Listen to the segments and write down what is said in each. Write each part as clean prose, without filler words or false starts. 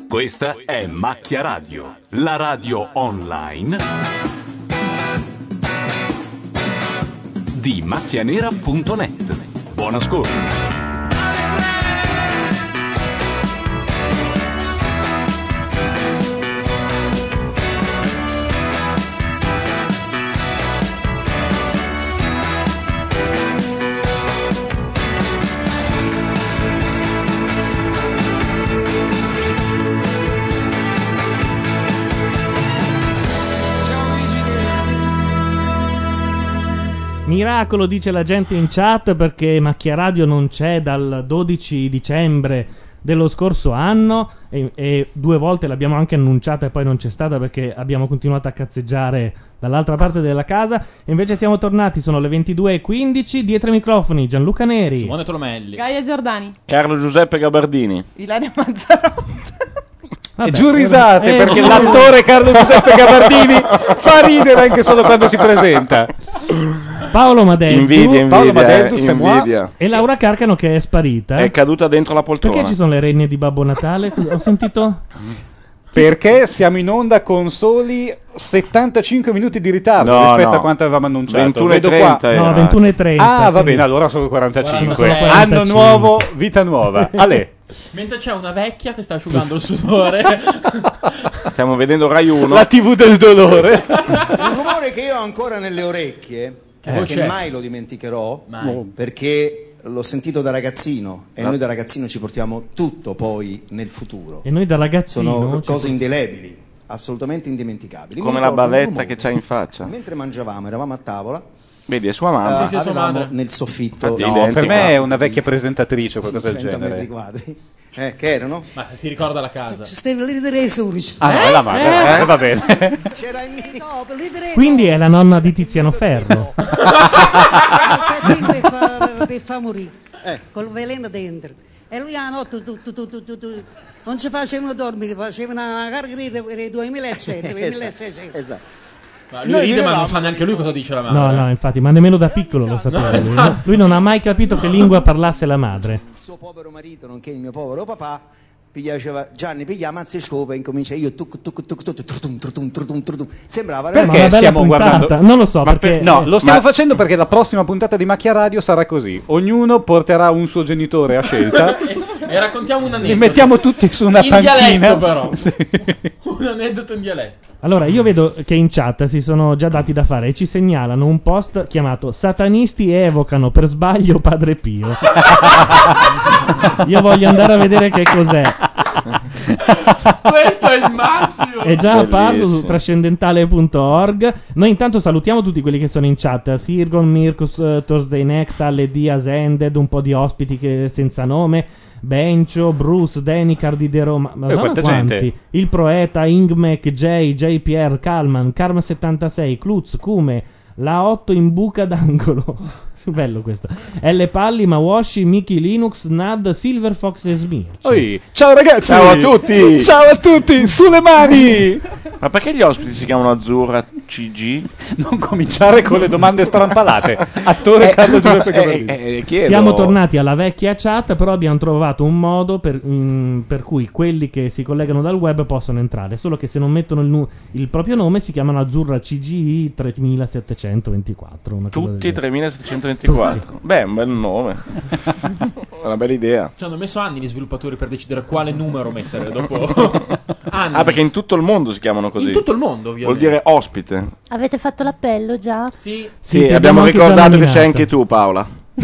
Questa è Macchia Radio, la radio online di macchianera.net. Buon ascolto. Miracolo, dice la gente in chat, perché Macchia Radio non c'è dal 12 dicembre dello scorso anno e 2 volte l'abbiamo anche annunciata e poi non c'è stata perché abbiamo continuato a cazzeggiare dall'altra parte della casa. E invece siamo tornati, sono le 22:15, dietro i microfoni Gianluca Neri, Simone Tolomelli, Gaia Giordani, Carlo Giuseppe Gabardini, Ilaria Mazzarotta. E giù risate perché l'attore Carlo Giuseppe Gabardini fa ridere anche solo quando si presenta. Paolo Madeddu, invidia. E Laura Carcano che è sparita. È caduta dentro la poltrona. Perché ci sono le renne di Babbo Natale? Ho sentito? Perché siamo in onda con soli 75 minuti di ritardo rispetto a quanto avevamo annunciato. 21:30. No, 21:30. Ah, va bene, allora sono 45. 46. Anno nuovo, vita nuova. Ale. Mentre c'è una vecchia che sta asciugando il sudore. Stiamo vedendo Rai 1. La TV del dolore. Un rumore che io ho ancora nelle orecchie, che mai lo dimenticherò, perché l'ho sentito da ragazzino e noi da ragazzino ci portiamo tutto poi nel futuro. E noi da ragazzino sono cose indelebili, assolutamente indimenticabili. Come la bavetta che c'hai in faccia. Mentre mangiavamo, eravamo a tavola. Vedi, è sua mamma. Sì, è sua avevamo madre. nel soffitto Per me è una vecchia presentatrice o qualcosa del 30 metri genere. quadri. Che erano? Ma si ricorda la casa. Ah, no, è la madre. Va bene. C'era il mio. Quindi è la nonna di Tiziano Ferro. Per fa morire col veleno dentro. E lui a notte non ci facevano dormire, facevano una carriera per il 2700, 2600. Esatto. Ma lui ride, ma non sa neanche lui cosa dice la madre. No, infatti, ma nemmeno da piccolo lo sapeva. esatto. Lui non ha mai capito che lingua parlasse la madre. Il suo povero marito, nonché il mio povero papà, diceva Gianni piglia mazzi scopa e incomincia io sembrava Perché stiamo guardando? Non lo so perché lo stiamo facendo perché la prossima puntata di Macchia Radio sarà così. Ognuno porterà un suo genitore a scelta E raccontiamo un aneddoto. li mettiamo tutti su una in panchina. dialetto però. Sì. Un aneddoto in dialetto. Allora, io vedo che in chat si sono già dati da fare e ci segnalano un post chiamato Satanisti evocano per sbaglio Padre Pio. Io voglio andare a vedere che cos'è. Questo è il massimo. È già apparso su trascendentale.org. Noi intanto salutiamo tutti quelli che sono in chat: Sirgon, Mirkus, Thursday Next, LD, Ascended, un po' di ospiti senza nome, Bencio, Bruce, Danny, Cardi De Roma, quanta gente. Il Proeta, Ingmec, JPR, Kalman, Karm76, Klutz, Kume, la 8 in buca d'angolo. Bello questo. L Palli, Mawashi, Miki Linux, Nad, Silverfox e Smirci. Ciao ragazzi. Ciao a tutti. Ciao a tutti. Sulle mani. Ma perché gli ospiti si chiamano Azzurra CG? Non cominciare con le domande strampalate. Attore Carlo Giuseppe Gabardini. Siamo tornati alla vecchia chat, però abbiamo trovato un modo per cui quelli che si collegano dal web possono entrare, solo che se non mettono il proprio nome si chiamano Azzurra CGI 3724. Tutti 3724. Tutti. Beh, un bel nome. Una bella idea. Ci hanno messo anni gli sviluppatori per decidere quale numero mettere dopo anni. Ah, perché in tutto il mondo si chiamano così. In tutto il mondo, ovviamente. Vuol dire ospite. Avete fatto l'appello già? Sì. Sì, ti abbiamo anche già ricordato che nominato. c'è anche tu, Paola.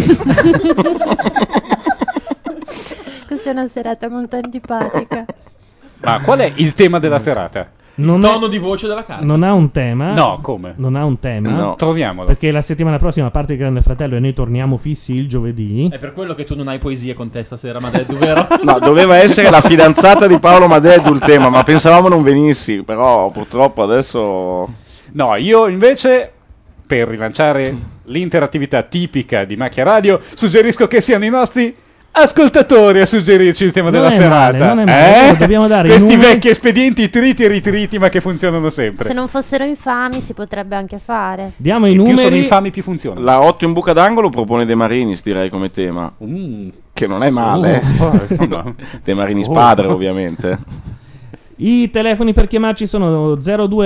Questa è una serata molto antipatica. Ma qual è il tema della serata? Tono di voce della carta. Non ha un tema. No, come? Non ha un tema. No. Troviamolo. Perché la settimana prossima parte il Grande Fratello e noi torniamo fissi il giovedì. È per quello che tu non hai poesie con te stasera, Madeddu, vero? No, doveva essere la fidanzata di Paolo Madeddu il tema, ma pensavamo non venissi. Però purtroppo adesso... No, io invece, per rilanciare l'interattività tipica di Macchia Radio, suggerisco che siano i nostri ascoltatori a suggerirci il tema Non della è male, serata. non è male, dobbiamo dare i Questi numeri. vecchi espedienti triti e ritriti, ma che funzionano sempre. Se non fossero infami si potrebbe anche fare. Diamo i Più sono numeri. infami più funzionano. La 8 in buca d'angolo propone De Marinis, direi, come tema. Che non è male. insomma. De Marinis padre, ovviamente. I telefoni per chiamarci sono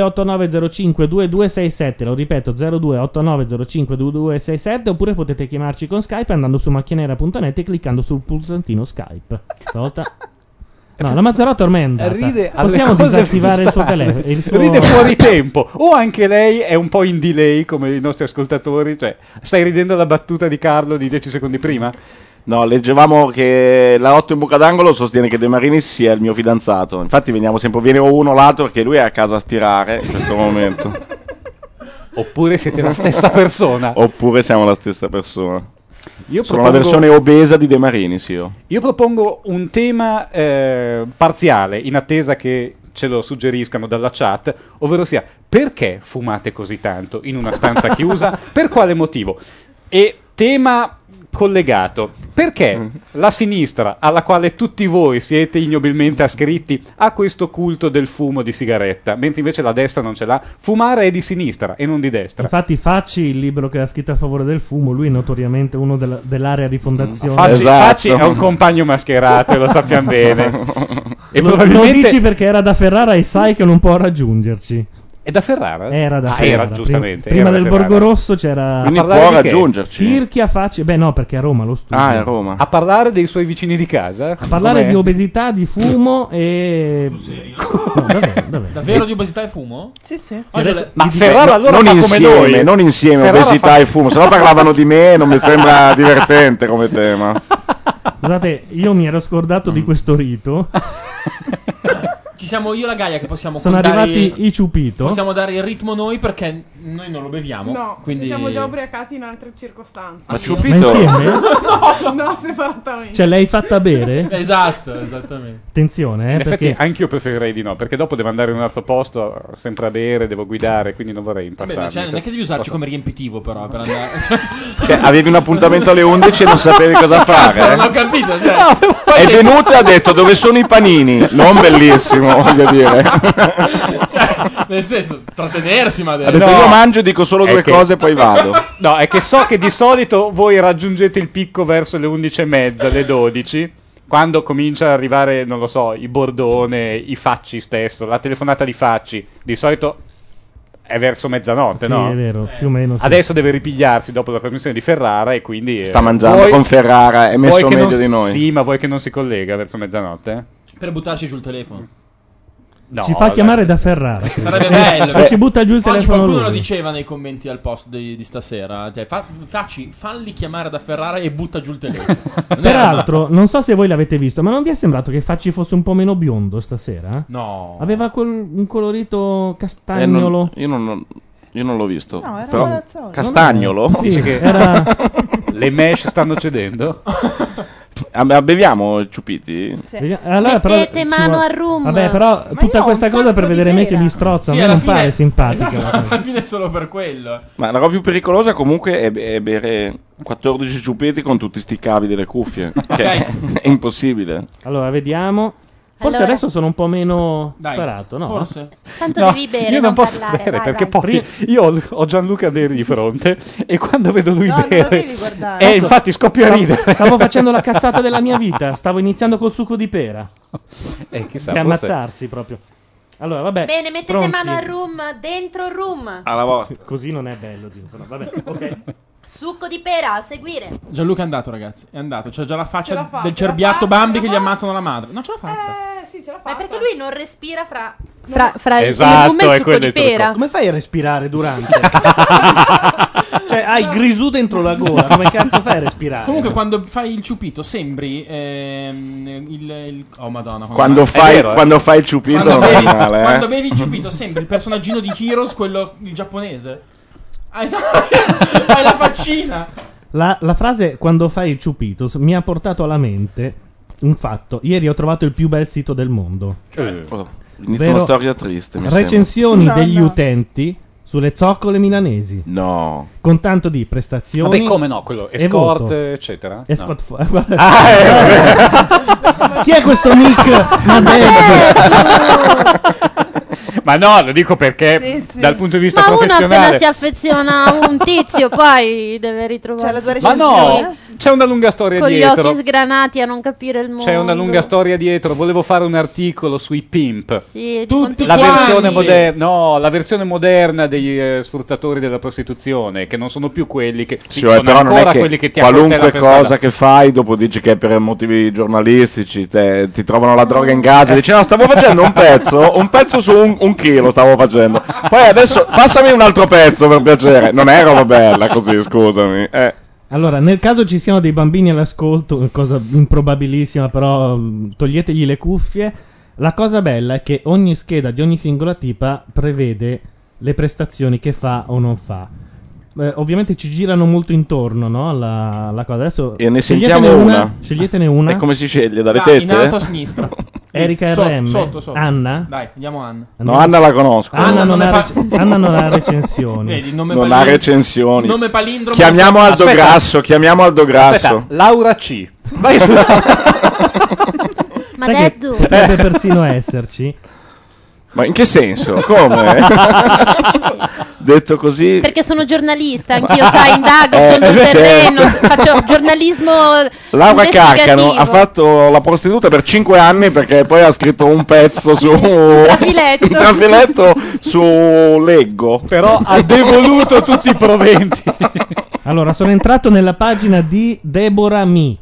0289052267, lo ripeto 0289052267, oppure potete chiamarci con Skype andando su macchianera.net e cliccando sul pulsantino Skype. Stavolta no, la Mazzarotta ormai è andata. Ride Possiamo disattivare il suo telefono, Ride fuori tempo. O anche lei è un po' in delay come i nostri ascoltatori, cioè stai ridendo la battuta di Carlo di 10 secondi prima? No, leggevamo che la 8 in buca d'angolo sostiene che De Marinis sia il mio fidanzato. Infatti viene o uno lato perché lui è a casa a stirare in questo momento. Oppure siete la stessa persona. Oppure siamo la stessa persona. Sono la versione obesa di De Marinis io. Io propongo un tema parziale, in attesa che ce lo suggeriscano dalla chat, ovvero sia: perché fumate così tanto in una stanza chiusa? Per quale motivo? E tema collegato: perché la sinistra, alla quale tutti voi siete ignobilmente ascritti, ha questo culto del fumo di sigaretta, mentre invece la destra non ce l'ha? Fumare è di sinistra e non di destra. Infatti Facci, il libro che ha scritto a favore del fumo, lui è notoriamente uno dell'area di fondazione. Facci è un compagno mascherato, lo sappiamo bene. E lo probabilmente dici perché era da Ferrara e sai che non può raggiungerci. È da Ferrara? Era da Ferrara. Era giustamente. Prima era del Borgo Rosso c'era. Quindi può raggiungerci. Circhi a Facci. Beh, no, perché a Roma lo studio. Ah, è a Roma. A parlare dei suoi vicini di casa? A parlare di obesità, di fumo e. Sul serio? No, davvero. Davvero di obesità e fumo? Sì. Ma Ferrara allora non fa insieme, come noi. non insieme, Ferrara obesità e fumo, se no parlavano di me e non mi sembra divertente come tema. Scusate, io mi ero scordato di questo rito. Ci siamo io e la Gaia che possiamo Sono contare- arrivati i ciupito. Possiamo dare il ritmo noi perché noi non lo beviamo. No, quindi... ci siamo già ubriacati in altre circostanze. Ma ciupito? Ma insieme? No, separatamente. Cioè, l'hai fatta bere? Esatto, esattamente. Attenzione, In effetti perché anch'io preferirei di no, perché dopo devo andare in un altro posto, sempre a bere, devo guidare, quindi non vorrei Vabbè, impassarmi. ma cioè, non è che devi usarci come riempitivo però per andare... Cioè, avevi un appuntamento alle 11 e non sapevi cosa Cazzo, fare. non ho capito, cioè... È venuto e ha detto dove sono i panini. Non bellissimo, voglio dire. Cioè, nel senso, trattenersi, ma Ha detto io mangio e dico solo due cose e poi vado. No, è che so che di solito voi raggiungete il picco verso le 11:30, le 12, quando comincia ad arrivare, non lo so, i Bordone, i Facci stesso, la telefonata di Facci. Di solito è verso mezzanotte, sì, no? è vero, più o meno sì. Adesso deve ripigliarsi dopo la trasmissione di Ferrara e quindi... Sta mangiando con Ferrara, è messo che meglio non, di noi. Sì, ma vuoi che non si collega verso mezzanotte? Per buttarci giù il telefono. No, ci fa chiamare da Ferrara. Sarebbe bello. E ci butta giù il Oggi telefono qualcuno lui. lo diceva nei commenti al post di stasera. Cioè, falli chiamare da Ferrara e butta giù il telefono. Peraltro, non so se voi l'avete visto, ma non vi è sembrato che Facci fosse un po' meno biondo stasera? No. Aveva un colorito castagnolo. Io non l'ho visto. No, era Però- Palazzolo. Castagnolo? Sì, Dici che era... le mesh stanno cedendo? Beviamo i ciupiti? Allora, però, Mettete mano al rum. Vabbè, però Ma tutta io ho questa un cosa per sacco di vedere me che pera. mi strozza, Sì, a me alla non fine- pare simpatica. Esatto, la cosa. alla fine è solo per quello. Ma la cosa più pericolosa comunque è bere 14 ciupiti con tutti sti cavi delle cuffie. Che è impossibile. Allora, vediamo. Forse Allora. adesso sono un po' meno Dai, sparato, no? Forse. Tanto No, devi bere, io non posso parlare. bere vai, perché vai. poi io ho Gianluca Neri di fronte e quando vedo lui No, non lo bere devi guardare. infatti scoppio a ridere. Stavo facendo la cazzata della mia vita. Stavo iniziando col succo di pera. Chissà, Che forse- ammazzarsi proprio. Allora, vabbè. Bene, mettete pronti? mano al rum, dentro il rum. Alla vostra. Così non è bello, zio, però vabbè, ok. Succo di pera, a seguire. Gianluca è andato, ragazzi. È andato. C'è già la Ce faccia l'ha fatta, del ce l'ha cerbiatto fatta, Bambi ce che l'ha gli fatta. ammazzano la madre. Non ce l'ha fatta. Sì, ce l'ha Ma fatta. perché lui non respira fra Esatto, il rum e è il succo quello di il trucco. pera. Come fai a respirare durante? Cioè, hai grisù dentro la gola. Come cazzo fai a respirare? Comunque, quando fai il ciupito, sembri oh, madonna. Quando fai il ciupito Quando non è bevi, male, quando bevi il ciupito, sembri il personaggino di Heroes, quello il giapponese. Ah, esatto. Hai la faccina. La frase quando fai il ciupito mi ha portato alla mente un fatto. Ieri ho trovato il più bel sito del mondo. Inizia una storia triste. Mi Recensioni No, degli no. utenti sulle zoccole milanesi. sembra. No. Con tanto di prestazioni. Vabbè, come no, quello e escort, voto. eccetera. Escort No. guarda- Ah, Chi è questo Nick Madrid? Ma no, lo dico perché Sì, sì. dal punto di vista Ma uno appena professionale. si affeziona a un tizio poi deve ritrovare. C'è la tua Ma no, recensione? C'è una lunga storia Con gli dietro. occhi sgranati a non capire il mondo. C'è una lunga storia dietro. Volevo fare un articolo sui pimp. Sì, Tutti La quanti. versione moderna, no, la versione moderna dei sfruttatori della prostituzione, che non sono più quelli che Sì, sono però non ancora è che quelli che ti qualunque accoltellano per cosa strada. che fai dopo dici che è per motivi giornalistici, ti trovano la droga in casa e dici no, stavo facendo un pezzo su un chilo stavo facendo, poi adesso passami un altro pezzo per piacere. Non è roba bella così, scusami. Allora, nel caso ci siano dei bambini all'ascolto, cosa improbabilissima, però toglietegli le cuffie. La cosa bella è che ogni scheda di ogni singola tipa prevede le prestazioni che fa o non fa. Ovviamente ci girano molto intorno, no? La cosa. Adesso E ne sceglietene sentiamo una. Sceglietene una. E come si sceglie? Dalle Dai, tette? in alto a sinistra. Erika Sotto, RM. sotto. Anna? Dai, andiamo Anna. No, Anna la conosco. Anna non ha fa- Anna non ha recensioni. Vedi, il nome Non ha palindromo- recensioni. Nome palindromo. Chiamiamo Aldo Aspetta. Grasso, chiamiamo Aldo Grasso. Aspetta, Laura C. Vai su. Ma Sai che Deddu, potrebbe persino esserci. Ma in che senso? Come? Detto così. perché sono giornalista, anch'io, sai, indago, sono sul certo. terreno, faccio giornalismo Laura Carcano investigativo. ha fatto la prostituta per 5 anni perché poi ha scritto un pezzo su trafiletto. un trafiletto su Leggo. Però ha devoluto tutti i proventi. Allora, sono entrato nella pagina di Deborah Mi.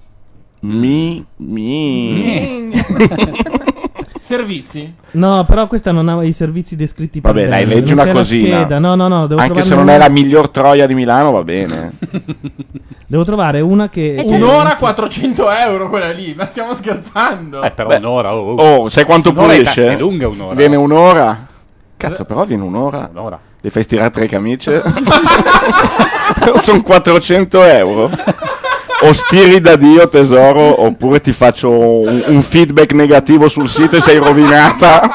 Servizi? No, però questa non ha i servizi descritti per Vabbè, dai, bene. leggi Non una c'è la cosina. scheda. No, devo Anche se trovarne non è una- la miglior troia di Milano, va bene. Devo trovare una che... Un'ora 400 euro quella lì, ma stiamo scherzando. Per Beh, un'ora. sai quanto Un'ora è pulisce? è lunga un'ora. Viene un'ora. Cazzo, però viene un'ora. Le fai stirare 3 camicie? Sono 400 euro. O stiri da Dio, tesoro, oppure ti faccio un feedback negativo sul sito e sei rovinata.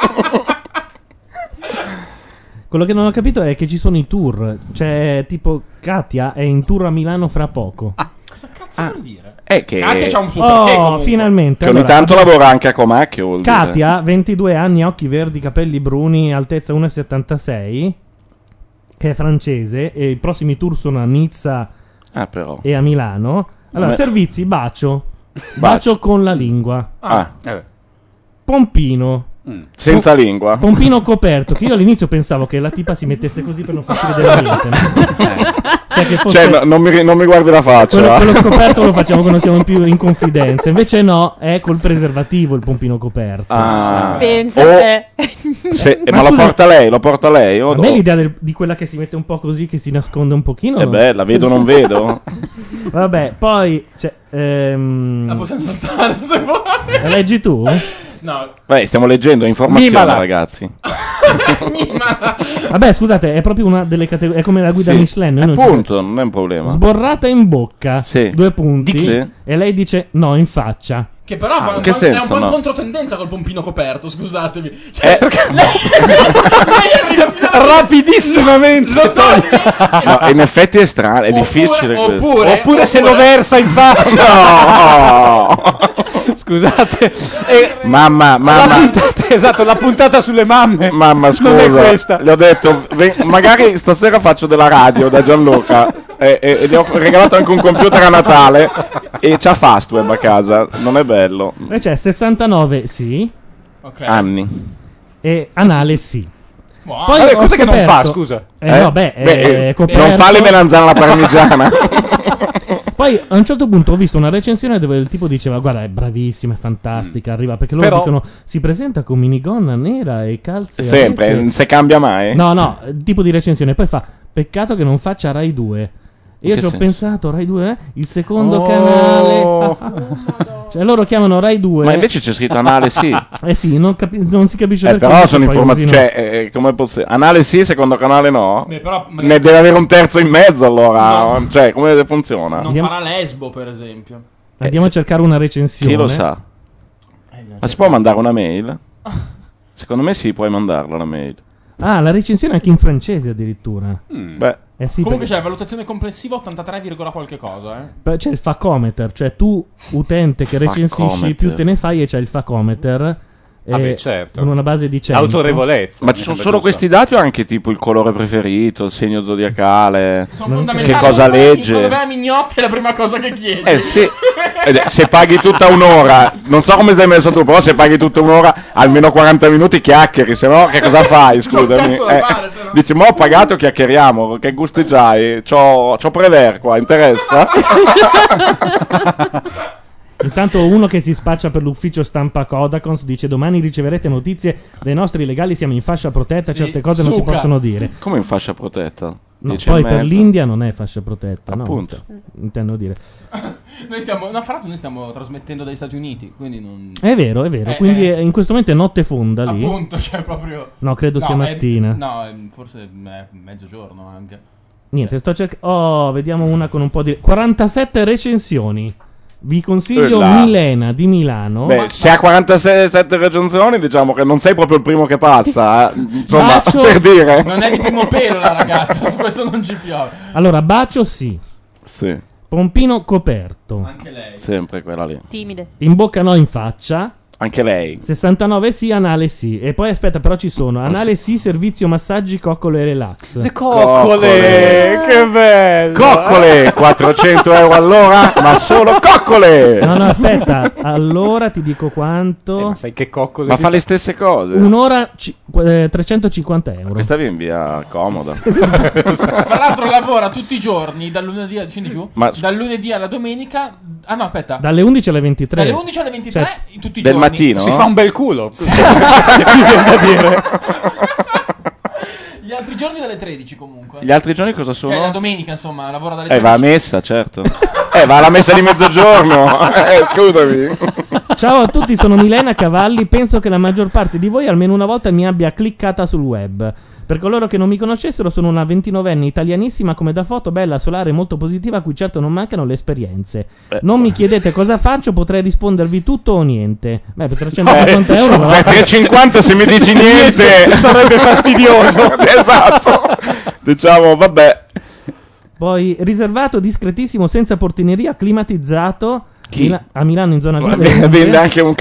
Quello che non ho capito è che ci sono i tour. Cioè, tipo, Katia è in tour a Milano fra poco. Cosa cazzo vuol dire? Che Katia c'ha un suo perché Oh, comunque. finalmente. Che ogni Allora, tanto lavora anche a Comacchio, vuol dire. Katia, 22 anni, occhi verdi, capelli bruni, altezza 1,76, che è francese, e i prossimi tour sono a Nizza però. e a Milano. Allora, Vabbè. servizi, bacio con la lingua. Pompino. Senza lingua. Pompino coperto, che io all'inizio pensavo che la tipa si mettesse così per non farsi vedere niente. No? Cioè, che fosse... Cioè, non mi guardi la faccia. Quello scoperto lo facciamo quando siamo più in confidenza. Invece no, è col preservativo il pompino coperto. Pensa a te. Ma lo porta lei? O A me l'idea di quella che si mette un po' così, che si nasconde un pochino. È bella, vedo non vedo. Vabbè, poi La possiamo saltare se vuoi. la leggi tu? No. Beh, stiamo leggendo informazioni, Mimala. ragazzi. Vabbè, scusate, è proprio una delle categorie. È come la guida Sì, Michelin. noi non ci- appunto, non è un problema. Sborrata in bocca, Sì. 2 punti. Sì. E lei dice no, in faccia. Che però fa in che è senso, un po' in no? controtendenza col pompino coperto, scusatemi. Cioè, Rapidissimamente. No, in effetti è strano, è difficile questo. Oppure se lo versa in faccia. No! Scusate. Mamma. Esatto, la puntata sulle mamme. Mamma, Non è scusa. questa. Le ho detto, magari stasera faccio della radio da Gianluca. E gli ho regalato anche un computer a Natale. E c'ha Fastweb a casa. Non è bello. E c'è 69 sì. Anni. E anale sì. Poi Vabbè, ho cos'è che non fa, scoperto- scusa? No, beh, è coperto. non fa le melanzane alla parmigiana. Poi a un certo punto ho visto una recensione dove il tipo diceva: guarda, è bravissima, è fantastica, arriva. Perché loro Però- dicono si presenta con minigonna nera e calze. Sempre, aperte. non si cambia mai. No, tipo di recensione. Poi fa: peccato che non faccia Rai 2. E io In ci che ho senso? pensato, Rai 2, il secondo Oh. canale. Cioè loro chiamano Rai 2. Ma invece c'è scritto anale sì. Eh sì, non si capisce perché. Però sono poi informazioni. usino- Cioè, come posso... Anale sì, secondo canale no. Beh, però- Ne deve avere un terzo in mezzo allora. Cioè, come funziona? Non farà Lesbo, per esempio. Andiamo a cercare una recensione. Chi lo sa? Ma si può mandare una mail? Secondo me sì, puoi mandarla una mail. Ah, la recensione anche in francese addirittura. Beh. Eh sì, Comunque perché- c'è valutazione complessiva 83, qualche cosa, Poi c'è il facometer, cioè tu utente che recensisci Facometer. più te ne fai e c'è il facometer certo. con una base di 100. Autorevolezza. Ma ci sono solo questi dati o anche tipo il colore preferito, il segno zodiacale? Sono fondamentali. Che cosa legge? Quando vai a Mignotta è la prima cosa che chiedi. Sì. Se paghi tutta un'ora, non so come stai messo tu, però se paghi tutta un'ora, almeno 40 minuti chiacchieri, se no che cosa fai? Scusami. Dici, ma ho pagato, chiacchieriamo, che gusti c'hai? C'ho Prever qua, interessa? Intanto uno che si spaccia per l'ufficio stampa Kodakons dice: domani riceverete notizie dei nostri legali, siamo in fascia protetta, certe cose non si possono dire. Come in fascia protetta? No, poi per l'India non è fascia protetta, appunto. No, intendo dire. Noi stiamo trasmettendo dagli Stati Uniti, quindi non... È vero, quindi in questo momento è notte fonda lì. Appunto, cioè proprio... No, credo sia mattina. Forse è mezzogiorno anche. Niente, sto cercando... vediamo una con un po' di... 47 recensioni. Vi consiglio Milena di Milano. Beh, se ha 47 recensioni, diciamo che non sei proprio il primo che passa. Insomma, per dire. Non è di primo pelo la ragazza, su questo non ci piove. Allora, Bacio sì. Pompino coperto. Anche lei. Sempre quella lì. Timide. In bocca no, in faccia. Anche lei. 69 sì, anale sì. E poi aspetta, però ci sono anale sì, servizio massaggi, coccole e relax. Le coccole, che bello. Coccole, 400 euro all'ora, ma solo coccole. No, aspetta, allora ti dico quanto. Ma sai che coccole? Ma fa le stesse cose. Un'ora 350 euro. Questa viene via comoda. Fra l'altro lavora tutti i giorni, dal lunedì scendi giù? Dal lunedì alla domenica. Ah no, aspetta. Dalle 11 alle 23. Dalle 11 alle 23 tutti i del giorni. mattino. Si fa un bel culo. Sì. Gli altri giorni dalle 13 comunque. Gli altri giorni cosa sono? Cioè la domenica, insomma, lavora dalle 13. Va a messa, certo. Va alla messa di mezzogiorno. Scusami. Ciao a tutti, sono Milena Cavalli. Penso che la maggior parte di voi almeno una volta mi abbia cliccata sul web. Per coloro che non mi conoscessero, sono una 29enne italianissima come da foto, bella, solare, molto positiva, a cui certo non mancano le esperienze. Non mi chiedete cosa faccio, potrei rispondervi tutto o niente. Beh, per 350 euro... Per 350 se mi dici niente sarebbe fastidioso. Esatto. Diciamo, vabbè. Poi, riservato, discretissimo, senza portineria, climatizzato... Chi? A Milano in zona Vende anche un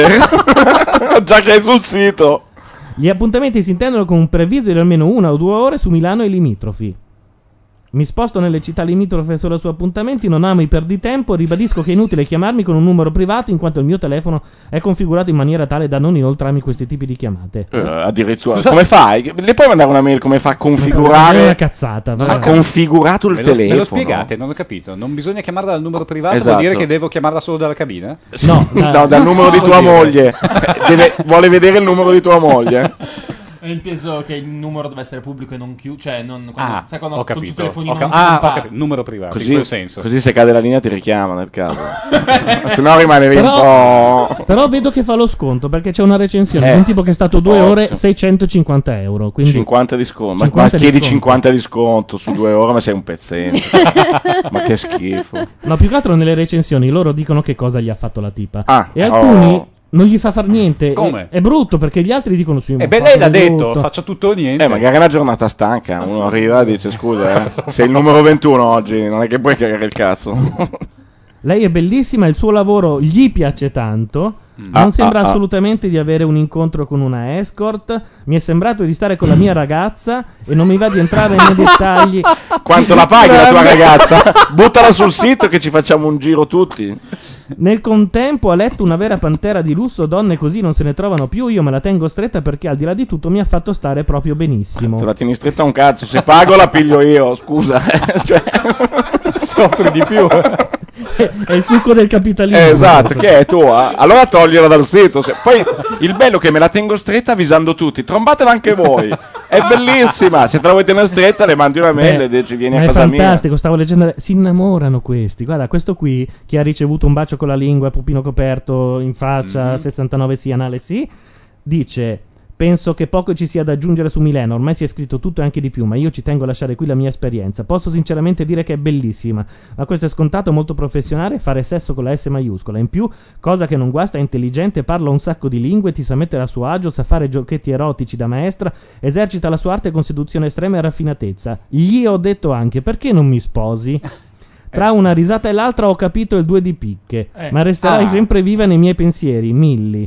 camper. Già che è sul sito. Gli appuntamenti si intendono con un preavviso di almeno 1 o 2 ore su Milano e limitrofi. Mi sposto nelle città limitrofe solo su appuntamenti, non amo i perditempo, ribadisco che è inutile chiamarmi con un numero privato in quanto il mio telefono è configurato in maniera tale da non inoltrarmi questi tipi di chiamate. Addirittura. Come fai? Le puoi mandare una mail come fa a configurare? È una cazzata. Ha configurato il telefono. Me lo spiegate? Non ho capito. Non bisogna chiamarla dal numero privato, Esatto. vuol dire che devo chiamarla solo dalla cabina? No, dal numero di tua moglie. Vuole vedere il numero di tua moglie. È inteso che il numero deve essere pubblico e non chiuso, cioè non quando, sai quando ho con capito. il telefonino Ho non capito. Numero privato, in quel senso. Così se cade la linea ti richiama nel caso. Se no rimane un po'. Però vedo che fa lo sconto perché c'è una recensione di un tipo che è stato 2 ore 650 euro. Quindi 50 di sconto. 50 ma di chiedi sconto. 50 di sconto su 2 ore, ma sei un pezzente. Ma che schifo. No, più che altro nelle recensioni loro dicono che cosa gli ha fatto la tipa. Ah, e alcuni non gli fa far niente. Come? È brutto perché gli altri dicono su. E beh, lei l'ha detto, faccio tutto o niente. Magari è una giornata stanca. Uno arriva e dice: scusa, sei il numero 21 oggi, non è che puoi cagare il cazzo. Lei è bellissima, il suo lavoro gli piace tanto. Non sembra assolutamente di avere un incontro con una escort. Mi è sembrato di stare con la mia ragazza e non mi va di entrare nei dettagli. Quanto la paghi la tua ragazza? Buttala sul sito che ci facciamo un giro tutti. Nel contempo ha letto una vera pantera di lusso. Donne così non se ne trovano più. Io me la tengo stretta perché al di là di tutto mi ha fatto stare proprio benissimo. Te la tieni stretta un cazzo. Se pago la piglio io, scusa. Cioè, soffri di più. È il succo del capitalismo. Esatto, che è tua. Allora togliela dal sito. Poi il bello è che me la tengo stretta avvisando tutti. Trombatela anche voi. È bellissima. Se te la vuoi tenere stretta, le mandi una mail e dici vieni a casa mia. È fantastico. Stavo leggendo. Si innamorano questi. Guarda, questo qui che ha ricevuto un bacio con la lingua, pupino coperto in faccia, 69 sì, anale sì. Dice: penso che poco ci sia da aggiungere su Milena, ormai si è scritto tutto e anche di più, ma io ci tengo a lasciare qui la mia esperienza. Posso sinceramente dire che è bellissima, ma questo è scontato, molto professionale, fare sesso con la S maiuscola. In più, cosa che non guasta, è intelligente, parla un sacco di lingue, ti sa mettere a suo agio, sa fare giochetti erotici da maestra, esercita la sua arte con seduzione estrema e raffinatezza. Gli ho detto anche: perché non mi sposi? Tra una risata e l'altra ho capito il 2 di picche, ma resterai sempre viva nei miei pensieri, Milli.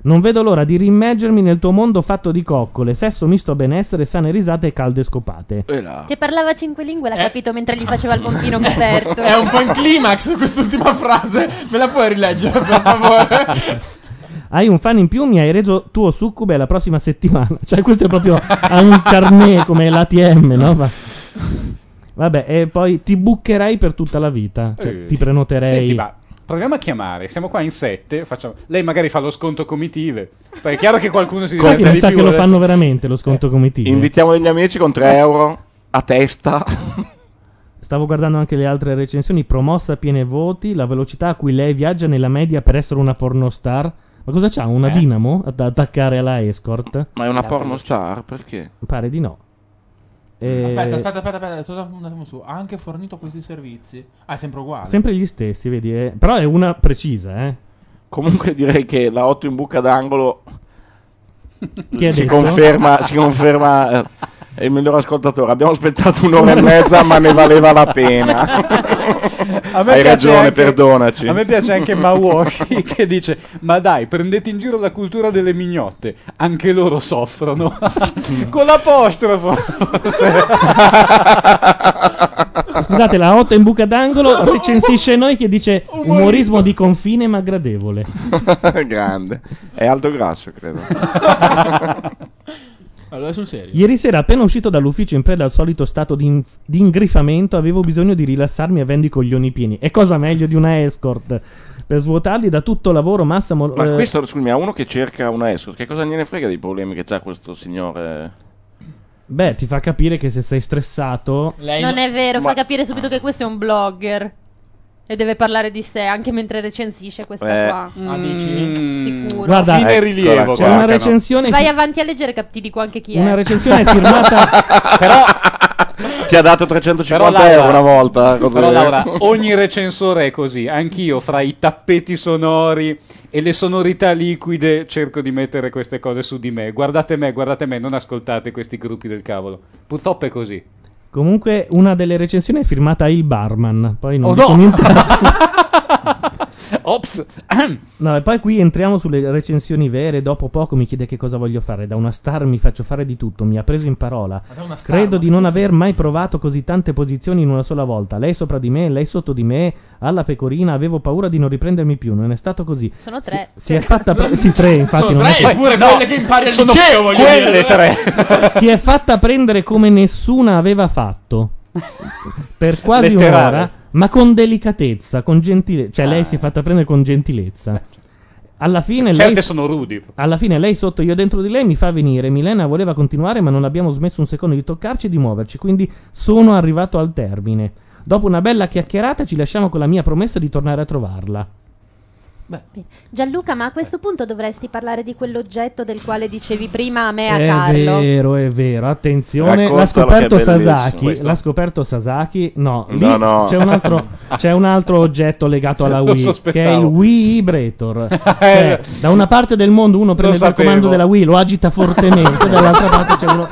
Non vedo l'ora di rimmergermi nel tuo mondo fatto di coccole, sesso misto a benessere, sane risate e calde scopate. Che parlava 5 lingue, l'ha capito mentre gli faceva il pompino coperto. È un po' in climax quest'ultima frase. Me la puoi rileggere, per favore? Hai un fan in più, mi hai reso tuo succube la prossima settimana. Cioè questo è proprio a un carnet come l'ATM, no? Vabbè, e poi ti buccherai per tutta la vita. Cioè, ti prenoterei. Senti, ma proviamo a chiamare. Siamo qua in 7. Lei magari fa lo sconto comitive. Poi è chiaro che qualcuno si diverte di sa più. che lo adesso. fanno veramente lo sconto comitive. Invitiamo degli amici con 3 euro a testa. Stavo guardando anche le altre recensioni. Promossa a piene voti. La velocità a cui lei viaggia nella media per essere una pornostar. Ma cosa c'ha? Una dinamo da attaccare alla escort? Ma è una pornostar? Perché? Pare di no. Aspetta, un attimo su. Ha anche fornito questi servizi. Ah, è sempre uguale. Sempre gli stessi, vedi? Però è una precisa, Comunque direi che la 8 in buca d'angolo Chi ha si detto? conferma è il miglior ascoltatore. Abbiamo aspettato 1 ora e mezza, ma ne valeva la pena. Hai ragione, perdonaci. A me piace anche Mawashi che dice: ma dai, prendete in giro la cultura delle mignotte, anche loro soffrono. Con l'apostrofo. Scusate, la 8 in buca d'angolo recensisce noi che dice umorismo di confine ma gradevole. Grande. È alto grasso, credo. Allora, sul serio. Ieri sera, appena uscito dall'ufficio in preda al solito stato di ingrifamento, avevo bisogno di rilassarmi avendo i coglioni pieni. E cosa meglio di una escort? Per svuotarli da tutto lavoro, massa... Ma questo, scusami, a uno che cerca una escort, che cosa gliene frega dei problemi che c'ha questo signore? Beh, ti fa capire che se sei stressato... Non è vero, fa capire subito che questo è un blogger. E deve parlare di sé anche mentre recensisce questa qua. Ah, dici? Sicuro. Guarda, Fine rilievo. c'è una recensione... Vai avanti a leggere che ti dico anche chi è. Una recensione firmata... Però ti ha dato 350 euro una volta. Però Laura, ogni recensore è così. Anch'io fra i tappeti sonori e le sonorità liquide cerco di mettere queste cose su di me. Guardate me, non ascoltate questi gruppi del cavolo. Purtroppo è così. Comunque una delle recensioni è firmata Il Barman. Poi non dico nient'altro. Ops. No, e poi qui entriamo sulle recensioni vere. Dopo poco mi chiede che cosa voglio fare. Da una star mi faccio fare di tutto. Mi ha preso in parola. Credo di non aver mai provato così tante posizioni in una sola volta. Lei sopra di me, lei sotto di me. Alla pecorina, avevo paura di non riprendermi più. Non è stato così. Sono 3. Si è fatta sì, 3 infatti. Sono non 3, è che... pure quelle che impari al liceo, voglio dire. 3. Si è fatta prendere come nessuna aveva fatto. Per quasi Letterale. un'ora, ma con delicatezza, con gentilezza. Cioè, lei si è fatta prendere con gentilezza. Alla fine Certe lei sono rudi. Alla fine lei sotto, io dentro di lei, mi fa venire. Milena voleva continuare, ma non abbiamo smesso un secondo di toccarci e di muoverci. Quindi sono arrivato al termine. Dopo una bella chiacchierata ci lasciamo con la mia promessa di tornare a trovarla. Gianluca, ma a questo punto dovresti parlare di quell'oggetto del quale dicevi prima a me e a Carlo. È vero, attenzione, Raccontalo, l'ha scoperto che è bellissimo Sasaki. questo. L'ha scoperto Sasaki. No, lì No. c'è un altro oggetto legato alla Lo Wii, sospettavo. che è il Wii Vibrator. Cioè, da una parte del mondo uno prende il sapevo. comando della Wii, lo agita fortemente, dall'altra parte c'è uno...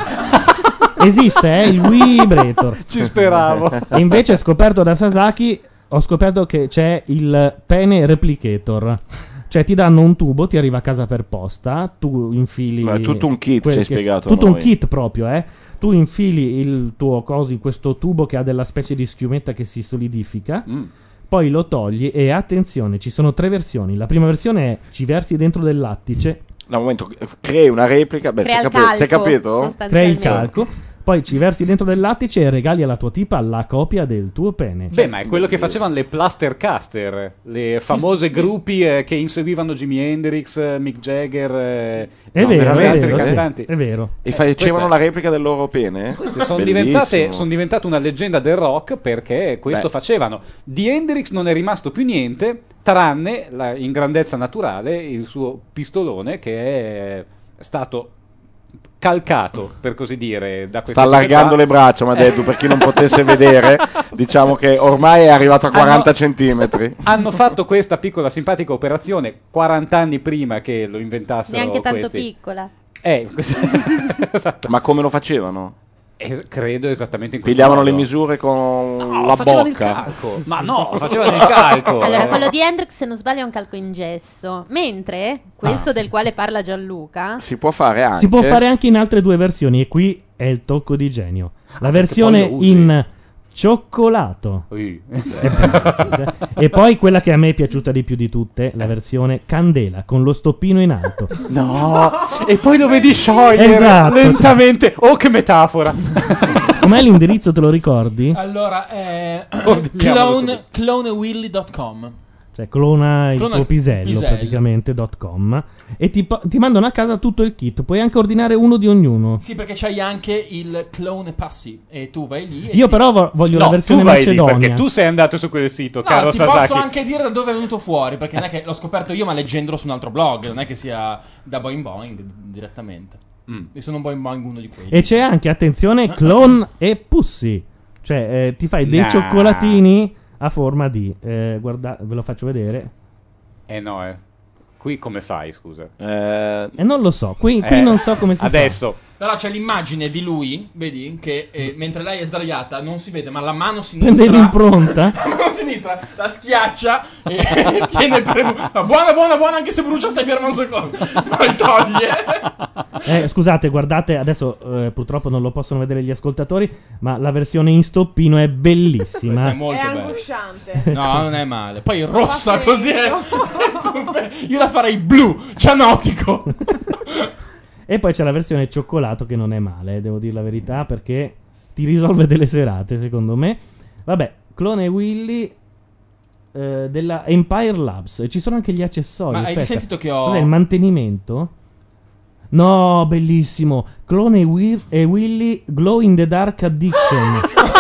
Esiste, il Wii Vibrator. Ci speravo. E invece, scoperto da Sasaki, ho scoperto che c'è il pene replicator. Cioè ti danno un tubo, ti arriva a casa per posta, tu infili... Ma è tutto un kit, ci hai spiegato Tutto un noi. kit proprio, Tu infili il tuo coso in questo tubo che ha della specie di schiumetta che si solidifica, poi lo togli e attenzione, ci sono 3 versioni. La prima versione è ci versi dentro del lattice. Da un momento crei una replica. Beh, Crea si il è calco, capito? sostanzialmente. Crei il calco, poi ci versi dentro del lattice e regali alla tua tipa la copia del tuo pene. Beh, ma è quello che facevano le Plaster Caster, le famose gruppi che inseguivano Jimi Hendrix, Mick Jagger, È vero, altri sì, cantanti. è vero. E facevano questa- la replica del loro pene? Sono Bellissimo. diventate una leggenda del rock perché questo facevano. Di Hendrix non è rimasto più niente, tranne in grandezza naturale il suo pistolone che è stato calcato, per così dire, da questa Sta allargando le braccia, mi ha detto, per chi non potesse vedere. Diciamo che ormai è arrivato a 40 centimetri. Hanno fatto questa piccola simpatica operazione 40 anni prima che lo inventassero Neanche tanto questi. piccola. Esatto. Ma come lo facevano? Credo esattamente in questo Pigliavano modo. le misure con la facevano il bocca. calco. Ma no, facevano il calco. Allora, quello di Hendrix, se non sbaglio, è un calco in gesso. Mentre questo del quale parla Gianluca. Si può fare anche. Si può fare anche in altre due versioni, e qui è il tocco di genio. La perché versione poi lo usi. in cioccolato. E poi quella che a me è piaciuta di più di tutte, la versione candela con lo stoppino in alto. No, e poi lo vedi sciogliere Esatto, lentamente. Oh, che metafora! Com'è l'indirizzo, te lo ricordi? Allora, è Ordiniamolo clonewilly.com. Cioè clona il Clona tuo il pisello, pisello. praticamente .com, e ti mandano a casa tutto il kit. Puoi anche ordinare uno di ognuno. Sì, perché c'hai anche il clone passi e tu vai lì e Io però voglio la versione tu vai lì, Macedonia. perché tu sei andato su quel sito, No, caro ti Sasaki. posso anche dire da dove è venuto fuori, perché non è che l'ho scoperto io, ma leggendolo su un altro blog, non è che sia da Boing Boing direttamente. Io sono un Boing Boing, uno di quelli. E c'è anche, attenzione, clone e pussy. Cioè ti fai dei Nah. cioccolatini a forma di guarda, ve lo faccio vedere. No. Qui come fai, scusa? E non lo so, qui non so come si adesso. Però c'è l'immagine di lui, vedi, che mentre lei è sdraiata non si vede, ma la mano fa. sinistra... Prende l'impronta. La mano sinistra la schiaccia e tiene premuto. Buona, anche se brucia stai fermo un secondo. Poi toglie. Scusate, guardate, adesso purtroppo non lo possono vedere gli ascoltatori, ma la versione in stoppino è bellissima. Questa è molto È bella. angosciante. No, non è male. Poi rossa Fa così è stupendo. Io la farei blu, cianotico. E poi c'è la versione cioccolato che non è male, devo dire la verità, perché ti risolve delle serate, secondo me. Vabbè, Clone Willy della Empire Labs. E ci sono anche gli accessori. Ma hai aspetta. sentito che ho... Cos'è, il mantenimento? No, bellissimo. Clone e Willy Glow in the Dark Addiction.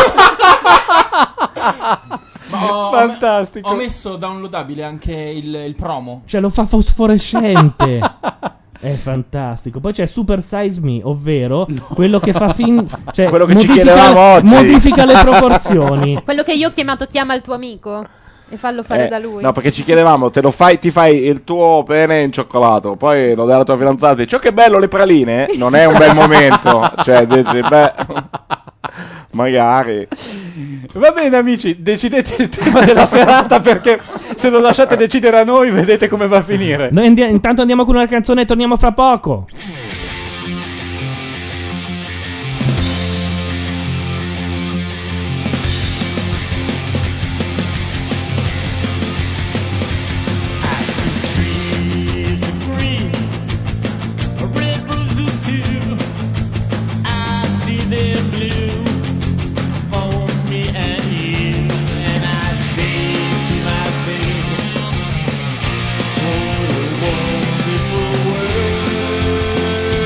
Ma Fantastico. Ho messo downloadabile anche il promo. Cioè lo fa fosforescente. È fantastico. Poi c'è Super Size Me, ovvero quello che fa cioè Quello che ci chiedevamo oggi. modifica le proporzioni. Quello che io ho chiamato chiama il tuo amico e fallo fare da lui. No, perché ci chiedevamo, ti fai il tuo pene in cioccolato, poi lo dai alla tua fidanzata e dici, oh che bello le praline, non è un bel momento, cioè dici, beh, magari. Va bene amici, decidete il tema della serata, perché se lo lasciate decidere a noi vedete come va a finire. Noi intanto andiamo con una canzone e torniamo fra poco. What a wonderful world.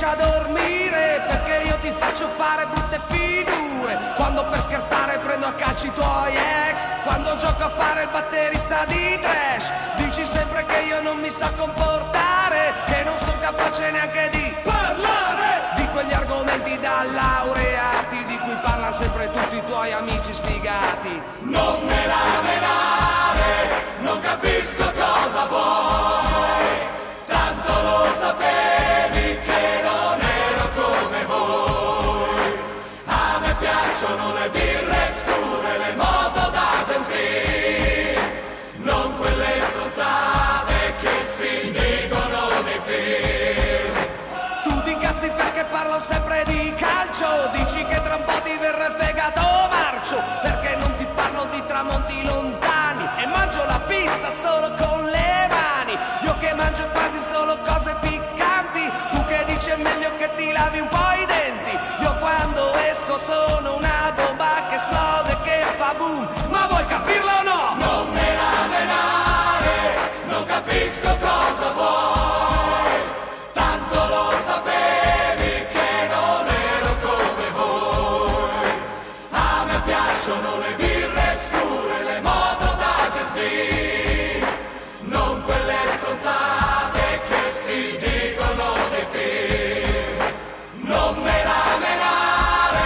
riesci a dormire, perché io ti faccio fare brutte figure. Quando per scherzare prendo a calci i tuoi ex, quando gioco a fare il batterista di trash, dici sempre che io non mi so comportare, che non sono capace neanche di parlare di quegli argomenti da laureati di cui parlano sempre tutti i tuoi amici sfigati. Non me la menare, non capisco cosa vuoi, tanto lo sapevi che non ero come voi. A me piacciono le birre scure, le moto da James Dean, non quelle stronzate che si dicono nei film. Tu ti incazzi perché parlo sempre di calcio, dici che tra un po' ti verrà il fegato marcio, perché non ti parlo di tramonti lontani e mangio la pizza solo con le mani. Io che mangio quasi solo cose piccanti, tu che dici è meglio che ti lavi un po' i denti. Io quando esco sono una bomba che esplode, che fa boom, ma vuoi capirlo o no? Non me la menare, non capisco cosa vuoi, tanto lo sapevi che non ero come voi. A me piacciono le birre scure, le moto da James Dean, non quelle stronzate che si dicono nei film. Non me la menare,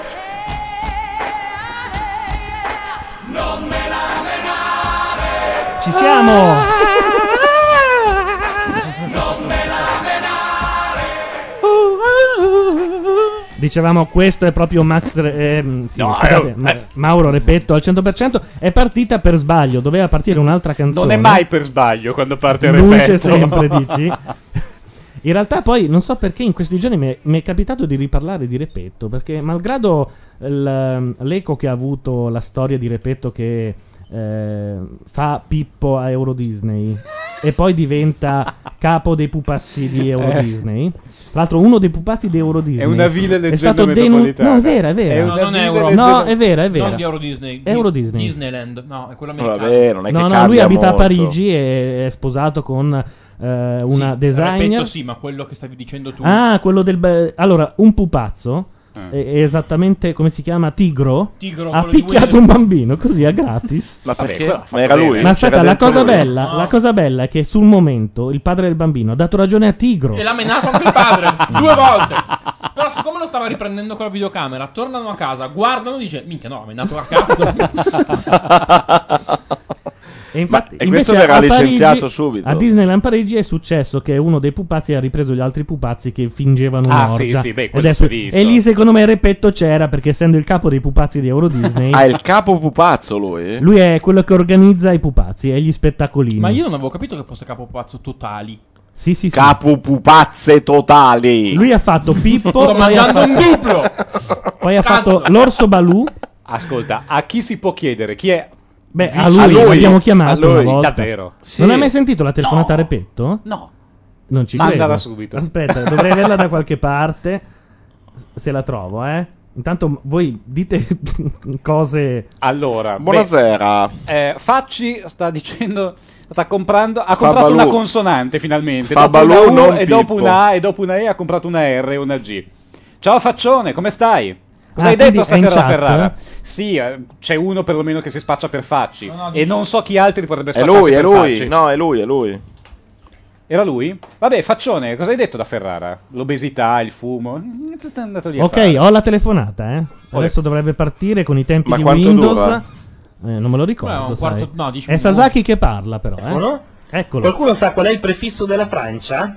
non me la menare, Ci siamo! non me la menare. Dicevamo, questo è proprio Mauro Repetto al 100%. È partita per sbaglio, doveva partire un'altra canzone. Non è mai per sbaglio quando parte il Luce Repetto. sempre, dici? In realtà poi non so perché in questi giorni mi è capitato di riparlare di Repetto, perché malgrado l'eco che ha avuto la storia di Repetto che fa Pippo a Euro Disney e poi diventa capo dei pupazzi di Euro Disney. Tra l'altro uno dei pupazzi di Euro Disney È una vile leggenda è stato metropolitana. No, è vera. No, non è Euro. No, è vera. Non di Euro Disney. Euro Disney. Disneyland. No, è quello americano. Vabbè, non è che No, cambia lui abita a molto. Parigi e è sposato con una designer. Repetto sì, ma quello che stavi dicendo tu. Ah, quello del... Allora, un pupazzo, è esattamente come si chiama? Tigro? Tigro, ha quello di picchiato Winnie. un bambino, così a gratis. Ma perché? quello ha fatto Ma era lui? Ma aspetta, C'era la dentro cosa, lui? bella, la cosa bella è che sul momento il padre del bambino ha dato ragione a Tigro. E l'ha menato anche il padre 2 volte. Però siccome lo stava riprendendo con la videocamera, tornano a casa, guardano e dice minchia no, ha menato a cazzo. E infatti, e questo invece verrà a licenziato Parigi, subito. a Disneyland Parigi è successo che uno dei pupazzi ha ripreso gli altri pupazzi che fingevano un'orgia. sì, beh, Ed quello è si è visto. e lì secondo me Repetto c'era, perché essendo il capo dei pupazzi di Euro Disney Ah, il capo pupazzo lui? lui è quello che organizza i pupazzi e gli spettacolini. Ma io non avevo capito che fosse capo pupazzo totali. Sì. Capo pupazze totali. Lui ha fatto Pippo, Sto mangiando un duplo. poi ha Cazzo. fatto l'orso Balù. Ascolta, a chi si può chiedere? Chi è? Beh, vicino- a lui, a lui, l'abbiamo chiamato a lui, una volta. davvero? Sì. Non hai mai sentito la telefonata a Repetto? No. Non ci Mandala credo. subito. Aspetta, dovrei averla da qualche parte. Se la trovo, Intanto voi dite cose. Allora, Buonasera. Facci sta dicendo, sta comprando, ha Fa comprato Balù. una consonante finalmente. Fa dopo Balù, una U non e dopo Pippo. una A e dopo una E ha comprato una R e una G. Ciao Faccione, come stai? Cosa hai quindi detto è in stasera a chat? Ferrara? Sì, c'è uno perlomeno che si spaccia per Facci. No, e non so chi altri potrebbe È spacciarsi lui, è per lui. Facci. No, è lui. Era lui? Vabbè, Faccione, cosa hai detto da Ferrara? L'obesità, il fumo? Cosa sei andato lì a Ok, fare? ho la telefonata, Adesso dovrebbe partire con i tempi Ma di quanto Windows. dura? Non me lo ricordo. Un quarto- sai. no, 10 È Sasaki che parla, però. Eccolo. Eccolo. Qualcuno sa qual è il prefisso della Francia?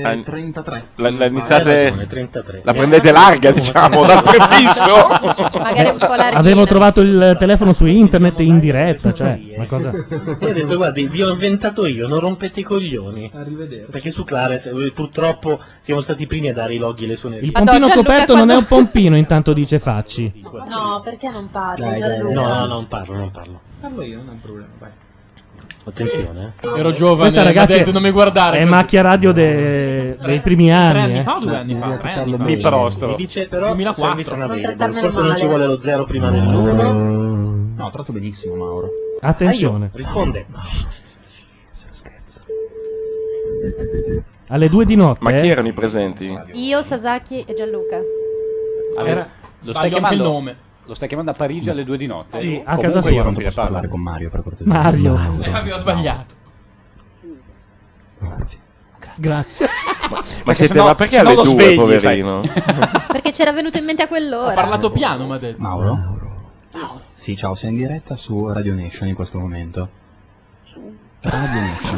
33. La Hai iniziate. ragione, 33. La prendete larga, diciamo, dal prefisso. Magari un po' larghina. Avevo trovato il telefono su internet in diretta, cioè, una cosa. Io ho detto, guardi, vi ho inventato io, non rompete i coglioni. Arrivederci. Perché su Clares purtroppo siamo stati i primi a dare i loghi e le suonerie. Il pompino coperto non è un pompino, intanto dice Facci. No, perché non parli? Dai, Gianluca? no, non parlo. Parlo io, non è un problema, vai. Attenzione. Ero giovane, Questa, mi ha ragazzi, detto non mi guardare è così. macchia radio dei primi 3 anni. anni fa o 2 anni fa? 3 anni fa. Mi prostro. Mi dice però 2004. service Non unavailable. trattarmelo Forse non male. ci vuole lo 0 prima dell'1. No, tratto benissimo, Mauro. Attenzione. Risponde. Alle 2 di notte. Ma chi erano i presenti? Io, Sasaki e Gianluca. Lo stai chiamando il nome. Lo stai chiamando a Parigi alle 2 di notte? Sì, a Comunque casa sua. io Non rompi le posso palle. parlare con Mario per cortesia. Mario. Abbiamo sbagliato. Grazie. Ma siete, sennò- ma perché sennò alle lo 2, svegli, poverino? Perché c'era venuto in mente a quell'ora. Ha parlato piano, mi ha detto. Mauro? Sì, ciao, sei in diretta su Radio Nation in questo momento. Radio Nation.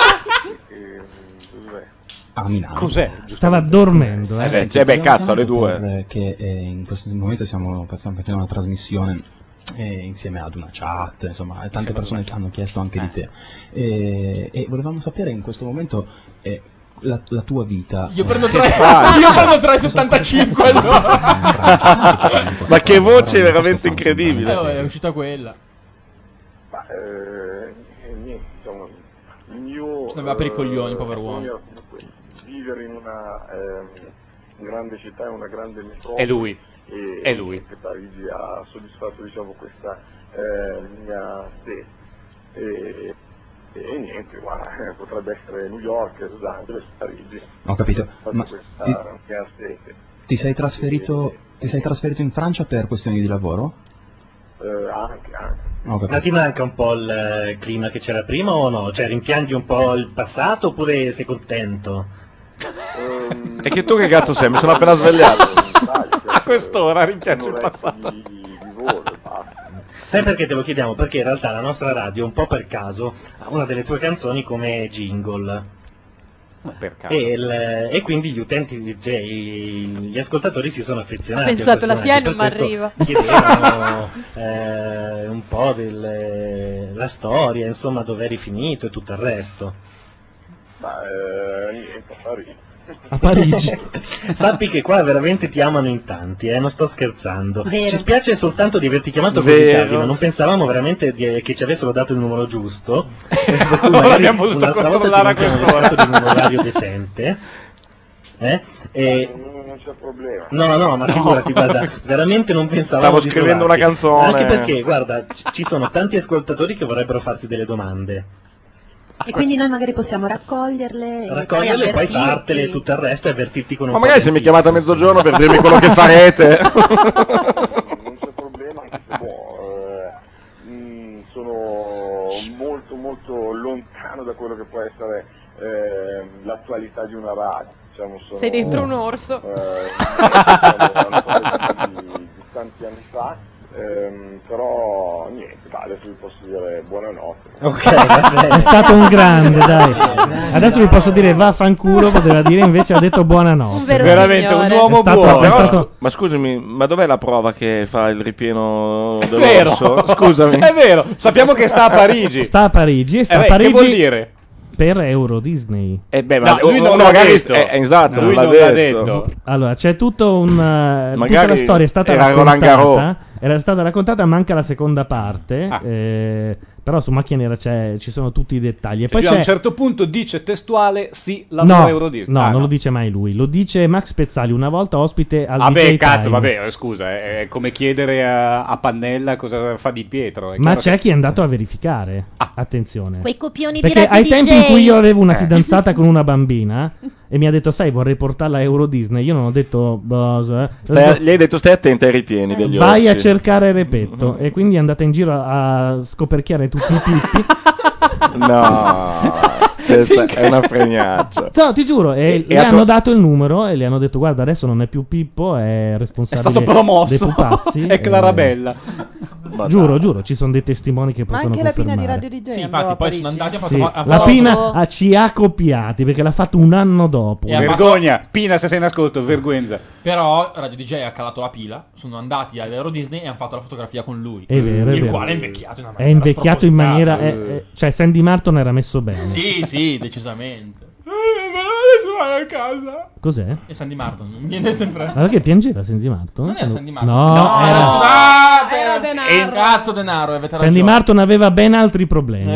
A Milano. Cos'è? Stava dormendo. Cazzo, alle 2. Perché in questo momento stiamo facendo una trasmissione insieme ad una chat, insomma, tante persone ci hanno chiesto anche di te. E volevamo sapere in questo momento la tua vita. Io prendo 3,75 allora. Ma che voce veramente incredibile. È uscita quella. Niente, insomma, il mio Ce l'aveva per i coglioni, povero uomo. sogno era comunque vivere in una grande città, in una grande metropoli. È lui. E È lui. che Parigi ha soddisfatto, diciamo, questa mia sede. E niente, guarda, potrebbe essere New York, Los Angeles, Parigi. Ho capito. Ma Questa mia sede. ti sei trasferito in Francia per questioni di lavoro? Anche. Ma ti manca un po' il clima che c'era prima o no? Cioè rimpiangi un po' il passato oppure sei contento? E che tu che cazzo sei? Mi sono appena svegliato. A quest'ora rimpiangi il passato. Sai perché te lo chiediamo? Perché in realtà la nostra radio, un po' per caso, ha una delle tue canzoni come jingle. Per caso. E quindi gli utenti, gli ascoltatori si sono affezionati. Ho pensato, al la SIAE personaggio, non per questo chiedevano un po' la storia, insomma, dove eri finito e tutto il resto. Niente, a Parigi. A Parigi. Sappi che qua veramente ti amano in tanti, non sto scherzando. Vero. Ci spiace soltanto di averti chiamato così tardi, ma non pensavamo veramente che ci avessero dato il numero giusto. Non l'abbiamo potuto controllare a quest'ora. Di un orario decente. E... Non c'è problema. No, ma figurati, guarda, veramente non pensavamo Stavo scrivendo una trovarti. canzone. Anche perché, guarda, ci sono tanti ascoltatori che vorrebbero farti delle domande. E quindi noi magari possiamo raccoglierle Poi avvertirti. fartele e tutto il resto e avvertirti con un Ma po' magari di se mi chiamate a mezzogiorno per dirmi quello che farete. Non c'è problema, anche se sono molto molto lontano da quello che può essere l'attualità di una radio. Diciamo, Sei dentro un orso. Di tanti anni fa, però niente, adesso vi posso dire buonanotte. È stato un grande, dai. Adesso vi posso dire vaffanculo, poteva dire, invece ha detto buonanotte. Veramente un uomo buono. Ma scusami, ma dov'è la prova che fa il ripieno vero. dell'orso? Scusami. È vero, sappiamo che sta a Parigi. Sta a Parigi, sta a Parigi. Che vuol dire? Per Euro Disney. Ma lui non uno l'ha magari detto. esatto, Lui non non l'ha l'ha detto. detto. Allora, c'è tutto tutta Magari la storia è stata era Roland raccontata. Garros. Era stata raccontata, manca la seconda parte. Però su Macchia Nera ci sono tutti i dettagli. E poi a c'è un certo punto dice testuale sì, la nuova Eurodisney. No, non lo dice mai lui. Lo dice Max Pezzali, una volta ospite al Vabbè, DJ cazzo, Time. vabbè, scusa, è come chiedere a Pannella cosa fa Di Pietro. Ma c'è chi è andato a verificare. Attenzione. Quei copioni Perché di ai DJ. tempi in cui io avevo una fidanzata con una bambina e mi ha detto, sai, vorrei portarla a Euro Disney, io non ho detto Gli hai detto stai attento ai ripieni degli vai a orsi. cercare Repetto. E quindi è andata in giro a scoperchiare tutti i pippi. No, questa è una fregnaccia. No, ti giuro, e le hanno dato il numero e le hanno detto, guarda, adesso non è più Pippo, è responsabile È stato promosso. dei pupazzi. È Clarabella. Giuro, ci sono dei testimoni che Ma possono anche la Pina di confermare. Radio DJ Sì, andava infatti, a poi sono Parigi. andati a Sì, fatto la Pina ci ha copiati perché l'ha fatto un anno dopo. Vergogna, Pina se sei in ascolto, vergogna. Però Radio DJ ha calato la pila, sono andati all'Euro Disney e hanno fatto la fotografia con lui. È vero, il vero. quale è invecchiato in una È maniera invecchiato in maniera spropositata. cioè Sandy Martin era messo bene. Sì, decisamente. Ma adesso vai a casa. Cos'è? E Sandy Martin. Mi viene sempre. Ma perché piangeva Sandy Martin? Non era Sandy Martin. No, era... Scusate, era denaro. E cazzo denaro, avete ragione. Sandy Martin aveva ben altri problemi.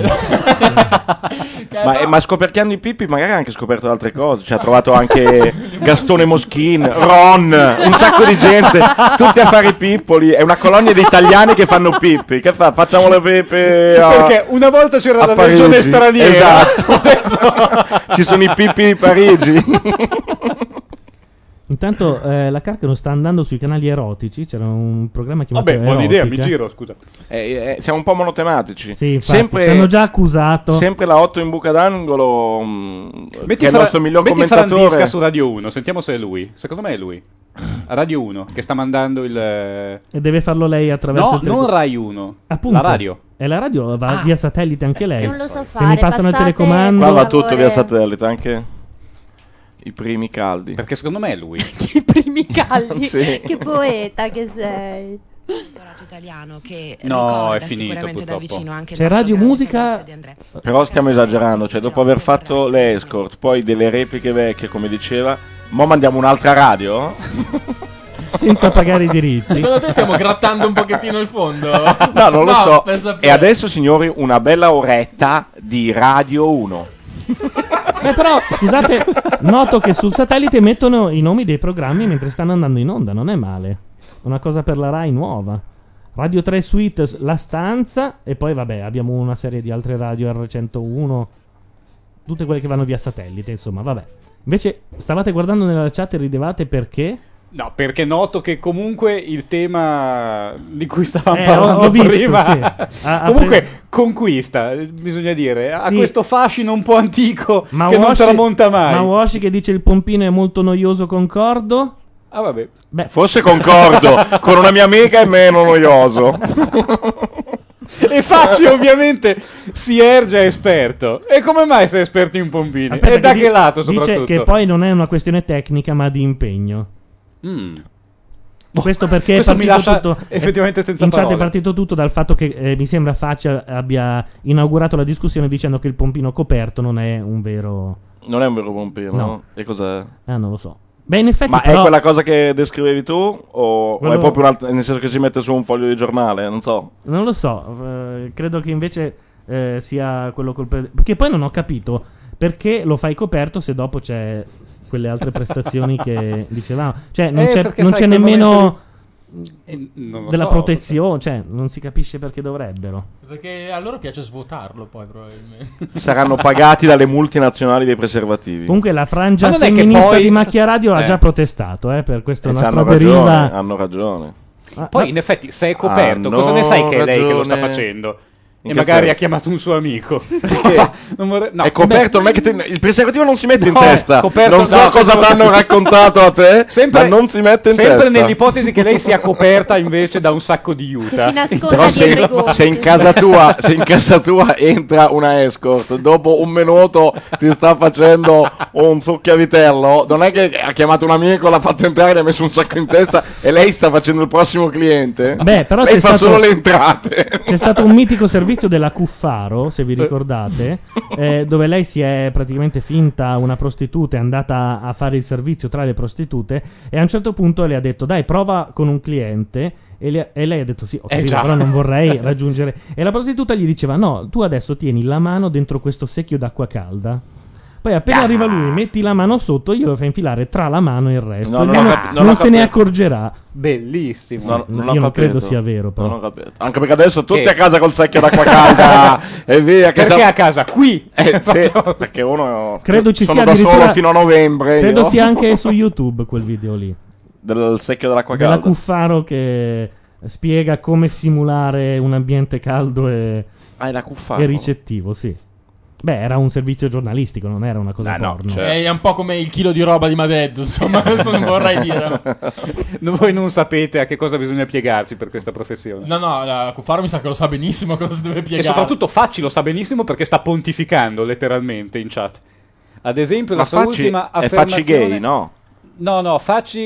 Ma scoperchiando i Pippi magari ha anche scoperto altre cose. Cioè ha trovato anche Gastone Moschin, Ron, un sacco di gente, tutti a fare i pippoli. È una colonia di italiani che fanno Pippi. Che fa? Facciamo le pepe Perché una volta c'era la legione straniera. Esatto. Ci sono i Pippi di Parigi. Intanto la Carcano sta andando sui canali erotici. C'era un programma chiamato Vabbè, buona idea, mi Erotica. giro, scusa. Siamo un po' monotematici. Sì, infatti, ci hanno già accusato. Sempre la 8 in buca d'angolo. Metti che è il nostro miglior metti commentatore. Franziska su Radio 1, sentiamo se è lui. Secondo me è lui. A Radio 1 che sta mandando il. E deve farlo lei attraverso No, il telefono. non Rai 1. Appunto. La radio. E la radio va via satellite anche lei. non lo so Se fare, mi passano il passate, telecomando. Qua va tutto via satellite, anche i primi caldi. Perché secondo me è lui. I primi caldi. Sì. Che poeta che sei. italiano che No, ricorda è finito, sicuramente da purtroppo. vicino anche il C'è nostro Radio grande Musica. Fabrizio De André. Però stiamo esagerando, cioè dopo aver fatto le escort, poi delle repliche vecchie come diceva, mo mandiamo un'altra radio? Senza pagare i diritti. Secondo te stiamo grattando un pochettino il fondo? No, non lo so. per sapere. E adesso signori una bella oretta di Radio 1. Però, scusate, noto che sul satellite mettono i nomi dei programmi mentre stanno andando in onda, non è male. Una cosa per la Rai nuova. Radio 3 Suite, La Stanza, e poi vabbè, abbiamo una serie di altre radio R101, tutte quelle che vanno via satellite, insomma, vabbè. Invece, stavate guardando nella chat e ridevate perché? No, perché noto che comunque il tema di cui stavamo L'ho parlando visto, prima sì. comunque conquista, bisogna dire, ha Sì. questo fascino un po' antico Ma che non Washi- tramonta mai. Ma Washi che dice il pompino è molto noioso, concordo. Ah, vabbè. Beh. Forse concordo, con una mia amica è meno noioso. E Facci ovviamente si erge esperto. E come mai sei esperto in pompini? Aspetta, E da che che lato dice soprattutto? che poi non è una questione tecnica ma di impegno. Questo perché Questo è mi partito lascia tutto, effettivamente senza in chat parole. è partito tutto dal fatto che mi sembra Faccia abbia inaugurato la discussione dicendo che il pompino coperto non è un vero. Non è un vero pompino, No. no? E cos'è? Non lo so. Beh, in effetti Ma però, è quella cosa che descrivevi tu? O Quello- è proprio nel senso che si mette su un foglio di giornale? Non so. non lo so, credo che invece sia quello perché poi non ho capito perché lo fai coperto se dopo c'è quelle altre prestazioni che dicevamo. Cioè non c'è, perché non sai, c'è quel nemmeno momento non lo della so. protezione, cioè non si capisce perché dovrebbero. Perché a loro piace svuotarlo poi probabilmente. Saranno pagati dalle multinazionali dei preservativi. Comunque la frangia Ma non è che femminista poi- di Macchia Radio ha Eh. già protestato per questa E nostra c'hanno deriva. ragione, hanno ragione. Poi in effetti se è coperto, Hanno cosa ne sai che è lei che lo sta ragione. facendo? In E che magari senso? ha chiamato un suo amico. Non vorrei- no, È coperto, non è che il preservativo non si mette in No, testa. coperto- Non so no, cosa ti hanno raccontato a te, ma non si mette in sempre testa. nell'ipotesi che lei sia coperta invece da un sacco di juta. Però se in casa tua entra una escort, dopo un minuto ti sta facendo un succhiavitello, non è che ha chiamato un amico, l'ha fatto entrare, gli ha messo un sacco in testa e lei sta facendo il prossimo cliente. Beh, però lei c'è fa stato- solo le entrate. C'è stato un mitico servizio della Cuffaro, se vi ricordate, dove lei si è praticamente finta una prostituta, è andata a fare il servizio tra le prostitute e a un certo punto le ha detto dai prova con un cliente e lei ha detto sì, ho capito, già. però non vorrei raggiungere. E la prostituta gli diceva no, tu adesso tieni la mano dentro questo secchio d'acqua calda. Poi appena arriva lui, metti la mano sotto, glielo fai infilare tra la mano e il resto. No, E non lui ho non, capi- non non ho se ne capito. accorgerà. Bellissimo. Sì, ho io non capito. credo sia vero, però. Non ho capito. Anche perché adesso tutti Che? a casa col secchio d'acqua calda e via. Che Perché a casa? Qui? sì, perché uno Credo ci sono sia da solo addirittura- fino a novembre. Credo io. sia anche su YouTube quel video lì. Del secchio dell'acqua Della calda. Cuffaro che spiega come simulare un ambiente caldo e la Cuffaro. e ricettivo, sì. Beh, era un servizio giornalistico, non era una cosa porno. È un po' come il chilo di roba di Madeddu, insomma, adesso non vorrei dire. Voi non sapete a che cosa bisogna piegarsi per questa professione. No, la Cuffaro mi sa che lo sa benissimo cosa si deve E piegare. soprattutto Facci lo sa benissimo perché sta pontificando letteralmente in chat. Ad esempio, Ma la sua Facci ultima è affermazione... Facci gay, no? No, Facci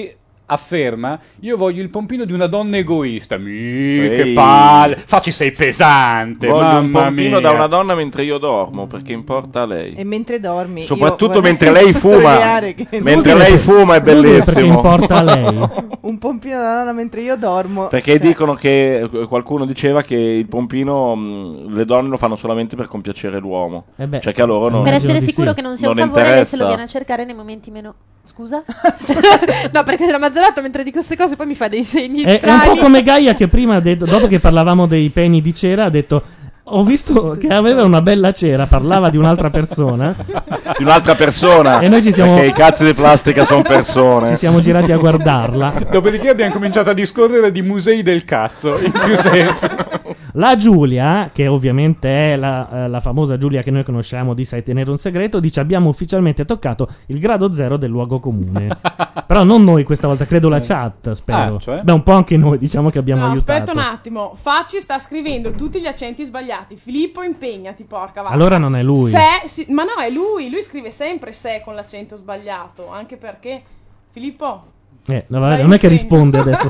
afferma: io voglio il pompino di una donna egoista. Che palle, facci sei pesante. Voglio un pompino mia. da una donna mentre io dormo, perché importa a lei. E mentre dormi. Soprattutto io vorrei mentre lei fuma. sottolineare che- Mentre lei fuma è bellissimo. Perché importa a lei. Un pompino da donna mentre io dormo. Perché dicono che qualcuno diceva che il pompino le donne lo fanno solamente per compiacere l'uomo. Cioè che a loro non Per essere sicuro che non sia un favore interessa. se lo viene a cercare nei momenti meno. Scusa? No, perché la Mazzarotta mentre dico queste cose poi mi fa dei segni È un strani. po' come Gaia che prima ha detto, dopo che parlavamo dei peni di cera, ha detto: ho visto che aveva una bella cera, parlava di un'altra persona. Di un'altra persona. E noi ci siamo. Perché i cazzi di plastica sono persone. Ci siamo girati a guardarla. Dopodiché abbiamo cominciato a discorrere di musei del cazzo, in più sensi. La Giulia, che ovviamente è la famosa Giulia che noi conosciamo di Sai tenere un segreto, dice: abbiamo ufficialmente toccato il grado zero del luogo comune. Però non noi questa volta, credo la chat, spero. Cioè? Beh, un po' anche noi, diciamo che abbiamo No, aiutato. aspetta un attimo. Facci sta scrivendo tutti gli accenti sbagliati. Filippo, impegnati, porca vacca. Allora non è lui. Ma no, è lui. Lui scrive sempre se con l'accento sbagliato. Anche perché Filippo. No, vabbè, Dai non è che un segno. risponde adesso.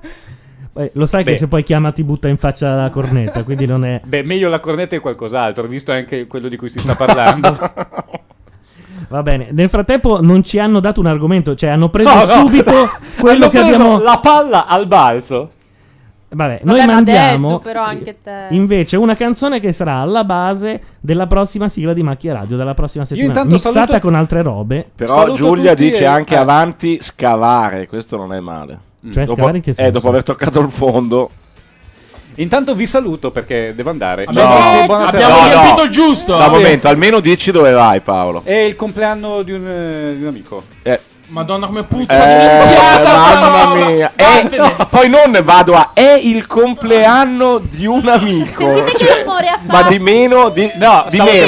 Lo sai Beh. che se poi chiama ti butta in faccia la cornetta, quindi non è. Beh, meglio la cornetta e qualcos'altro, visto anche quello di cui si sta parlando. Va bene, nel frattempo non ci hanno dato un argomento, cioè hanno preso No, no. subito quello Hanno che preso abbiamo. la palla al balzo. Vabbè, Vabbè, noi ma mandiamo detto, però anche te. invece una canzone che sarà alla base della prossima sigla di Macchia Radio, della prossima settimana, intanto mixata saluto- con altre robe. Però Saluto Giulia tutti dice e- anche avanti scavare, questo non è male. Cioè, scavare in che senso? dopo aver toccato il fondo. Intanto vi saluto perché devo andare. Abbiamo riempito il giusto. Da momento, almeno dici dove vai, Paolo. È il compleanno di un amico. Madonna come puzza di minchiata sta mamma roba. mia. Vattene. Poi non vado a è il compleanno di un amico. Sentite che rumore ha Ma fatto. di meno di meno.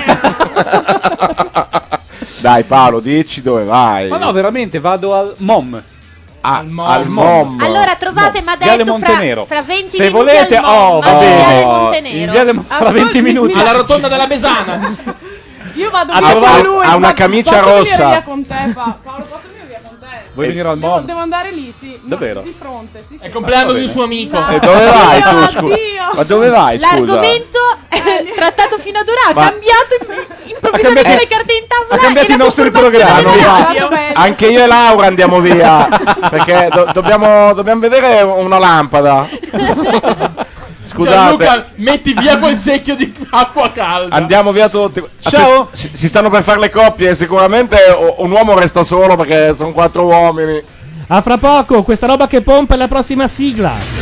Dai Paolo, dici dove vai. Ma no, veramente, vado al MOM. Al MOM. Allora trovate, mi ha Viale detto Montenero. fra 20 Se minuti volete, al MOM, va al Viale bene. Montenero. Il Viale fra 20 minuti. Alla rotonda della Besana. Io vado Ha via trovato- con lui. ha una ma camicia posso rossa. venire via con te, Paolo, posso venire via con te? Vuoi venire al MOM? Devo andare lì, sì. No, Davvero? Di fronte, sì, sì. È il compleanno di un suo amico. Esatto. E dove vai tu, Addio, scusa? addio. Ma dove vai, scusa? L'argomento trattato fino ad ora ha Ma- cambiato improvvisamente cambiato- le carte in tavola. ha cambiato e i la nostri conformazione programmi. della Esatto. radio. Anche io e Laura andiamo via. Perché dobbiamo vedere una lampada. Scusate. Gianluca, metti via quel secchio di acqua calda. Andiamo via tutti. Ciao. Si stanno per fare le coppie. Sicuramente un uomo resta solo perché sono 4 uomini. A fra poco, questa roba che pompa è la prossima sigla.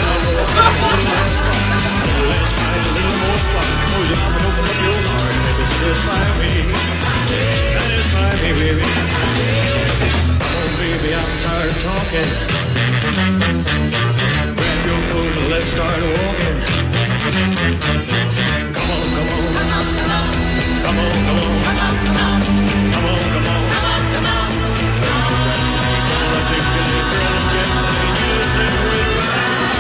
Let's start walking. Come on, come on. Come on, come on. Come on, come on. Come on, come on. Come on, come on.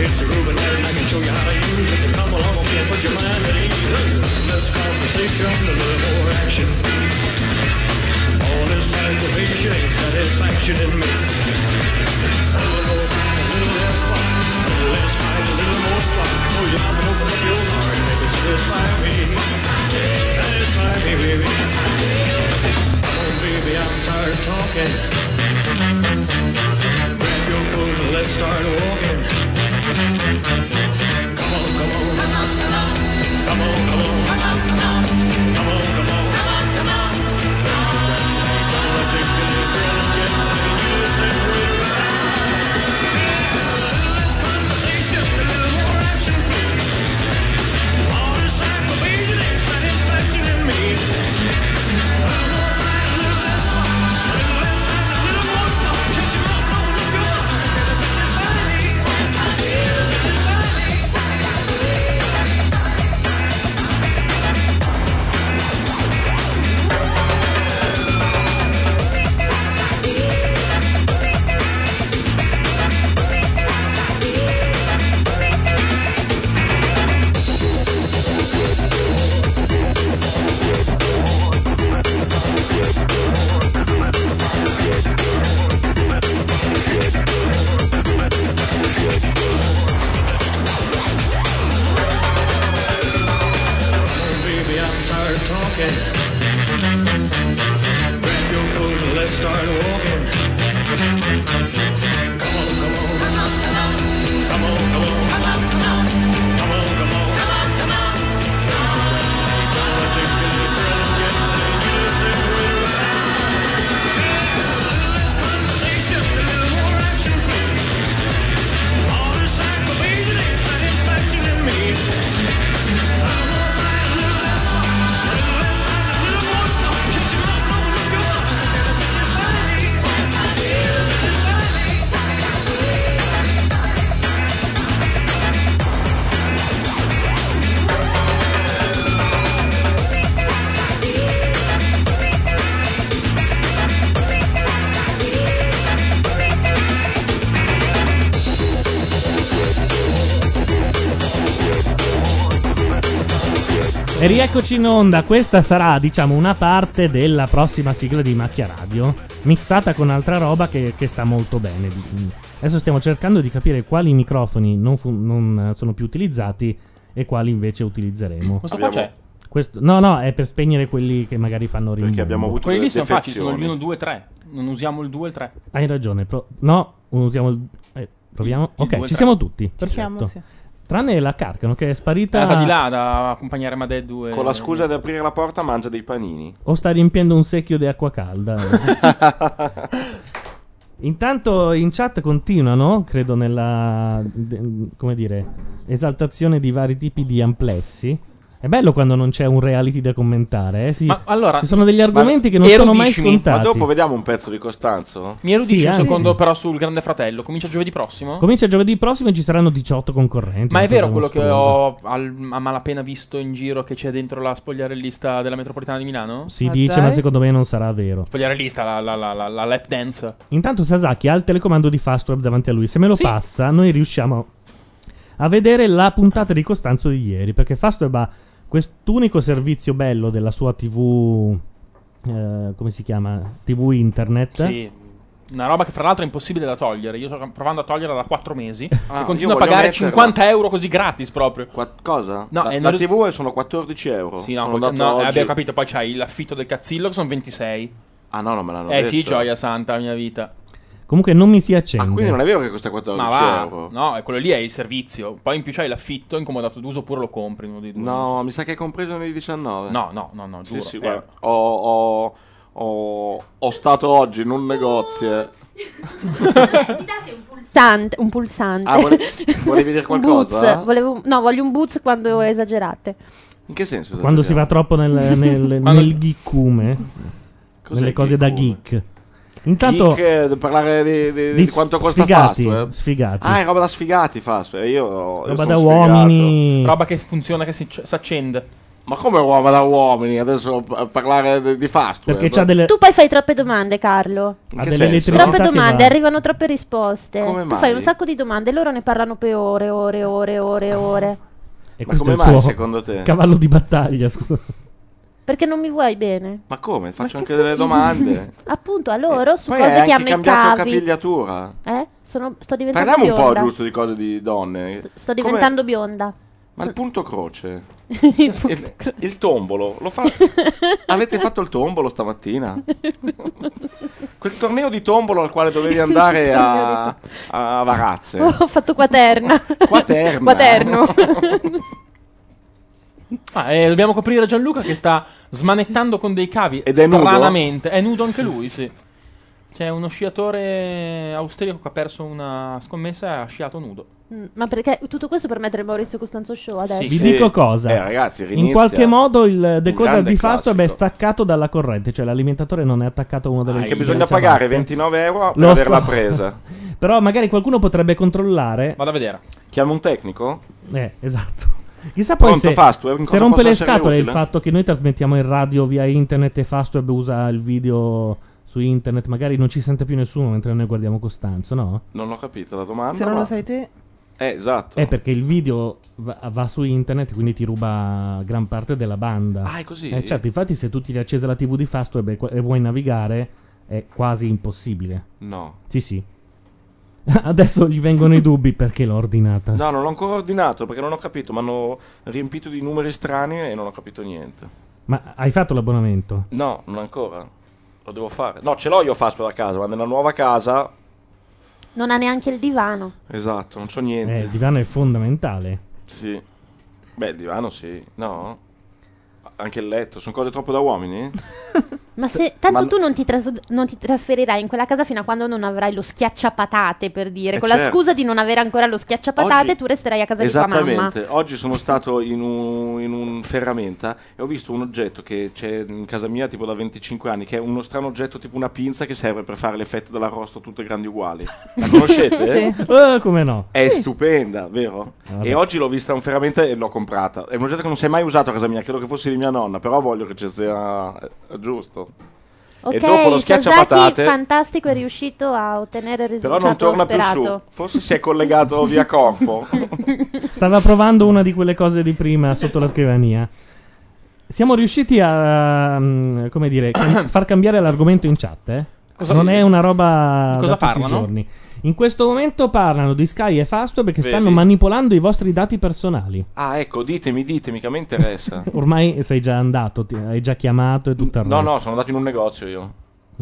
It's a grooving night and I can show you how to use it. Come along, okay, put your mind at ease. Less conversation, a little more action. All this aggravation ain't satisfaction in me. A little more fight, a little less fun. A little less fight, a little more spark. Oh, you come and open up your heart and make it satisfy me. Satisfy me, baby. Come on, baby, I'm tired of talking. Grab your coat and let's start walking. Come on, come on. Come on, come on. Come on, come on. Come on, come on. Come on, come on. Come on, come on. Gonna take you to the girl and get you separate. Less conversation, a little more action. All this aggravation ain't satisfaction in me. A little more fight, a little less fun. A little less fight, a little more spark. Shut your mouth, open up your heart. Satisfy me. Satisfy me. Baby, I'm tired of talking. Grab your coat and let's start walking. Come on, come on. Come on, come on. Come on, come on. Come on, come on. Come on, come on. Come on, come on. Gonna take you to the girl and get you separate. Less conversation, a little more action. All this aggravation ain't satisfaction in me. E rieccoci in onda. Questa sarà, diciamo, una parte della prossima sigla di Macchia Radio, mixata con altra roba che sta molto bene. Adesso stiamo cercando di capire quali microfoni non sono più utilizzati e quali invece utilizzeremo. Questo qua c'è. No, è per spegnere quelli che magari fanno rimborso. Perché abbiamo avuto Quelli lì delle sono facili, sono il defezioni. 1, 2, 3. Non usiamo il 2 e il 3. Hai ragione. No, usiamo il... proviamo. Il Ok, 2 e ci 3. siamo tutti. Ci Perfetto. siamo, sì. Tranne la Carcano che è sparita. Va di là da accompagnare Madeddu e... Con la scusa di aprire la porta mangia dei panini. O sta riempiendo un secchio di acqua calda. Intanto in chat continuano, credo, nella come dire, esaltazione di vari tipi di amplessi. È bello quando non c'è un reality da commentare, eh? Sì. Ma allora, ci sono degli argomenti che non sono mai scontati. Ma dopo vediamo un pezzo di Costanzo? Mi erudisci Sì, un anzi. secondo però sul Grande Fratello. Comincia giovedì prossimo? Comincia giovedì prossimo e ci saranno 18 concorrenti. Ma è una vero cosa quello che mostruosa. ho a malapena visto in giro, che c'è dentro la spogliarellista della metropolitana di Milano? Si dice, ma secondo me non sarà vero. Spogliarellista, la lap dance. Intanto Sasaki ha il telecomando di Fastweb davanti a lui. Se me lo passa, noi riusciamo a vedere la puntata di Costanzo di ieri, perché Fastweb ha quest'unico servizio bello della sua TV, come si chiama? TV internet. Sì. Una roba che fra l'altro è impossibile da togliere. Io sto provando a toglierla da 4 mesi e io continuo a voglio pagare metterla. 50 euro così gratis proprio. Cosa? No, la TV sono 14 euro. Sì, no, Sono andato oggi. abbiamo capito. Poi c'hai l'affitto del cazzillo che sono 26. Ah no, non me l'hanno detto. Sì, gioia santa, la mia vita. Comunque non mi si accende. Quindi non è vero che costa 14 Ma va, euro. no, quello lì è il servizio. Poi in più c'hai l'affitto, incomodato d'uso, oppure lo compri uno dei due. No, mi sa che è compreso nei 19. No, Sì, giuro. sì, guarda. Ho stato oggi in un negozio. Un pulsante. Ah, volevi dire qualcosa? Un Boots. Voglio un Boots quando esagerate. In che senso? Quando si va troppo nel geekume, nelle cose da geek. Intanto Geek, parlare di quanto costa sfigati, Fastweb? sfigati. Ah, è roba da sfigati Fastweb. Io Roba sono da sfigato. uomini. Roba che funziona, che si accende. Ma come uomo da uomini? Adesso parlare di fast web? Perché c'ha delle... Tu poi fai troppe domande, Carlo. In che senso? Troppe domande, arrivano troppe risposte. Come Tu mai? fai un sacco di domande e loro ne parlano per ore. E Ma questo come è il mai, suo secondo te? cavallo di battaglia, scusa. Perché non mi vuoi bene? Ma come? Faccio anche delle domande. Appunto, a loro su Poi cose hai che anche hanno i cambiato cavi. capigliatura. Sto diventando Parliamo un bionda. po' giusto di cose di donne. Sto diventando bionda. Ma il punto croce. Il tombolo. Avete fatto il tombolo stamattina? Quel torneo di tombolo al quale dovevi andare a Varazze. Ho fatto quaterna. Quaterno. Dobbiamo coprire Gianluca che sta smanettando con dei cavi. Ed è nudo? Stranamente. È nudo anche lui, sì. C'è uno sciatore austriaco che ha perso una scommessa e ha sciato nudo. Ma perché tutto questo per mettere Maurizio Costanzo Show adesso? Vi dico cosa. Ragazzi, in rinizia qualche modo il decoder grande di Fastweb è classico. staccato dalla corrente, cioè l'alimentatore non è attaccato a uno delle Che bisogna pagare 29 euro per Lo averla so. presa. Però magari qualcuno potrebbe controllare. Vado a vedere. Chiama un tecnico? Esatto. Chissà poi Pronto, se, Fastweb, in se cosa rompe posso le essere scatole il utile? fatto che noi trasmettiamo in radio via internet e Fastweb usa il video su internet, magari non ci sente più nessuno mentre noi guardiamo Costanzo, no? Non ho capito la domanda. Se non ma- lo sai te. esatto. È perché il video va su internet, quindi ti ruba gran parte della banda. Ah, è così? Certo, infatti se tu ti hai accesa la TV di Fastweb e vuoi navigare è quasi impossibile. No. Sì. Adesso gli vengono i dubbi perché l'ho ordinata. No, non l'ho ancora ordinato perché non ho capito. Mi hanno riempito di numeri strani e non ho capito niente. Ma hai fatto l'abbonamento? No, non ancora. Lo devo fare. No, ce l'ho io Fastweb a casa, ma nella nuova casa. Non ha neanche il divano. Esatto, non c'ho niente. Il divano è fondamentale. Sì. Beh, il divano sì. No? Anche il letto. Sono cose troppo da uomini? Ma se tanto tu non ti trasferirai in quella casa fino a quando non avrai lo schiacciapatate, per dire. Con la certo. scusa di non avere ancora lo schiacciapatate, Oggi- tu resterai a casa di tua mamma. Esattamente. Oggi sono stato in un ferramenta e ho visto un oggetto che c'è in casa mia tipo da 25 anni, che è uno strano oggetto tipo una pinza che serve per fare le fette dell'arrosto tutte grandi uguali. La conoscete? Sì. Come no? È stupenda, vero? Vabbè. E oggi l'ho vista a un ferramenta e l'ho comprata. È un oggetto che non si è mai usato a casa mia, credo che fosse di mia nonna, però voglio che ci sia giusto. Ok, e dopo lo schiacciapatate, fantastico, è riuscito a ottenere il però risultato non torna sperato. più su. Forse si è collegato via corpo. Stava provando una di quelle cose di prima sotto la scrivania. Siamo riusciti a come dire, far cambiare l'argomento in chat, eh? Non è una roba Di cosa da tutti i parlano? giorni. In questo momento parlano di Sky e Fastweb che Vedi? stanno manipolando i vostri dati personali. Ah, ecco, ditemi, che a me interessa. Ormai sei già andato, hai già chiamato e tutto il No, resto. no, sono andato in un negozio io.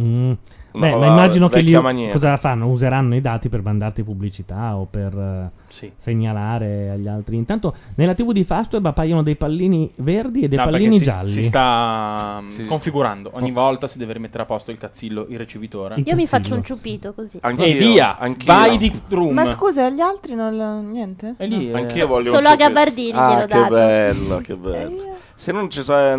Beh, ma roba immagino che lì vecchia maniera. cosa fanno? Useranno i dati per mandarti pubblicità o per segnalare agli altri. Intanto nella TV di Fastweb appaiono dei pallini verdi e dei No, perché pallini si- gialli. Si sta configurando. Ogni volta si deve rimettere a posto il cazzillo, il ricevitore. Io mi faccio un ciupito così. E via, vai di room. Ma scusa, agli altri non niente? È lì, Anch'io voglio Solo un a Gabardini glielo che date. bello, che bello. Se uno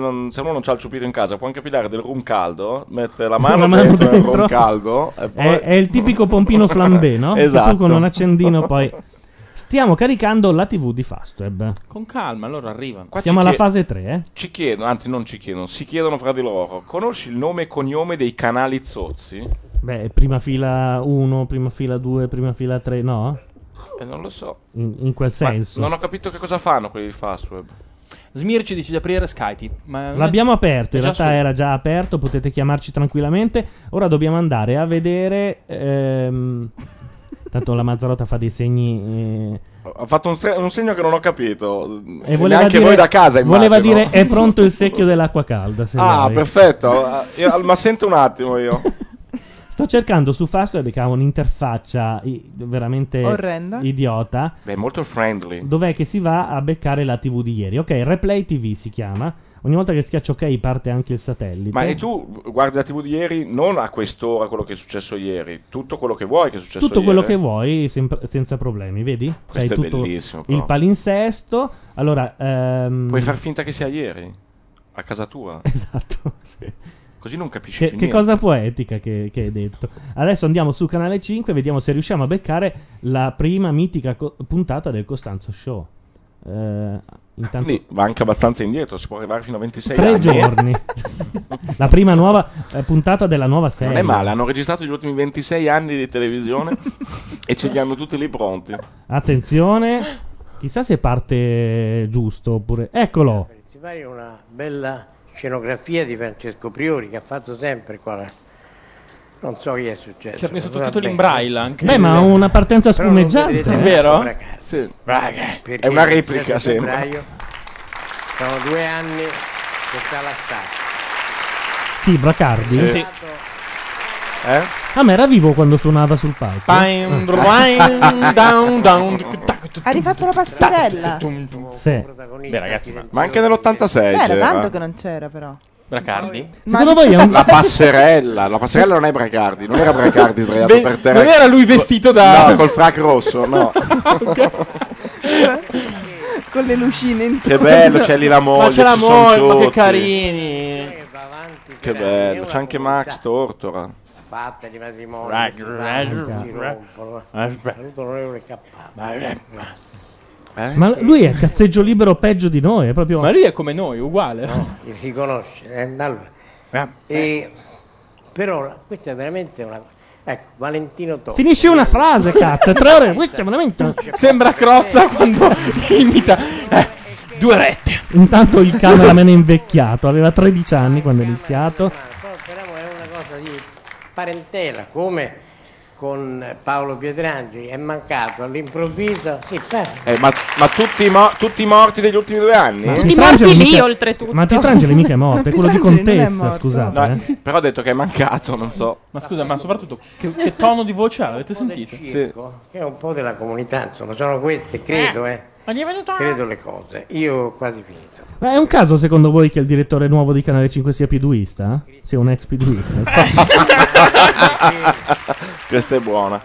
non c'ha il ciupito in casa, può anche pigliare del rum caldo, mette la mano, dentro il rum caldo. E poi... È il tipico pompino flambé, no? Esatto. Che tu con un accendino poi... Stiamo caricando la TV di Fastweb. Con calma, allora arrivano. Qua Siamo ci alla chie- fase 3, eh? Ci chiedono, anzi non ci chiedono, si chiedono fra di loro. Conosci il nome e cognome dei canali zozzi? Beh, prima fila 1, prima fila 2, prima fila 3, no? Non lo so. In quel Ma senso. non ho capito che cosa fanno quelli di Fastweb. Smirci dice di aprire Skype. Ma L'abbiamo aperto, in è già realtà su. era già aperto, potete chiamarci tranquillamente. Ora dobbiamo andare a vedere... Tanto la Mazzarotta fa dei segni... Ha fatto un segno che non ho capito. E voleva Neanche dire, voi da casa, immagino. voleva dire è pronto il secchio dell'acqua calda. Se Ah, vuoi. perfetto. Ma sento un attimo io. Sto cercando su Fastweb che ha un'interfaccia veramente Orrenda. idiota. Beh, molto friendly. Dov'è che si va a beccare la TV di ieri? Ok, Replay TV si chiama. Ogni volta che schiaccio ok parte anche il satellite. Ma e tu guardi la TV di ieri non a quest'ora quello che è successo ieri, tutto quello che vuoi che è successo tutto quello ieri. che vuoi senza problemi, vedi? Questo è tutto bellissimo, però. il palinsesto. Allora, Puoi far finta che sia ieri, a casa tua. Esatto, sì. Così non capisci Che più niente. cosa poetica che hai detto. Adesso andiamo su canale 5 e vediamo se riusciamo a beccare la prima mitica puntata del Costanzo Show. Intanto Quindi va anche abbastanza indietro, si può arrivare fino a 26 3 anni. giorni. La prima nuova puntata della nuova serie. Non è male, hanno registrato gli ultimi 26 anni di televisione e ce li hanno tutti lì pronti. Attenzione, chissà se parte giusto oppure... Eccolo! Principale è una bella scenografia di Francesco Priori che ha fatto sempre qua. Non so chi è successo. Ci ha messo sottotitoli in braille anche. Beh, ma una partenza Però non spumeggiante. vedete È vero? Bracardi. Sì. Perché È una il replica, 7 sembra. febbraio sono 2 anni che sta lasciato. Chi, Bracardi? Sì. Ah, ma era vivo quando suonava sul palco. Ha rifatto la passerella. Sì. Beh, ragazzi, Ma anche nell'86 Era c'era. tanto che non c'era, però. Bracardi? Secondo voi è un... La passerella non è Bracardi, non era Bracardi sdraiato Beh, per terra. non era lui vestito da... No, col frac rosso, no. Con le lucine intorno. Che bello, c'è lì la moglie. Ma c'è la ci son moglie, ma che tutti. carini. Che bello, c'è anche Max Tortora. Fatta di matrimonio, si rompono. Saluto l'onorevole Capparo. Ma lui è cazzeggio libero peggio di noi, è proprio... Ma lui è come noi, uguale. No, li riconosce. Allora. Però questa è veramente una... Ecco, Valentino Totti. Finisci una frase, cazzo, è 3 ore, questo è veramente... Sembra Crozza quando imita 2 rette. Intanto il cameraman è invecchiato, aveva 13 anni quando è iniziato. Però è una cosa di parentela, come con Paolo Pietrangeli è mancato all'improvviso. Sì, Ma tutti morti degli ultimi 2 anni? Ma Tutti Pietrangeli morti lì, mica- oltretutto. Ma Pietrangeli mica è morto, è quello di Pietrangeli non è Contessa, morto. scusate. No, però ha detto che è mancato, non so. Ma scusa, ma soprattutto che tono di voce ha? Avete sentito? Circo, che è un po' della comunità, insomma, sono queste, credo, Ma gli è venuto... credo le cose. Io ho quasi finito. Ma è un caso secondo voi che il direttore nuovo di Canale 5 sia piduista? Sia un ex piduista? Questa è buona.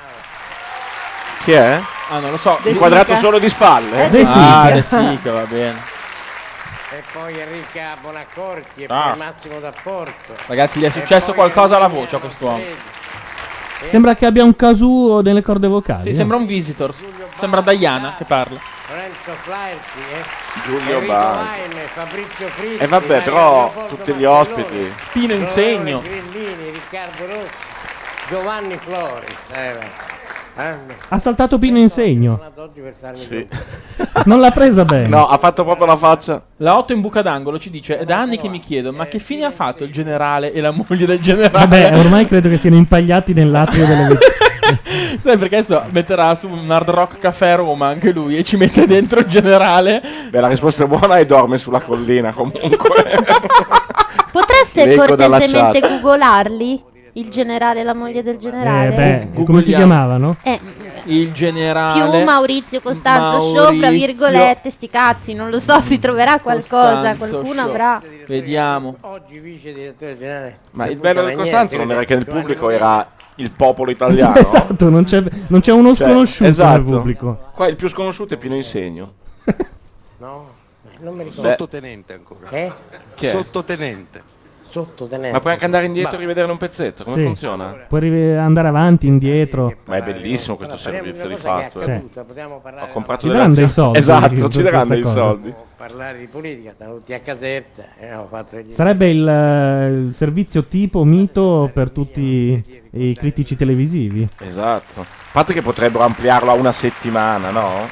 Chi è? Ah, non lo so. Inquadrato solo di spalle? De Sica. De Sica, va bene. E poi Enrica Bonaccorti e Ah. poi Massimo D'Apporto. Ragazzi, gli è E successo poi qualcosa alla Enrico voce a quest'uomo. Sembra che abbia un casuo nelle corde vocali. Sì, sembra un visitor. Sembra Diana che parla. Lorenzo Flaherty, Giulio Enrico Basi. Vain, Fabrizio Fritti. E vabbè, Mario però Leopoldo tutti gli Martelloni, ospiti. Pino Insegno. Grillini, Riccardo Rossi, Giovanni Flores. Ha saltato Pino Insegno. Oggi per farmi Sì. Non l'ha presa bene. No, ha fatto proprio la faccia. La 8 in buca d'angolo ci dice: è da anni che mi chiedo, ma che fine ha fatto il generale e la moglie del generale? Vabbè, ormai credo che siano impagliati nell'atrio delle Sai, perché adesso metterà su un Hard Rock Café a Roma anche lui e ci mette dentro il generale. Beh, la risposta è buona e dorme sulla collina comunque. Potreste L'eco dalla cortesemente chat. googolarli? Il generale e la moglie del generale? come si chiamavano? Il generale Più Maurizio Costanzo Show, fra virgolette, sti cazzi, non lo so, si troverà qualcosa, Costanzo qualcuno Show. avrà. Vediamo. Oggi vice direttore generale. Ma il Si bello buttava del niente, Costanzo non era che nel Giovanni pubblico era il popolo italiano. Esatto, non c'è uno Cioè, sconosciuto esatto. nel pubblico. Qua il più sconosciuto è Pino Insegno. No, non mi ricordo. Sottotenente ancora. Chi è? Sottotenente. Sottotenente. Ma puoi anche andare indietro e rivederne un pezzetto? Come Sì. funziona? Puoi andare avanti, indietro. Ma è bellissimo questo servizio di fast food. Accaduta, possiamo parlare Ho comprato Ci delle daranno dei azioni. soldi Esatto, per ci daranno questa dei cosa. soldi. parlare di politica, stanno tutti a casetta e ho fatto gli... Sarebbe il servizio tipo mito per tutti i critici televisivi. Esatto. A parte che potrebbero ampliarlo a una settimana, no?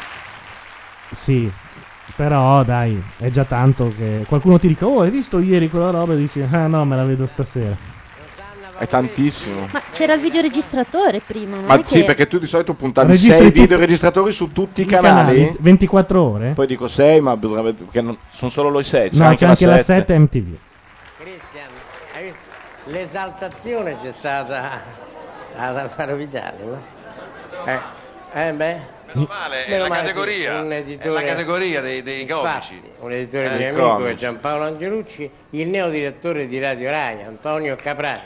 Sì, però dai, è già tanto che qualcuno ti dica: oh, hai visto ieri quella roba? E dici: ah no, me la vedo stasera. È tantissimo. Ma c'era il videoregistratore prima, non Ma è sì, che... perché tu di solito puntavi Registri 6 tutti- videoregistratori su tutti i canali. 24 ore? Poi dico 6, ma dovrebbe, perché non, sono solo loro 6. No, c'è anche la 7 MTV. Cristian, hai visto? L'esaltazione c'è stata ad Alfaro Vitale, no? Beh. Male, è Meno la male categoria, che un è editore- la categoria dei comici. Infatti, un editore mio Comici. amico è Giampaolo Angelucci, il neodirettore di Radio Rai, Antonio Caprari.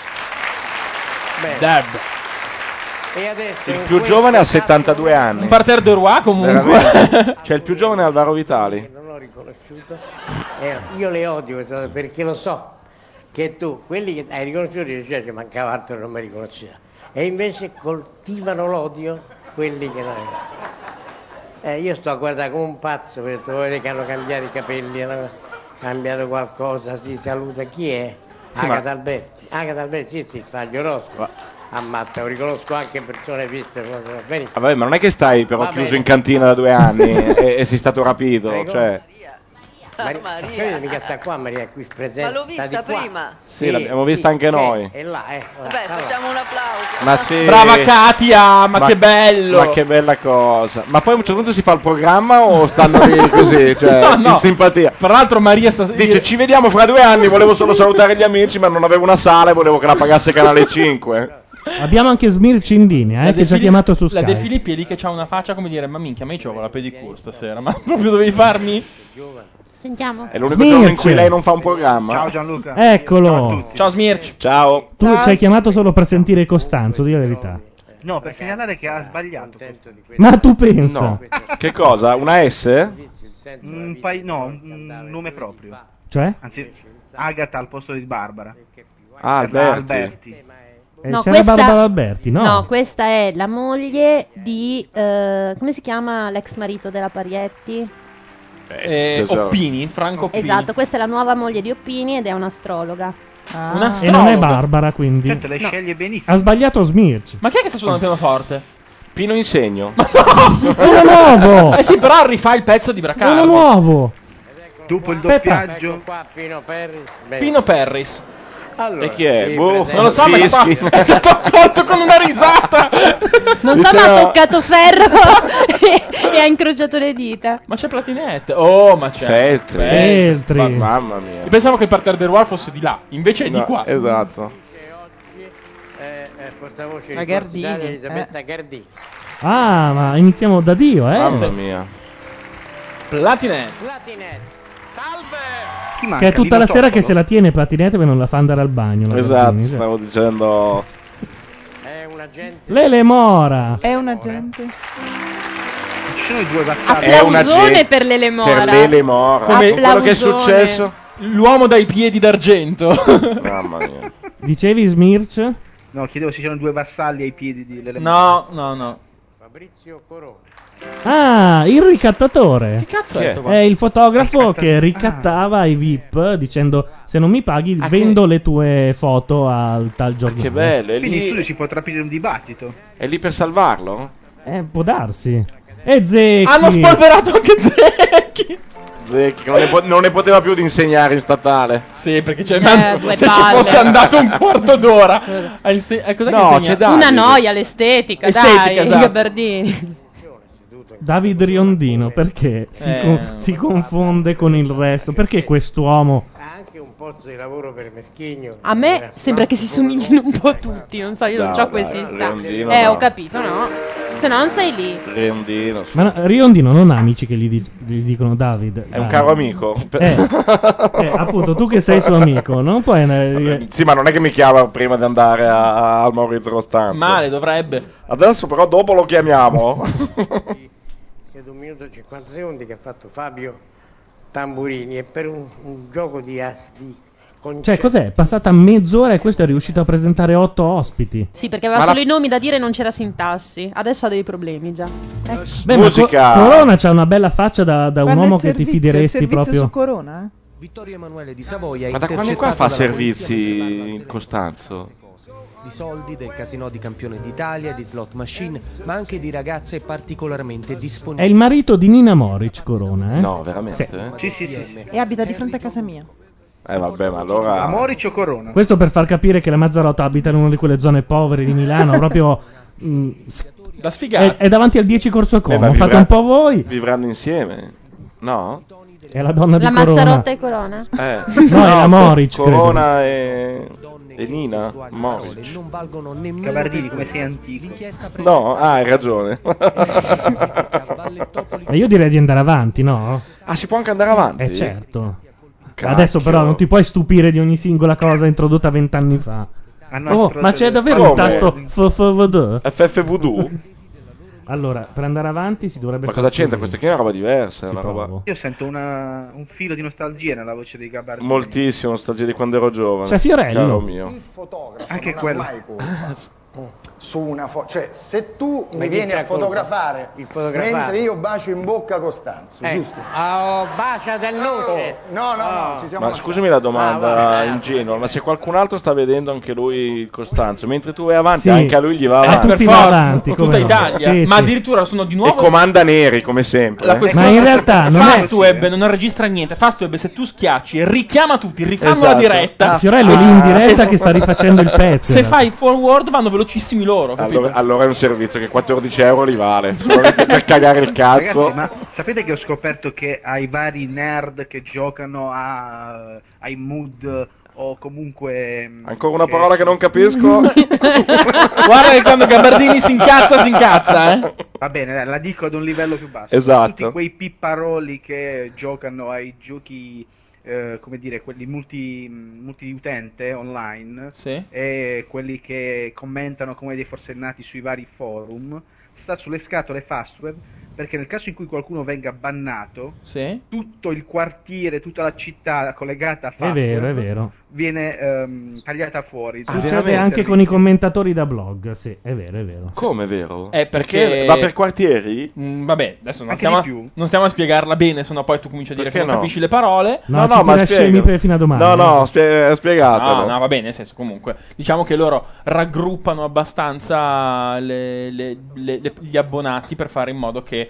Bene. E adesso Il in più questo giovane ha caso 72 anni. Un parterre de roi comunque. Veramente. Cioè il più giovane è Alvaro Vitali. non ho riconosciuto, io le odio queste cose perché lo so che tu, quelli che hai riconosciuto, dici che mancava altro non mi riconosceva, e invece coltivano l'odio quelli che non Io sto a guardare come un pazzo per vedere che hanno cambiato i capelli, hanno cambiato qualcosa, si saluta. Chi è? Sì, Agata Alberti. Agata Alberti, sì, sta agli oroscopi. Ammazza, lo riconosco anche persone viste. Benissimo. Vabbè, ma non è che stai però Va chiuso bene. in cantina da 2 anni e sei stato rapito, Prego. cioè... Maria mica sta qua, Maria è qui presente. Ma l'ho sta vista di qua. prima. Sì, l'abbiamo vista anche noi. È là, Vabbè, facciamo un applauso. Ma sì. Brava Katia, ma che bello. Ma che bella cosa. Ma poi a un certo punto si fa il programma o stanno lì così, cioè, No. in simpatia? Fra l'altro Maria Dice, ci vediamo fra 2 anni, volevo solo salutare gli amici, ma non avevo una sala e volevo che la pagasse Canale 5. Abbiamo anche Smirci in linea, che ci ha chiamato su La De Skype. Filippi è lì che c'ha una faccia come dire, ma minchia, ma io c'ho la pedicure stasera, ma proprio dovevi farmi... Sentiamo. È l'unico giorno in cui lei non fa un programma. Ciao Gianluca. Eccolo. Ciao Smirci. Ciao. Tu ci hai chiamato solo per sentire Costanzo, di la verità. No, per segnalare che ha sbagliato. Ma tu pensa? No. Che cosa? Una S? Un nome proprio. Cioè? Anzi, Agata al posto di Barbara. Ah, Alberti. C'era Barbara Alberti, no? No, questa è la moglie di... come si chiama l'ex marito della Parietti? Oppini, Franco Oppini. Esatto, questa è la nuova moglie di Oppini ed è un'astrologa. E non è Barbara, quindi. Certo, lei sceglie benissimo. Ha sbagliato Smirci. Ma chi è che sta suonando il pianoforte? Pino Insegno. Uno nuovo! Eh sì, però rifà il pezzo di Bracardo. Uno nuovo! Dopo il Aspetta. doppiaggio. Ecco qua, Pino Perris. Bene. Pino Perris. Allora, E chi è? vi Boh, presento- Non lo so, ma è stato accolto con una risata. Non so, ma ha toccato ferro e ha incrociato le dita. Ma c'è Platinette. Oh, ma c'è. Feltri. Mamma mia. Io pensavo che il parterre del Royal fosse di là, invece è di qua. Esatto. portavoce La di Forza Gardini, Italia, Elisabetta Gardini. Ah, ma iniziamo da Dio, eh? Mamma mia. Platinette. Chi manca? Che è tutta Lino la sera Toffolo? che se la tiene Platinette per non la fa andare al bagno. la Esatto, Gardini, sì. stavo dicendo. È un agente. Lele Mora. È un agente. Ci sono i due vassalli. Applausone per Lele Mora. Per Lele Mora. Come quello che è Applausone. successo. L'uomo dai piedi d'argento. Mamma mia. Dicevi Smirch? No, chiedevo se c'erano due vassalli ai piedi di Lele. No, no, no. Fabrizio Corona. Ah, il ricattatore. Che cazzo Chi è è? sto qua? È il fotografo che ricattava i VIP dicendo se non mi paghi Ah, vendo le tue foto al tal giornale. Che bello, è Quindi in studio lì, si potrà aprire un dibattito. è lì per salvarlo? Può darsi. E Zecchi. Hanno spolverato anche Zecchi. Zecchi, che non ne poteva più di insegnare in statale. Sì, perché c'è due se ci palle. fosse andato un quarto d'ora. Cos'è che No, insegna? c'è da- Una noia, l'estetica, Estetica, dai, esatto. Gabardini. David Riondino, perché si confonde con il resto? Perché quest'uomo? Ha anche un posto di lavoro per Meschigno. A me sembra che si somiglino un po' tutti, non so, io non No, ho questi dai, stati. Riondino no. Ho capito, no? Se no non sei lì. Riondino. Ma no, Riondino non ha amici che gli dicono David. È un caro amico. Appunto, tu che sei suo amico, non puoi andare a dire... Sì, ma non è che mi chiama prima di andare al Maurizio Costanzo. Male, dovrebbe. Adesso però dopo lo chiamiamo. Chiedo 1 minuto e 50 secondi che ha fatto Fabio Tamburini e per un gioco di Cioè, cos'è? È passata mezz'ora e questo è riuscito a presentare 8 ospiti. Sì, perché aveva solo i nomi da dire e non c'era sintassi. Adesso ha dei problemi già. Beh, Musica. ma Corona c'ha una bella faccia da un Guarda uomo il che ti servizio, fideresti il servizio proprio. su Corona, eh? Vittorio Emanuele di Savoia Ma da quando qua fa servizi in Costanzo? di soldi del Casinò di Campione d'Italia, di slot machine, ma anche di ragazze particolarmente È disponibili. il marito di Nina Moric, Corona, eh? No, veramente? Sì. Sì. E abita di fronte a casa mia. Vabbè, ma allora. A Moric o Corona? Questo per far capire che la Mazzarotta abita in una di quelle zone povere di Milano, proprio... Da sfigare. È davanti al 10 Corso Como, ma fate un po' voi. Vivranno insieme? No? È la donna di La Corona. Mazzarotta e Corona? No, è la Moric, Corona e Nina Moric. Non valgono nemmeno Gabardini, come sei antico. No, hai ragione. E io direi di andare avanti, no? Ah, si può anche andare avanti? Certo. Cacchio. Adesso però non ti puoi stupire di ogni singola cosa introdotta 20 anni fa. Oh, ma c'è davvero il Come? tasto FFVD? FFVD? Allora, per andare avanti si dovrebbe Ma fare cosa c'entra? così. Questa qui è una roba diversa. È Ci una roba... provo. Io sento un filo di nostalgia nella voce di Gabardini. Moltissimo, nostalgia di quando ero giovane. C'è Fiorello. Caro mio. Anche quello. su una foto, cioè se tu mi Di chi vieni c'è a fotografare il fotografato? mentre io bacio in bocca Costanzo, giusto? Bacia del luce. No, ci siamo Ma scusami la domanda ingenua, ma se qualcun altro sta vedendo anche lui il Costanzo, mentre tu vai avanti, Sì. anche a lui gli va avanti. tutti Per forza, avanti, tutta come no. Italia. Sì, Ma sì. addirittura sono di E nuovo. comanda neri, come sempre. La questione- Ma in realtà non è- Fastweb non registra niente. Fastweb, se tu schiacci, richiama tutti, rifanno Esatto. la diretta. Fiorello è lì in diretta che sta rifacendo il pezzo. Se fai forward, vanno velocissimi loro. Capito? Allora è un servizio che 14 euro li vale, solamente per cagare il cazzo. Ragazzi, ma sapete che ho scoperto che ai vari nerd che giocano ai mood o comunque Ancora una parola che non capisco. Guarda che quando Gabardini si incazza, eh. Va bene, dai, la dico ad un livello più basso. Esatto. Tutti quei pipparoli che giocano ai giochi come dire, quelli multiutente online, Sì. e quelli che commentano come dei forsennati sui vari forum, sta sulle scatole Fastweb, perché nel caso in cui qualcuno venga bannato, Sì. tutto il quartiere, tutta la città collegata a Fastweb È vero. viene tagliata fuori. Succede anche con i commentatori da blog, sì, è vero. Come è vero? Perché va per quartieri? Vabbè, adesso non Anche stiamo, di più. non stiamo a spiegarla bene, sennò poi tu cominci a dire Perché che non no? capisci le parole. No, ci tira scemi fino a domani. spiegatelo. No, va bene, nel senso, comunque, diciamo che loro raggruppano abbastanza gli abbonati per fare in modo che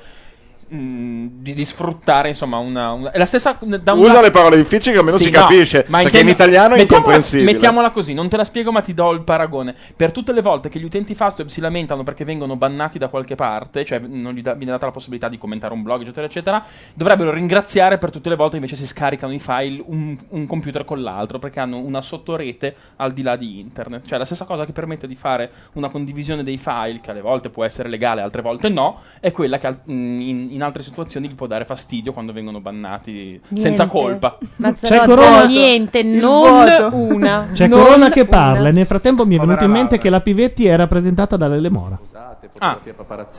di sfruttare, insomma, è la stessa da un Usa lato- le parole difficili che almeno Sì, si no, capisce, ma perché in italiano è incomprensibile. Mettiamola così, non te la spiego, ma ti do il paragone. Per tutte le volte che gli utenti Fastweb si lamentano perché vengono bannati da qualche parte, cioè non gli viene data la possibilità di commentare un blog, eccetera, eccetera, dovrebbero ringraziare per tutte le volte che invece si scaricano i file un computer con l'altro, perché hanno una sottorete al di là di internet. Cioè la stessa cosa che permette di fare una condivisione dei file, che alle volte può essere legale, altre volte no, è quella che in altre situazioni gli può dare fastidio quando vengono bannati senza colpa. C'è Corona- niente, Il non voto. una. C'è non Corona che una. parla e nel frattempo mi è venuto in mente che la Pivetti è rappresentata da Lele Mora. Fotografie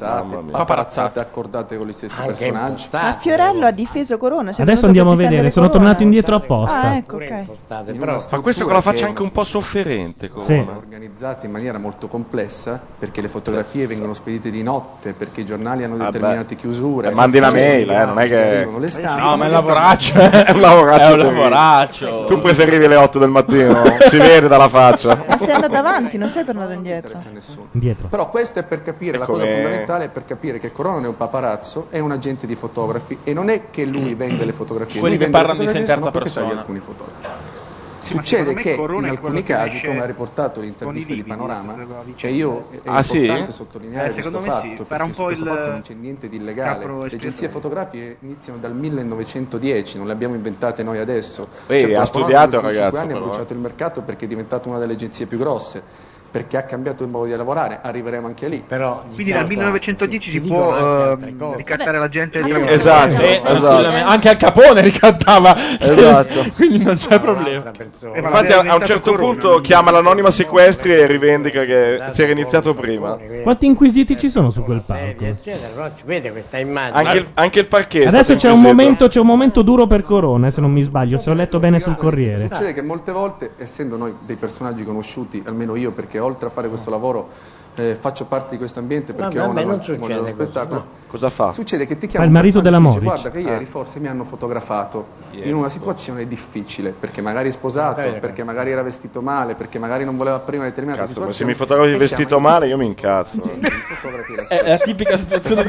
paparazzate accordate con gli stessi personaggi. Ma Fiorello ha difeso Corona. cioè è Adesso venuto andiamo a per vedere, difendere sono Corona. tornato indietro apposta. Ah, ecco, ok. Ma questo con la faccia anche un po' sofferente. Corona. Organizzate in maniera molto complessa, perché le fotografie vengono spedite di notte, perché i giornali hanno determinate chiusure. Mandi una mail, non è che... arrivano le stampe. No, ma è un lavoraccio. È un lavoraccio. È un terribile. lavoraccio. Tu preferivi le 8 del mattino, si vede dalla faccia. Ma sei andato avanti, non sei tornato indietro. Indietro. Però questo è per capire, la cosa fondamentale è per capire che Corona è un paparazzo, è un agente di fotografi e non è che lui vende le fotografie. Quelli lui che vende le parlano di sé in fotografie, terza sono proprietari persona. di alcuni fotografi. Sì, ma Succede secondo me che Corona in è alcuni quello che casi, esce come ha riportato l'intervista di con i Panorama, lividi della e vicenda. io è Ah, sì? importante sottolineare questo secondo me sì, fatto, farà un perché su po' questo il fatto non c'è niente di illegale. capro Le agenzie espiatorio. fotografiche iniziano dal 1910, non le abbiamo inventate noi adesso. Ha la studiato Panorama negli il ultimi 5 ragazzo, anni ha però, bruciato il mercato perché è diventata una delle agenzie più grosse, perché ha cambiato il modo di lavorare, arriveremo anche lì. Però Quindi dal 1910 si può ricattare la gente del Esatto, Sì, esatto. tranquillamente. Anche Al Capone ricattava. Esatto. Quindi non c'è problema. Infatti a un certo punto chiama l'anonima sequestri e rivendica che si era iniziato prima. Quanti inquisiti ci sono su quel palco? no? Ci vede questa immagine. Anche il parquet. Adesso c'è un momento duro per Corona, se non mi sbaglio, se ho letto bene sul Corriere. Succede che molte volte, essendo noi dei personaggi conosciuti, almeno io, perché oltre a fare questo lavoro faccio parte di questo ambiente perché No, ho vabbè, una non succede dello così, spettacolo. Cosa fa? Succede che ti Fa chiama il marito un della personaggio e Moric. dice, guarda che ieri forse mi hanno fotografato in una situazione difficile, perché magari è sposato, perché magari era vestito male, perché magari non voleva prima determinate Cazzo, ma se situazioni. mi fotografi e vestito chiama male io mi incazzo. È la tipica situazione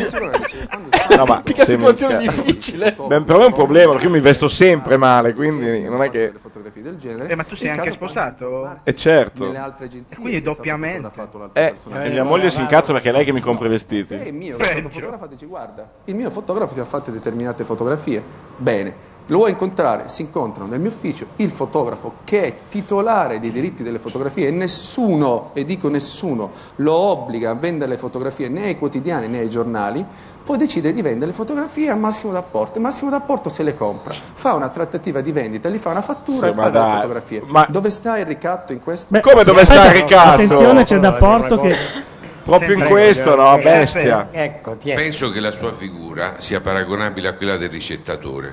No, ma tipica se mi situazione incazzo. difficile. Beh, però è un problema perché io mi vesto sempre male, quindi non è che... fotografie del genere. ma tu sei In anche caso sposato? certo. Nelle altre agenzie Quindi è stato doppiamente. fotografato l'altro personaggio. E mia moglie si incazza perché è lei che mi compra i vestiti. Se è mio, è stato fotografato, dice guarda, il mio fotografo ti ha fatto determinate fotografie, bene, lo vuoi incontrare? Si incontrano nel mio ufficio, il fotografo che è titolare dei diritti delle fotografie e nessuno, e dico nessuno, lo obbliga a vendere le fotografie né ai quotidiani né ai giornali, poi decide di vendere le fotografie a Massimo D'Apporto e Massimo D'Apporto se le compra, fa una trattativa di vendita, gli fa una fattura Sì, e ma paga le dai, fotografie. ma- Dove sta il ricatto in questo? Beh, Come dove sta il ricatto? Attenzione, c'è D'Apporto che... Proprio in questo, no, bestia. Ecco, Penso che la sua figura sia paragonabile a quella del ricettatore.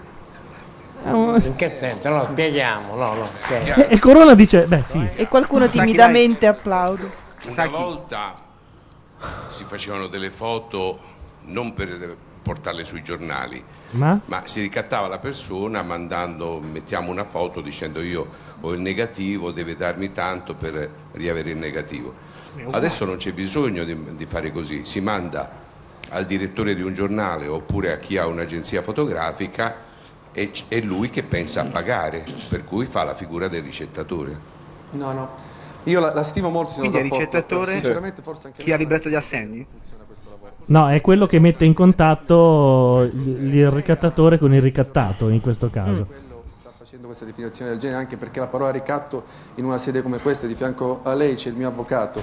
In che senso? No, spieghiamo. No, spieghiamo. E Corona dice, beh sì. E qualcuno timidamente applaude. Una volta si facevano delle foto non per portarle sui giornali, Ma? si ricattava la persona mettiamo una foto dicendo io ho il negativo, deve darmi tanto per riavere il negativo. Adesso non c'è bisogno di fare così, si manda al direttore di un giornale oppure a chi ha un'agenzia fotografica e è lui che pensa a pagare, per cui fa la figura del ricettatore. No, io la stimo molto. Quindi il ricettatore sinceramente forse anche chi ha libretto di assegni? No, è quello che mette in contatto il ricattatore con il ricattato in questo caso. Sta facendo questa definizione del genere anche perché la parola ricatto in una sede come questa di fianco a lei c'è il mio avvocato.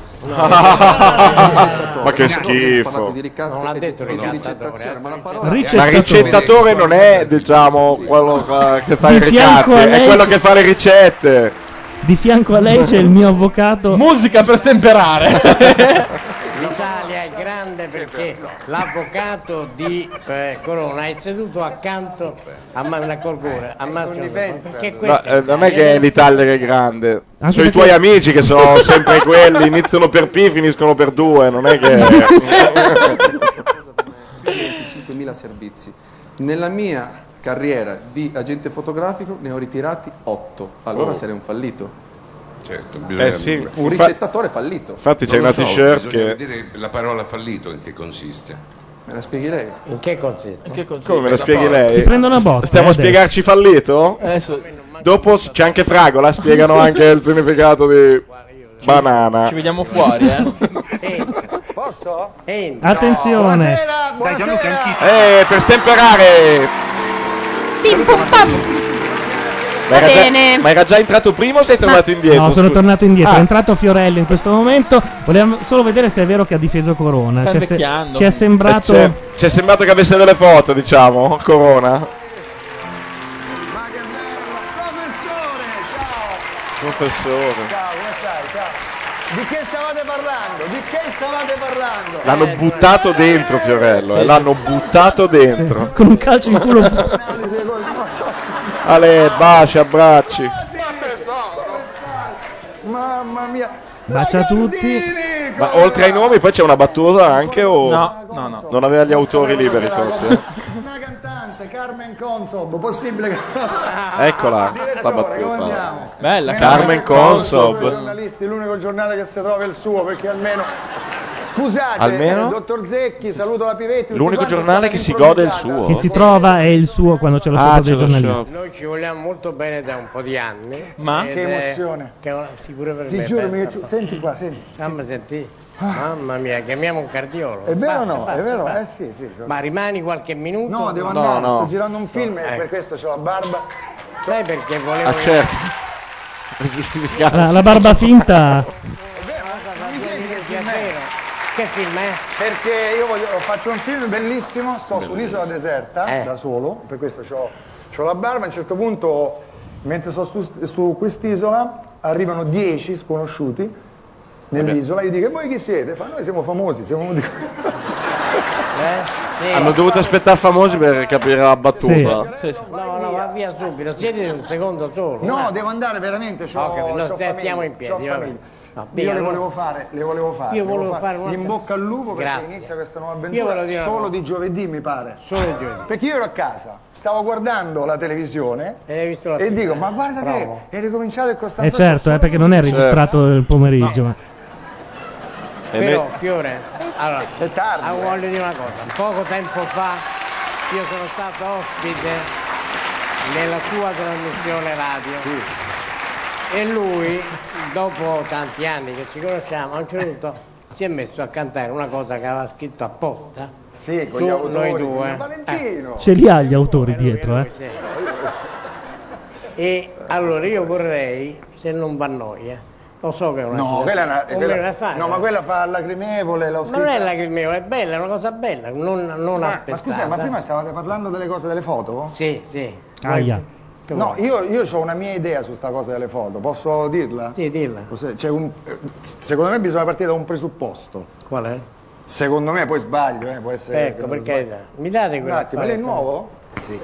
Ma che schifo. Ha parlato di ricatto Non ha e detto di ricettazione, ma la parola Ma ricettatore non è, diciamo, quello che fa i Di fianco ricatti, a lei è quello c'è- che fa le ricette. Di fianco a lei c'è il mio avvocato. Musica per stemperare. L'Italia è grande perché l'avvocato di Corona è seduto accanto a Corgore, a Massimo. Perché No, non è che è l'Italia che è grande. Anche Sono i perché- tuoi amici che sono sempre quelli, iniziano per P, finiscono per 2, non è che... 25.000 servizi. Nella mia carriera di agente fotografico ne ho ritirati 8. Allora sarei un fallito. Certo, bisogna sì. Un ricettatore fallito. Infatti c'è Non una lo so, t-shirt bisogna che... vedere la parola fallito in che consiste. Me la spieghi lei? In che consiste? Come me la spieghi lei? Si prendono a botte. Stiamo a adesso. spiegarci fallito? Adesso Dopo c'è anche Fragola, spiegano anche il significato di banana. ci vediamo fuori, Posso? Attenzione. Dai Gianluca, anch'io. Per stemperare! Pim pum pam. Va bene. Ma era già entrato prima o sei tornato indietro? No, sono Scusa. tornato indietro. Ah. È entrato Fiorello in questo momento. Volevamo solo vedere se è vero che ha difeso Corona. Sta Ci è invecchiando. ci è sembrato. Ci è sembrato che avesse delle foto, diciamo, Corona. Professore. Ciao, come stai? Ciao. Di che stavate parlando? Di che stavate parlando? L'hanno buttato dentro, Fiorello. L'hanno buttato dentro. Con un calcio in culo. Ale, baci, abbracci. Mamma mia. Bacia tutti. Ma oltre ai nomi poi c'è una battuta anche o... No. Non aveva gli autori liberi forse? Una cantante, Carmen Consob, possibile che... Eccola, la Direttore, come battuta. andiamo? Bella, Carmen I Consob. giornalisti, l'unico giornale che si trova è il suo, perché almeno... Scusate, Almeno? dottor Zecchi, saluto la Pivetti. tutti L'unico quanti giornale stanno che si gode è il improvvisata. suo. Che si trova è il suo quando c'è lo sciopero dei c'è lo giornalisti. Noi ci vogliamo molto bene da un po' di anni. Ma? ed Che è- emozione. Sicuro per Ti me. giuro, pensa. senti qua, senti. Fammi sentire. Mamma mia, chiamiamo un cardiologo. È vero o no? Basta, È vero? basta. Sì. Ma rimani qualche minuto? No, devo No, andare, no. sto girando un film e Ecco. per questo c'ho la barba. Sai perché volevo... Ah, certo. Per giustificarsi. La barba finta. Che film è? Perché io faccio un film bellissimo, sto su un'isola deserta da solo, per questo c'ho la barba, a un certo punto, mentre sto su quest'isola, arrivano 10 sconosciuti nell'isola, io dico, e voi chi siete? Fa, noi siamo famosi, siamo uno di... Hanno dovuto aspettare famosi per capire la battuta. Sì. No, va via subito, siete un secondo solo. No, devo andare veramente, c'ho stiamo in piedi, c'ho vabbè. famiglia. No, Io via, le no. volevo fare. Io volevo fare un'altra- in bocca al lupo perché Grazie. inizia questa nuova Io avventura volevo dire una solo cosa. di giovedì mi pare. Solo di giovedì. Perché io ero a casa, stavo guardando la televisione E hai visto la e TV, dico, ma guarda Bravo. che è ricominciato il Costanzo. Certo, perché non è registrato il pomeriggio. ma- Però, Fiore, allora, È tardi. voglio dire una cosa. Poco tempo fa io sono stato ospite nella sua trasmissione radio. E lui, dopo tanti anni che ci conosciamo, a un certo punto si è messo a cantare una cosa che aveva scritto apposta Sì, con su gli autori. noi due. Valentino. Ce li ha gli autori dietro, eh. Sì. E allora io vorrei, se non va a noia, lo so che è una No, cosa- quella è una, un quella- meno da fare. no, ma quella fa lacrimevole, l'ho Ma scritta. non è lacrimevole, è bella, è una cosa bella, non Ma aspettata. scusa, ma prima stavate parlando delle cose delle foto? Sì. Aia. Che No, vuoi? io ho una mia idea su sta cosa delle foto, posso dirla? Sì, dilla. Secondo me bisogna partire da un presupposto. Qual è? secondo me, poi sbaglio, può essere. Ecco, perché mi date quella Grazie, ma lei è nuovo? Sì.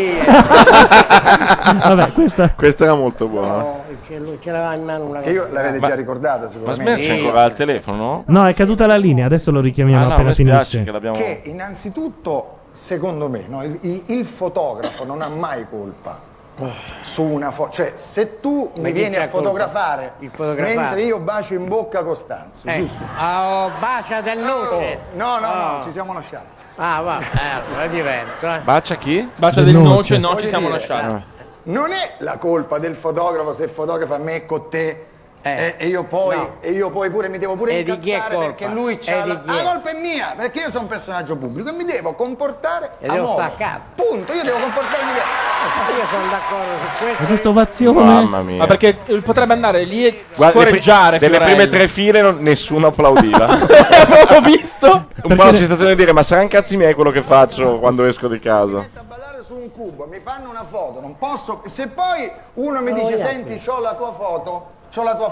Vabbè, questa era molto buona. No, ce l'aveva in mano una Che io l'avete Ma- già ricordata Ma sicuramente. Smerci è ancora al telefono? No, è caduta la linea, adesso lo richiamiamo Ah, no, appena mi spiace finisce. che l'abbiamo... Che innanzitutto, secondo me, no, il fotografo non ha mai colpa su una foto. Cioè, se tu Ma mi chi vieni c'ha a fotografare il fotografato? mentre io bacio in bocca a Costanzo, giusto? Bacia del noce. No, ci siamo lasciati. Ah, va, allora è diverso. Bacia chi? Bacia del noce, no, ci siamo lasciati. Non è la colpa del fotografo se fotografa me con te e io poi pure mi devo pure E di chi è incazzare colpa? perché lui E c'ha di la chi è? colpa è mia, perché io sono un personaggio pubblico e mi devo comportare E a devo modo. stare a casa. Punto, io devo comportarmi Io sono d'accordo su questo. E questa ovazione? Mamma mia. Ma perché potrebbe andare lì e Guarda, scorreggiare delle Fiorello. prime 3 file nessuno applaudiva. Ho visto? Un po' la sensazione di dire, ma saranno cazzi miei quello che faccio quando esco di casa. su un cubo, mi fanno una foto, non posso. Se poi uno mi dice senti, c'ho la tua foto, o la do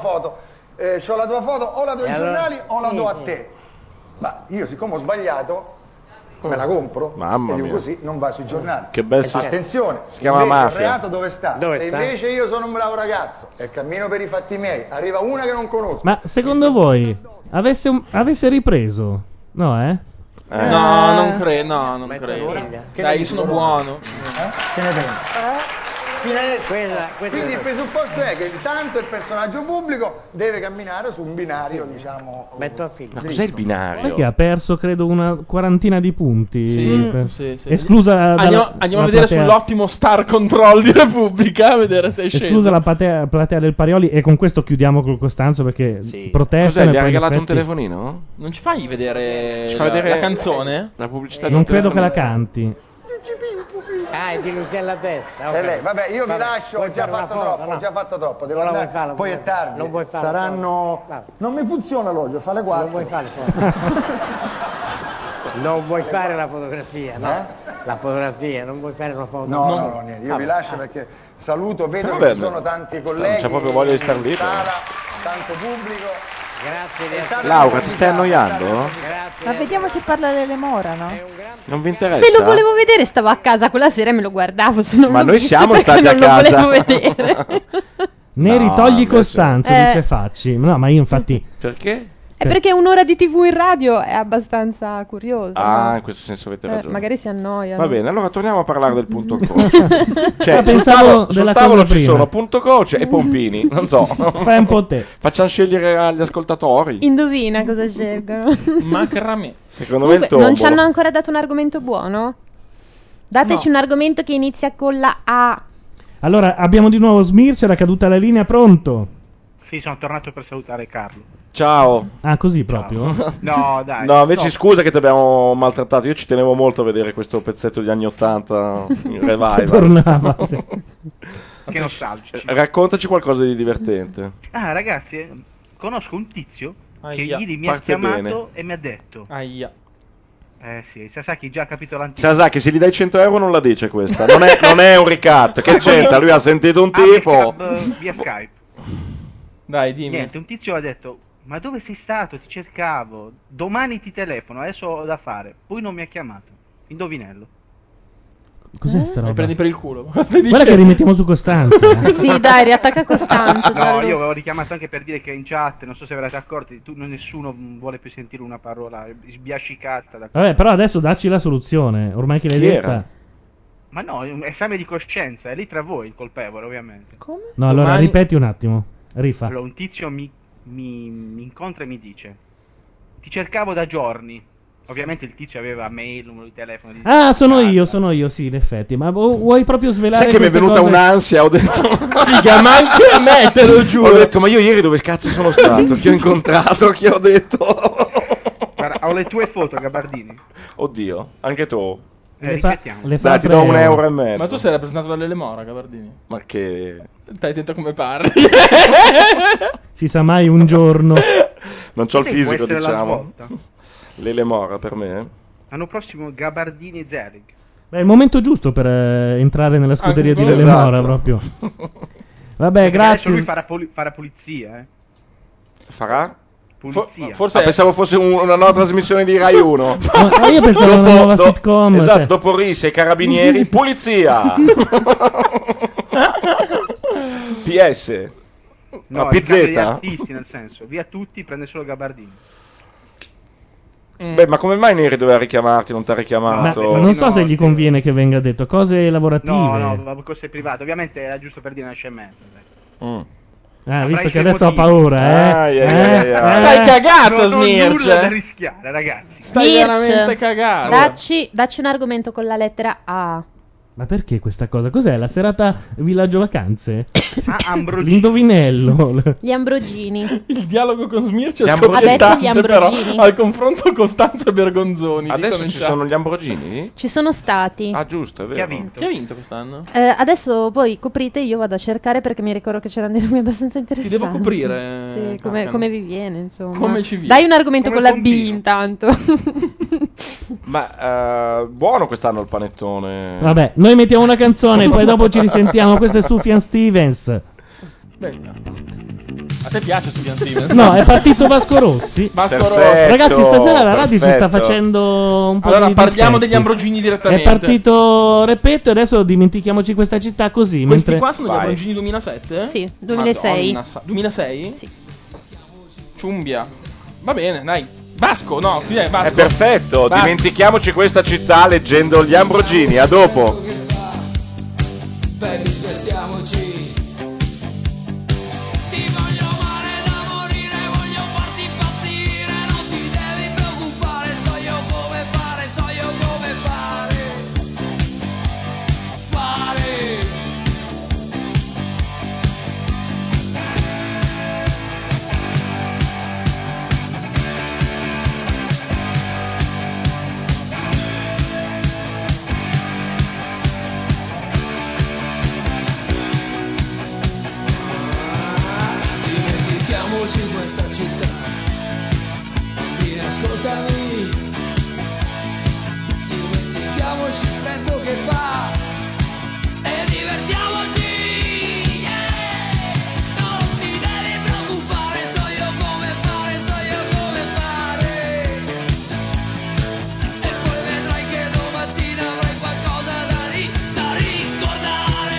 ai giornali o la do a te. Ma io siccome ho sbagliato me la compro Mamma e dico mia. così non va sui giornali. Che bel sistema. Attenzione, Si chiama invece mafia. il reato dove sta? Dove Se sta? invece io sono un bravo ragazzo e cammino per i fatti miei, arriva una che non conosco. Ma secondo voi avesse ripreso? No, No, non credo, non credo. Che Dai, ne io sono dici, buono. Che ne pensi? Quindi il presupposto è che intanto il personaggio pubblico deve camminare su un binario, diciamo. Metto a figlio. Ma cos'è il binario? Sai che ha perso credo una quarantina di punti? Sì. Esclusa Andiamo a vedere sull'ottimo Star Control di Repubblica a vedere se è sceso. Esclusa la platea del Parioli, e con questo chiudiamo col Costanzo perché protesta. Cos'è, gli ha regalato un telefonino? Non ci fai vedere, Ci fa vedere la canzone? La pubblicità Non di un credo che la telefonino. canti. Ah, è di Nutella testa. E lei, vabbè, io vi Vabbè, lascio, ho vuoi già fare una fatto foto, troppo, no? ho già fatto troppo, devo Non la vuoi andare. fare, Poi è tardi. non vuoi fare, Saranno. Non mi funziona l'orologio, fa le 4. Non vuoi fare foto. Non vuoi fare la fotografia, no? La fotografia, non vuoi fare una foto? No, niente. Io vi lascio perché saluto, vedo Però che vabbè, ci sono tanti non colleghi. c'è proprio voglia di star lì, in però. sala, tanto pubblico. Grazie di essere Laura, ti stai annoiando? Ma vediamo se parla delle Mora, no? Non vi interessa? Se lo volevo vedere stavo a casa quella sera e me lo guardavo. Se non Ma l'ho noi visto siamo perché stati a non casa. lo volevo vedere. Ne ritogli invece- Costanzo, dice Facci. No, ma io infatti. Perché? È perché un'ora di TV in radio è abbastanza curiosa. Ah, no? in questo senso avete ragione. Magari si annoia. Va bene, allora torniamo a parlare del punto coach. Cioè, Ma pensavo sul della tavolo cosa ci prima. sono punto coach e pompini, non so. Fai un po' te. Facciamo scegliere agli ascoltatori. Indovina cosa scelgono. Macramè. Secondo me il Comunque, non ci tombolo. hanno ancora dato un argomento buono? Dateci un argomento che inizia con la A. Allora, abbiamo di nuovo Smirch, era caduta la linea, pronto? Sì, sono tornato per salutare Carlo. Ciao. Ah, così proprio? No, dai. No, invece No. scusa che ti abbiamo maltrattato. Io ci tenevo molto a vedere questo pezzetto degli anni 80 in revival. Che tornava, sì. Che nostalgici. Raccontaci qualcosa di divertente. Ah, ragazzi, conosco un tizio che Aia. ieri mi ha Parte chiamato bene. e mi ha detto: Aia. sì, Sasaki già ha capito l'antico. Sasaki, se gli dai 100 euro non la dice questa. Non è un ricatto. Che c'entra? Lui ha sentito un tipo. Via Skype. Dai, dimmi. Niente, un tizio ha detto: ma dove sei stato? Ti cercavo. Domani ti telefono, adesso ho da fare. Poi non mi ha chiamato. Indovinello. Cos'è sta Mi roba? prendi per il culo. Guarda che rimettiamo su Costanzo. Sì, dai, riattacca Costanzo. No, Gianluca. io avevo richiamato anche per dire che in chat, non so se ve l'avete accorti, nessuno vuole più sentire una parola sbiascicata da Vabbè, però adesso dacci la soluzione. Ormai che l'hai Chi detta. era? Ma no, è un esame di coscienza, è lì tra voi il colpevole, ovviamente. Come? No, allora ripeti un attimo. Rifa. Allora, un tizio mi incontra e mi dice: ti cercavo da giorni. Ovviamente il tizio aveva mail, numero di telefono. Ah, sono io, sì, in effetti. Ma vuoi proprio svelare Sai che mi è queste venuta cose? un'ansia, ho detto. Figa, ma anche a me, te lo giuro. Ho detto, ma io ieri dove cazzo sono stato? Chi ho incontrato? Chi ho detto? Guarda, ho le tue foto, Gabardini. Oddio, anche tu. Ripetiamo. Dai, ti do €1,50. Ma tu sei rappresentato dall'Elemora, Gabardini. Ma che... Stai attento come parli. Si sa mai un giorno. Non c'ho il Sì, fisico, può essere la diciamo. svolta. L'Ele Mora per me. L'anno prossimo Gabardini Zelig. Beh, è il momento giusto per entrare nella scuderia di Esatto. Lele Mora proprio. Vabbè, Perché grazie. Adesso lui farà pulizia, Farà? Pulizia. Pensavo fosse una nuova trasmissione di Rai 1. Io pensavo una nuova sitcom. Esatto, cioè. dopo Risse e Carabinieri, pulizia. PS. No, PZ. gli artisti, nel senso, via tutti, prende solo Gabardini. Beh, ma come mai Neri doveva richiamarti? Non ti ha richiamato? Ma non so se gli conviene che venga detto cose lavorative. No, cose private. Ovviamente era giusto per dire una scemenza. Visto che adesso ho paura, Stai cagato, Smirch. Non ho nulla da rischiare, ragazzi. Stai veramente cagato. Dacci un argomento con la lettera A. Ma perché questa cosa? Cos'è? La serata villaggio vacanze? Ambrogini. L'indovinello. Gli Ambrogini. Il dialogo con Smirch Gli è Ambrogini. Ha detto gli scoppiettante, però Ambrogini. al confronto Costanza Bergonzoni. Adesso ci sono gli Ambrogini? Ci sono stati. Ah, giusto, è vero. Chi ha vinto quest'anno? Adesso voi coprite, io vado a cercare perché mi ricordo che c'erano dei nomi abbastanza interessanti. Ti devo coprire? Sì, come vi viene, insomma. Come ci viene? Dai un argomento con la B intanto. Ma buono quest'anno il panettone. Vabbè, noi mettiamo una canzone, poi dopo ci risentiamo. Questo è Sufjan Stevens. Bella. A te piace Sufjan Stevens? No, è partito Vasco Rossi. Ragazzi, stasera la radio ci sta facendo un po' Allora di parliamo dispetti. degli Ambrogini direttamente. È partito Repetto e adesso dimentichiamoci questa città così. Questi mentre... qua sono gli Ambrogini 2007? Sì, 2006. Madonna, 2006? Sì. Ciumbia. Va bene, dai. Vasco, no, qui è Vasco. È perfetto, Vasco. dimentichiamoci questa città leggendo gli Ambrogini. A dopo. Baby, svestiamoci. Ti voglio amare da morire, voglio farti impazzire. Non ti devi preoccupare, so io come fare, so io come fare. Dimentichiamoci questa città, bambini ascoltami. Dimentichiamoci il freddo che fa e divertiamoci. Non ti devi preoccupare, so io come fare, so io come fare. E poi vedrai che domattina avrai qualcosa da ricordare.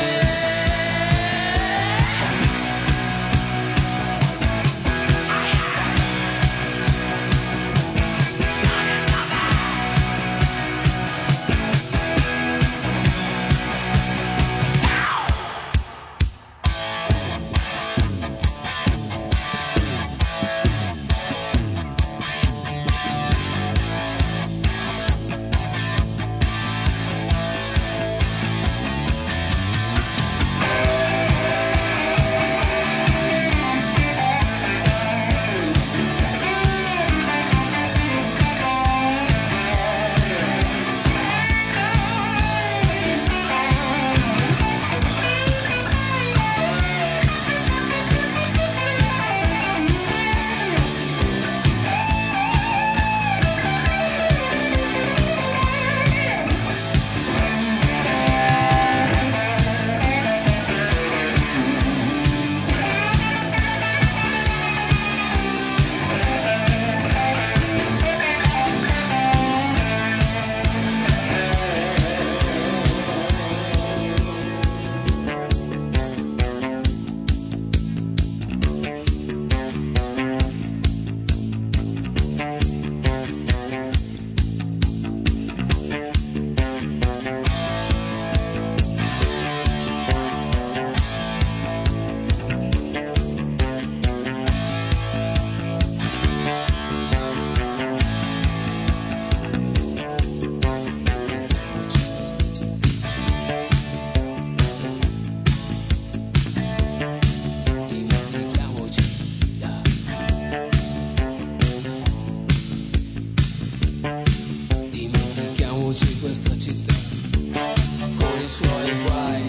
Dimentichiamoci questa città con i suoi guai.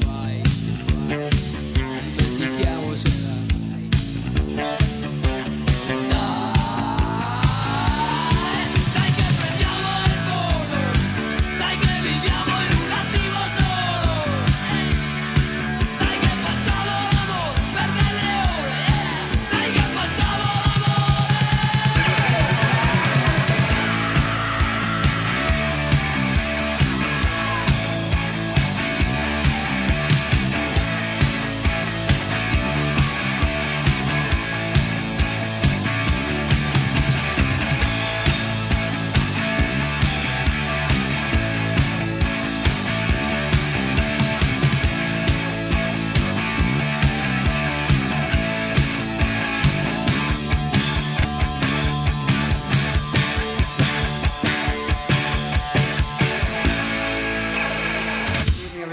Dimentichiamocela. Dai che prendiamo il volo, dai che viviamo in un attimo solo. Dai che facciamo l'amore per delle ore, dai che facciamo l'amore.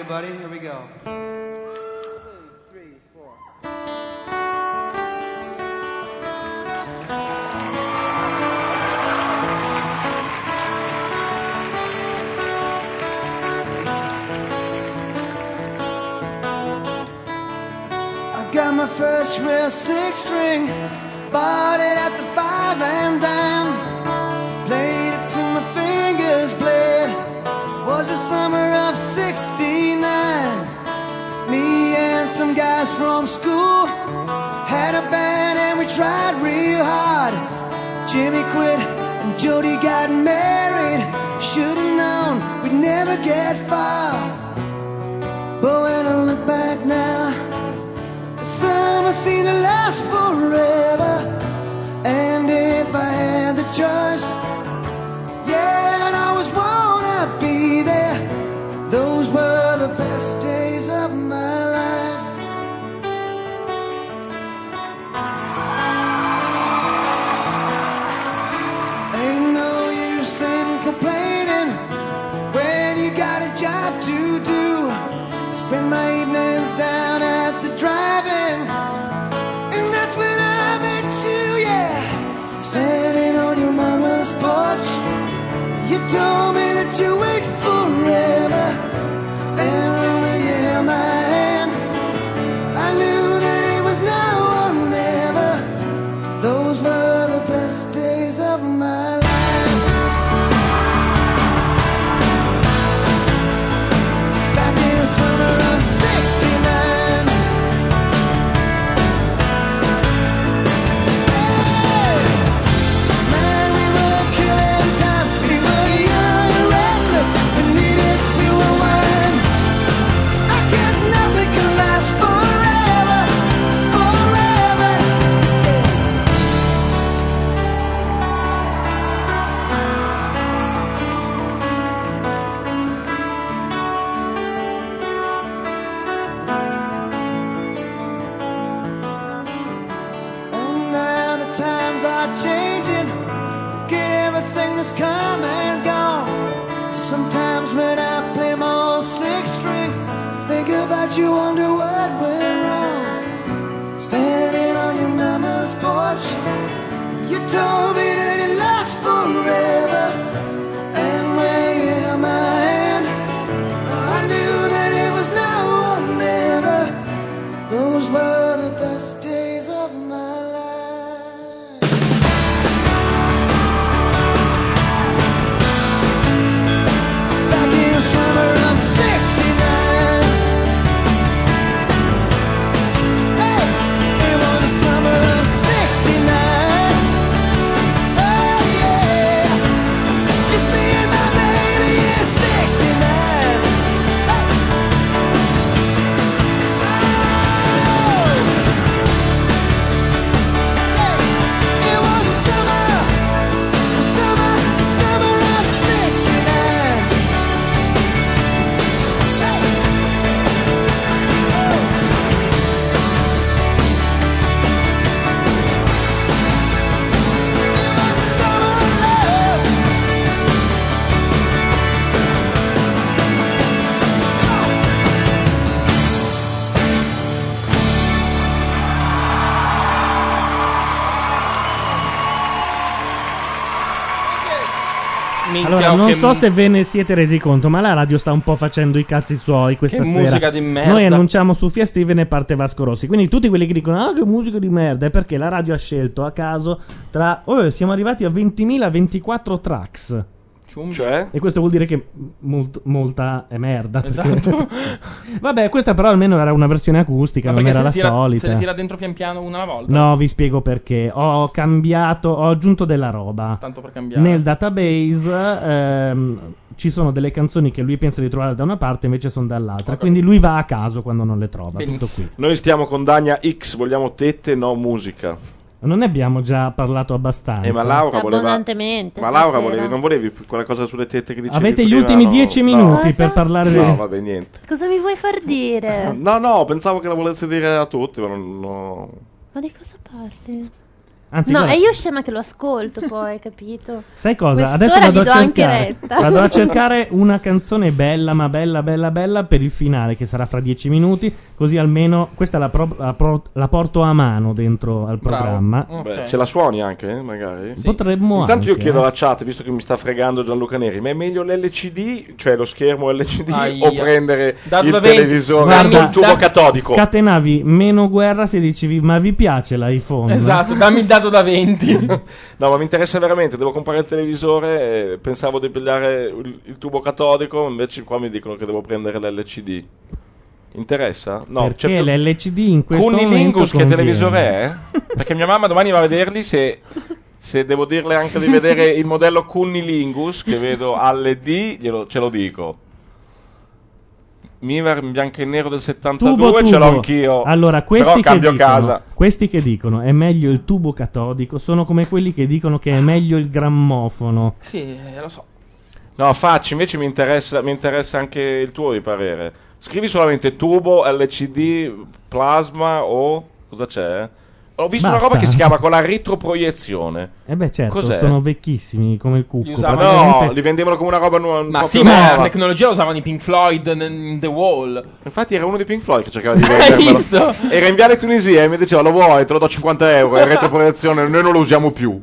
everybody. Here we go. Got my first real six string, bought it at the 5 and dime. Played it till my fingers bled. Was the summer of '69. Me and some guys from school had a band and we tried real hard. Jimmy quit and Jody got married. Should've known we'd never get far. But when I look back now, summer seemed to last forever. And if I had the choice, yeah, I'd always wanna be there. Those were the best days of my life. Ain't no use in complaining when you got a job to do. Spend my evenings down at the drive-in, and that's when I met you, yeah. Standing on your mama's porch, you told me that you wait forever. And when you held my hand, I knew that it was now or never. Those were the best days of my life. Back in the summer of '69. Man, we were killing time. We were young and reckless and needed to unwind. I guess nothing can last forever, forever. And now the times are changing. Look at everything that's come and gone. Sometimes when I play my old six string, think about you, wonder what went wrong. Standing on your mama's porch, you told me that it lasts forever. And when you held my hand, I knew that it was now or never. Those were the best days of my life. Back in the summer of '69. Hey, it was the summer of '69. Oh yeah, just me and my baby in '69. It was the summer of '69. Allora, non so se ve ne siete resi conto, ma la radio sta un po' facendo i cazzi suoi questa Che sera. musica di merda. Noi annunciamo su Fiat Steven e parte Vasco Rossi. Quindi tutti quelli che dicono che musica di merda è perché la radio ha scelto a caso tra... siamo arrivati a 20.024 tracks. Cioè? E questo vuol dire che molta è merda. Esatto. Vabbè, questa però almeno era una versione acustica, Ma non perché era la se solita. le tira dentro pian piano una alla volta? No, vi spiego perché. Ho aggiunto della roba. Tanto per cambiare. Nel database ci sono delle canzoni che lui pensa di trovare da una parte, invece sono dall'altra. Quindi lui va a caso quando non le trova. Tutto qui. Noi stiamo con Dania X, vogliamo tette, no musica. Non ne abbiamo già parlato abbastanza. Ma Laura voleva. Abbondantemente. Ma Laura stasera. non volevi più quella cosa sulle tette che dicevi? Avete gli prima? ultimi No, 10 no. minuti per parlare No, vabbè, niente. Cosa mi vuoi far dire? No, pensavo che la volessi dire a tutti, ma non. Ma di cosa parli? Anzi, No, guarda, e io scema che lo ascolto poi, capito? sai cosa? Quest'ora Adesso gli vado do a anche cercare. retta. Vado a cercare una canzone bella, ma bella, bella, bella per il finale, che sarà fra 10 minuti. Così almeno questa la porto a mano dentro al programma. Beh, ce la suoni anche, magari? Potremmo Intanto io anche, chiedo alla chat, visto che mi sta fregando Gianluca Neri, ma è meglio l'LCD, cioè lo schermo LCD, Aia. o prendere Dato il da 20. televisore Guarda, col tubo catodico? Scatenavi meno guerra se dicevi ma vi piace l'iPhone? Esatto, dammi il dato da 20. No, ma mi interessa veramente, devo comprare il televisore, pensavo di pigliare il tubo catodico, invece qua mi dicono che devo prendere l'LCD. Interessa? No, Perché l'LCD in questo momento Cunnilingus che conviene. televisore è? Perché mia mamma domani va a vederli, se devo dirle anche di vedere il modello Cunnilingus che vedo alle D, ce lo dico. Miver in bianco e nero del 72 Tubo. ce l'ho anch'io. Allora, però questi cambio casa. questi che dicono è meglio il tubo catodico sono come quelli che dicono che è meglio il grammofono. Sì, lo so. No, Facci, invece mi interessa anche il tuo di parere. Scrivi solamente tubo, LCD, plasma o cosa c'è? Ho visto una Basta. roba che si chiama con la retroproiezione. Eh beh, certo, Cos'è? sono vecchissimi come il cucco. No, li vendevano come una roba nuova. Ma sì, ma la tecnologia la usavano i Pink Floyd in The Wall. Infatti era uno dei Pink Floyd che cercava di Hai vendermelo. visto? Era in Viale Tunisia e mi diceva lo vuoi, te lo do 50 euro, è retroproiezione, noi non lo usiamo più.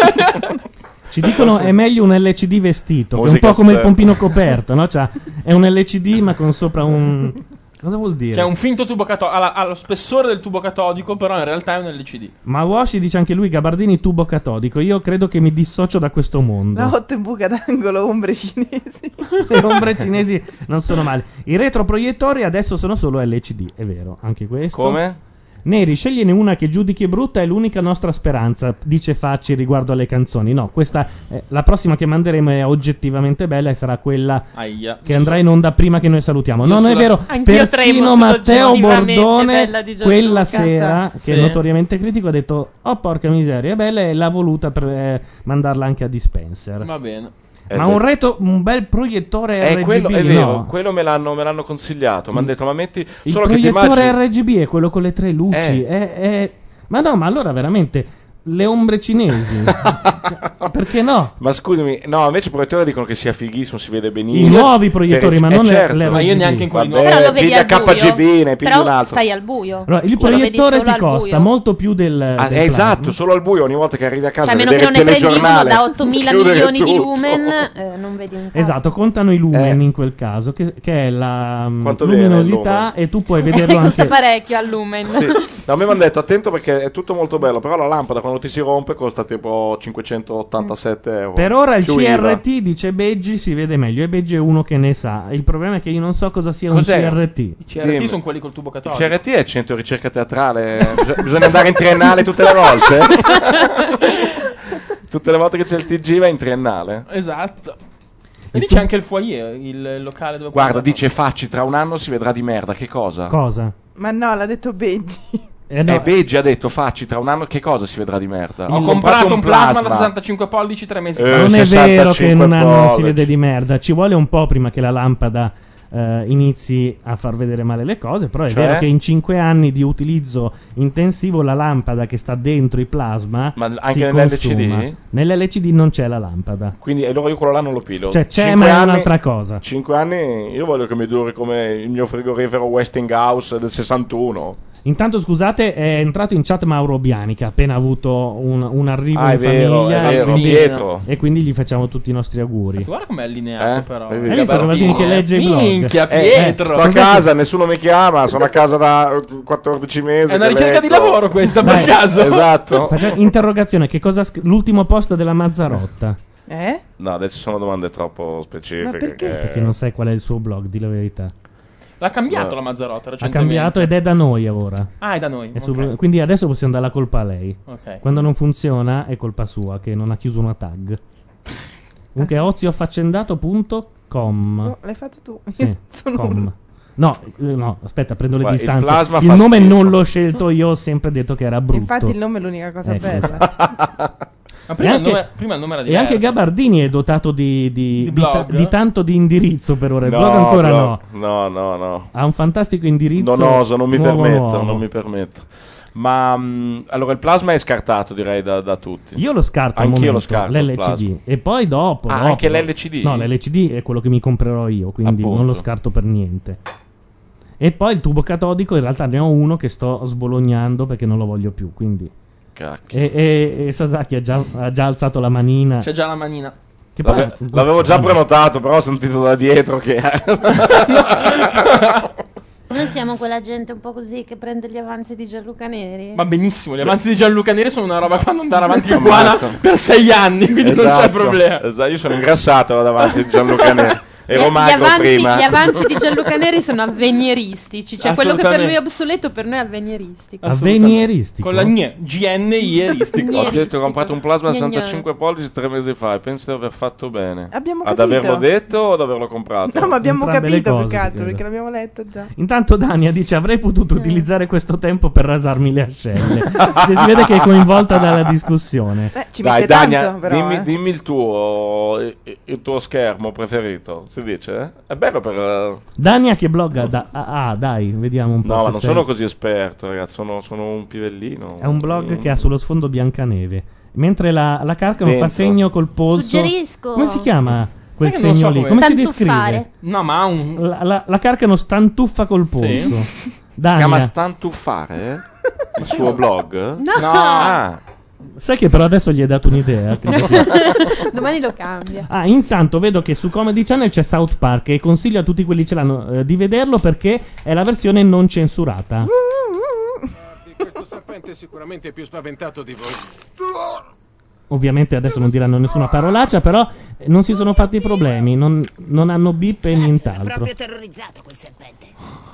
Ci dicono è meglio un LCD vestito, che è un Musica po' come il sé. pompino coperto, no? Cioè, è un LCD ma con sopra un... Cosa vuol dire? Cioè un finto tubo catodico, ha lo spessore del tubo catodico, però in realtà è un LCD. Ma Washi dice anche lui Gabardini tubo catodico. Io credo che mi dissocio da questo mondo. La otto in buca d'angolo, ombre cinesi. Le ombre cinesi non sono male. I retroproiettori adesso sono solo LCD, è vero, anche questo. Come? Neri, scegliene una che giudichi brutta, è l'unica nostra speranza, dice Facci riguardo alle canzoni. No, questa la prossima che manderemo è oggettivamente bella e sarà quella Aia. che andrà in onda prima che noi salutiamo. No, non è vero, Anch'io tremo persino sullo Matteo oggettivamente Bordone bella di Gianluca. quella sera, che Sì. è notoriamente critico, ha detto oh porca miseria, è bella e l'ha voluta per mandarla anche a Dispenser. Va bene. Ma un bel proiettore RGB, quello, è vero, no? quello me l'hanno consigliato. Mi hanno detto, ma metti Il solo che ti proiettore immagini. RGB è quello con le tre luci. Ma no, ma allora veramente le ombre cinesi. Perché no? Ma scusami, no, invece i proiettori dicono che sia fighissimo, si vede benissimo. I nuovi proiettori, ma non certo. le Ma io neanche in quelli nuovi. Però lo vedi piglia al buio. KGB, ne pigli un Però altro. stai al buio. Allora, il Tu lo vedi proiettore solo ti al costa buio. molto più del plasma. Esatto, solo al buio ogni volta che arrivi a casa Cioè, a a meno che vedere non il ne prendi uno telegiornale. da 8.000 chiudere milioni di tutto. lumen, non vedi un cazzo. Esatto, contano i lumen in quel caso, che è la Quanto viene il luminosità, lumen? e tu puoi vederlo Costa anche. parecchio al lumen. Sì. No, a me mi hanno detto attento perché è tutto molto bello, però la lampada quando ti si rompe costa tipo 587 euro. Per ora il Più IVA. CRT dice Beggi si vede meglio e Beggi è uno che ne sa. Il problema è che io non so cosa sia Cos'è? un CRT. I CRT Dimmi. sono quelli col tubo Il catodico. CRT è centro ricerca teatrale, bisogna andare in triennale tutte le volte. Tutte le volte che c'è il TG va in triennale. Esatto. E lì c'è anche il foyer, il locale dove Guarda, dice Facci, tra un anno si vedrà di merda, che cosa? Cosa? Ma no, l'ha detto Beggi. Beggi ha detto Facci, tra un anno che cosa si vedrà di merda? Ho comprato un plasma da 65 pollici 3 mesi fa. Non è vero che in un anno non si pollici. vede di merda. Ci vuole un po' prima che la lampada inizi a far vedere male le cose. Però è Cioè? vero che in 5 anni di utilizzo intensivo la lampada che sta dentro i plasma Ma anche si nell'LCD? consuma. Nell'LCD non c'è la lampada. Quindi allora io quello là non lo pilo. Cioè c'è, 5 ma è anni- un'altra cosa. 5 anni io voglio che mi duri come il mio frigorifero Westinghouse del 61. Intanto scusate, è entrato in chat Mauro Biani che ha appena avuto un arrivo Ah, in è vero, famiglia è vero, quindi- Pietro. e quindi gli facciamo tutti i nostri auguri. Cazzo, guarda com'è allineato però. Hai visto Gabardini che legge i blog? Minchia, Pietro. Sto a casa, nessuno mi chiama, sono a casa da 14 mesi. È una che ricerca di leggo. lavoro questa, Dai. per caso. Esatto. Interrogazione, che cosa l'ultimo post della Mazzarotta? No, adesso sono domande troppo specifiche. Ma perché? Perché non sai qual è il suo blog, di la verità. L'ha cambiato No. la Mazzarotta Ha recentemente. cambiato ed è da noi ora. Ah, è da noi. È ok. su- quindi adesso possiamo dare la colpa a lei. Ok. Quando non funziona è colpa sua che non ha chiuso una tag. Comunque è ozioaffacendato.com. Oh, l'hai fatto tu. Sì, Sono com. No, aspetta, prendo le Guarda, il distanze. plasma Il fa nome schifo. non l'ho scelto io, ho sempre detto che era brutto. Infatti il nome è l'unica cosa Ecco, bella. Ma prima, E anche- prima il nome era E diverso. anche Gabardini è dotato di blog? di tanto di indirizzo per ora. Il No, blog ancora blog. no. No. Ha un fantastico indirizzo. Non oso, non mi nuovo, permetto, nuovo. non mi permetto. Ma allora il plasma è scartato, direi, da tutti. Io lo scarto al Anch'io lo momento, scarto. il l'LCD. plasma. E poi dopo. Anche l'LCD? No, l'LCD è quello che mi comprerò io, quindi Appunto. non lo scarto per niente. E poi il tubo catodico, in realtà ne ho uno che sto sbolognando perché non lo voglio più, quindi. Cacchio. E Sasaki ha già alzato la manina. C'è già la manina. Che poi- L'avevo già prenotato, però ho sentito da dietro che. Noi siamo quella gente un po' così che prende gli avanzi di Gianluca Neri. Ma benissimo, gli avanzi di Gianluca Neri sono una roba che fanno andare avanti in buona per 6 anni, quindi non c'è problema. Esatto, io sono ingrassato davanti di Gianluca Neri. Ero Gli magro avanzi, prima. gli avanzi di Gianluca Neri sono avvenieristici, cioè quello che per Assolutamente. lui è obsoleto per noi è avvenieristico. Avvenieristico? Con la GNIeristico. Ho detto, ho comprato un plasma a Gnognolo. 65 pollici 3 mesi fa e penso di aver fatto bene. Abbiamo Ad capito. averlo detto o ad averlo comprato? No, ma abbiamo Entrambe le capito più cose, che altro credo. perché l'abbiamo letto già. Intanto Dania dice avrei potuto utilizzare questo tempo per rasarmi le ascelle. Si vede che è coinvolta dalla discussione. Ci Dai, mette Dania, tanto, però, dimmi il tuo schermo preferito. Si dice? È bello per. Dania che blogga dai, vediamo un po'. No, se ma non sei- sono così esperto, ragazzi. Sono un pivellino. È un blog che ha sullo sfondo Biancaneve. Mentre la Carcano fa Dentro. segno col polso. Suggerisco. Come si chiama quel Sai che non segno so lì? come- Come si Stantuffare. descrive? No, ma ha un. La Carcano stantuffa col polso. Si Dania, chiama Stantuffare? Il suo blog? No. Ah, sai che però adesso gli hai dato un'idea. Domani lo cambia. Ah, intanto vedo che su Comedy Channel c'è South Park e consiglio a tutti quelli che ce l'hanno di vederlo perché è la versione non censurata. Questo serpente è sicuramente più spaventato di voi. Ovviamente adesso non diranno nessuna parolaccia, però non si sono fatti problemi, non hanno bip e nient'altro. terrorizzato quel serpente.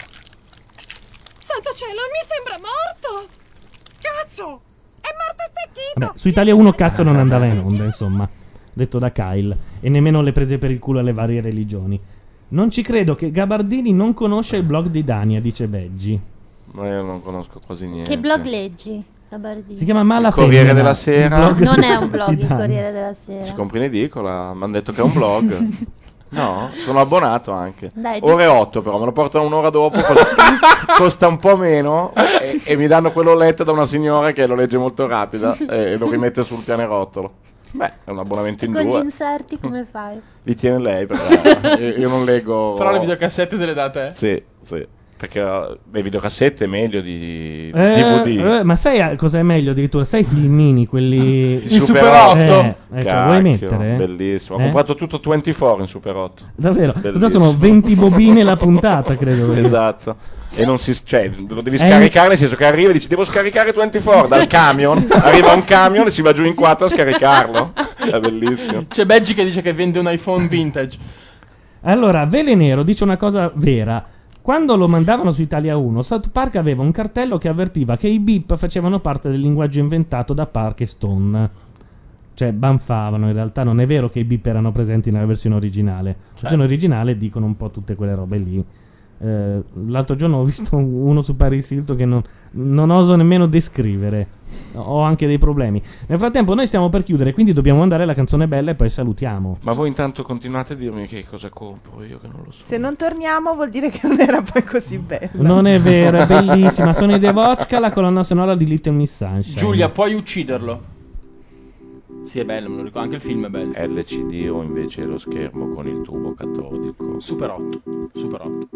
Santo cielo, mi sembra morto! Cazzo! È morto stecchito! Vabbè, su Italia 1 cazzo non andava in onda, insomma, detto da Kyle, e nemmeno le prese per il culo alle varie religioni. Non ci credo che Gabardini non conosce il blog di Dania, dice Beggi. ma io non conosco quasi niente. Che blog leggi? La Bardini? Si chiama Mala Il Corriere Femmina, della Sera. il blog Non è un blog di il Dania. Corriere della Sera. Si compra in edicola, mi hanno detto che è un blog. No, sono abbonato anche. Dai, Ore 8 però, me lo portano un'ora dopo, costa un po' meno e mi danno quello letto da una signora che lo legge molto rapida e lo rimette sul pianerottolo. Beh, è un abbonamento in Con gli due. inserti come fai? Li tiene lei perché io non leggo. Però le videocassette te le date? Sì, sì. Perché le videocassette è meglio di DVD. Ma sai cosa è meglio addirittura? Sai i filmini, quelli... Il Super 8. ce lo vuoi Cacchio, mettere? bellissimo. Ho comprato tutto 24 in Super 8. Davvero? Cosa Bellissimo. sono 20 bobine la puntata, credo. Esatto. E non si, cioè, lo devi scaricare, nel senso che arriva e dici devo scaricare 24 dal camion, arriva un camion e si va giù in 4 a scaricarlo. È bellissimo. C'è Beggi che dice che vende un iPhone vintage. Allora, Velenero dice una cosa vera. Quando lo mandavano su Italia 1, South Park aveva un cartello che avvertiva che i beep facevano parte del linguaggio inventato da Park e Stone. Cioè, banfavano. In realtà non è vero che i beep erano presenti nella versione originale. La versione originale dicono un po' tutte quelle robe lì. L'altro giorno ho visto uno su Paris Hilton che non oso nemmeno descrivere. Ho anche dei problemi. Nel frattempo noi stiamo per chiudere, quindi dobbiamo andare alla canzone bella e poi salutiamo. Ma voi intanto continuate a dirmi che cosa compro, io che non lo so. Se non torniamo vuol dire che non era poi così bello. Non è vero, è bellissima. Sono i Devochka, la colonna sonora di Little Miss Sunshine. Giulia, puoi ucciderlo? Sì, è bello, me lo ricordo. Anche il film è bello. LCD o invece lo schermo con il tubo catodico. Super 8. Super 8.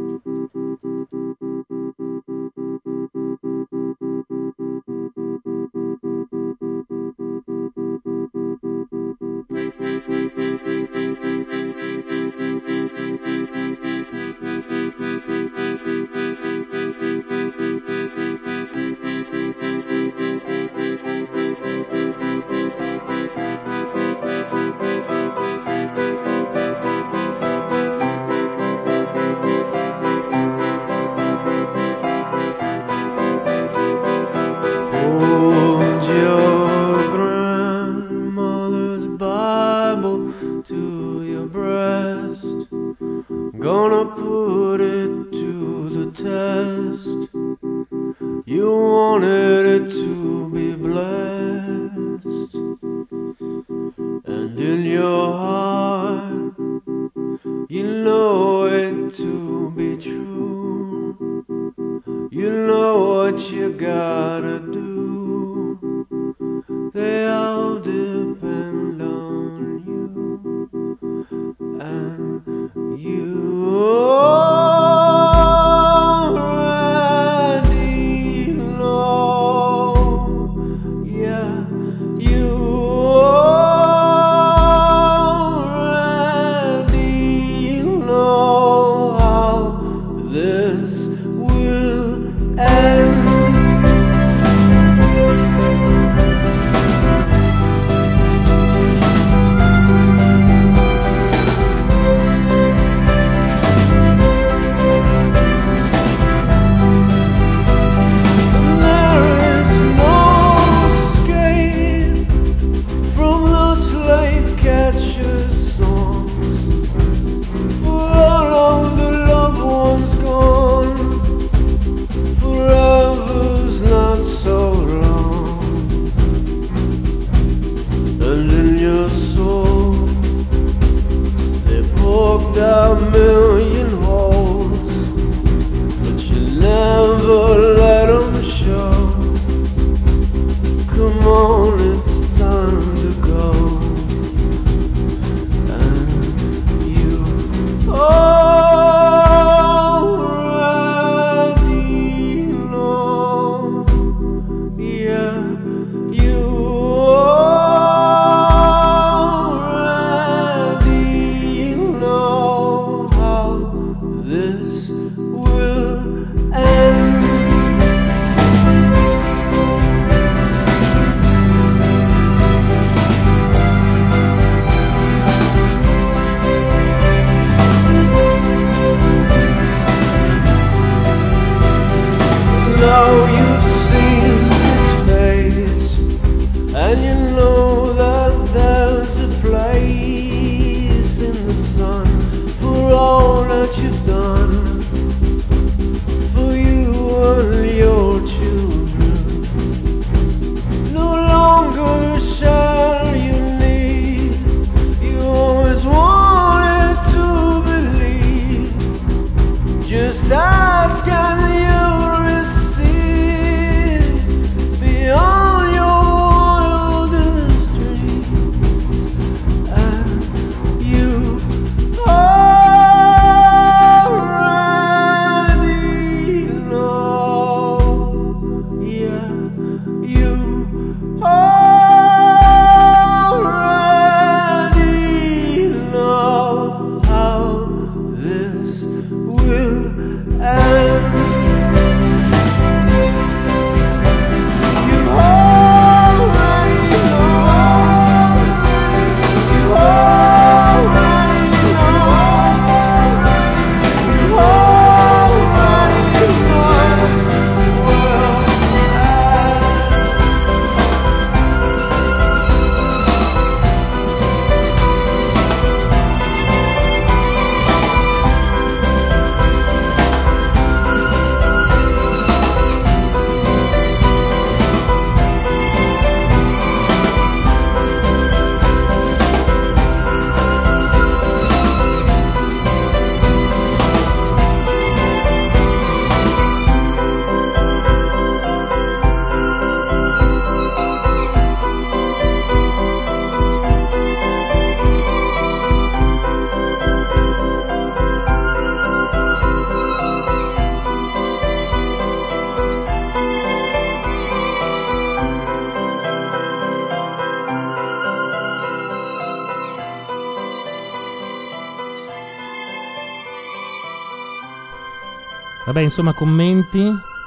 Hold your grandmother's Bible to your breast. Gonna put it to the test. You wanted it to be blessed, and in your heart you know it to be true. You know what you gotta do. They all depend on you. And you already know. Yeah, you already know how this will end. There is no escape from the slave catcher's songs. For all of the loved ones gone, forever's not so long. And in your soul, they poked out million holes, but you never let them show. Come on, it's time to go. And you already know. Yeah, you already know how this will end. Now you've seen his face, and you know that there's a place in the sun for all that you've done, for you and your children. No longer shall you need, you always wanted to believe. Just ask and you'll receive beyond your wildest dreams. And you already know. Yeah, you already know how this will end. You already know. You already know. You already know. Well, Vabbè, insomma, commenti.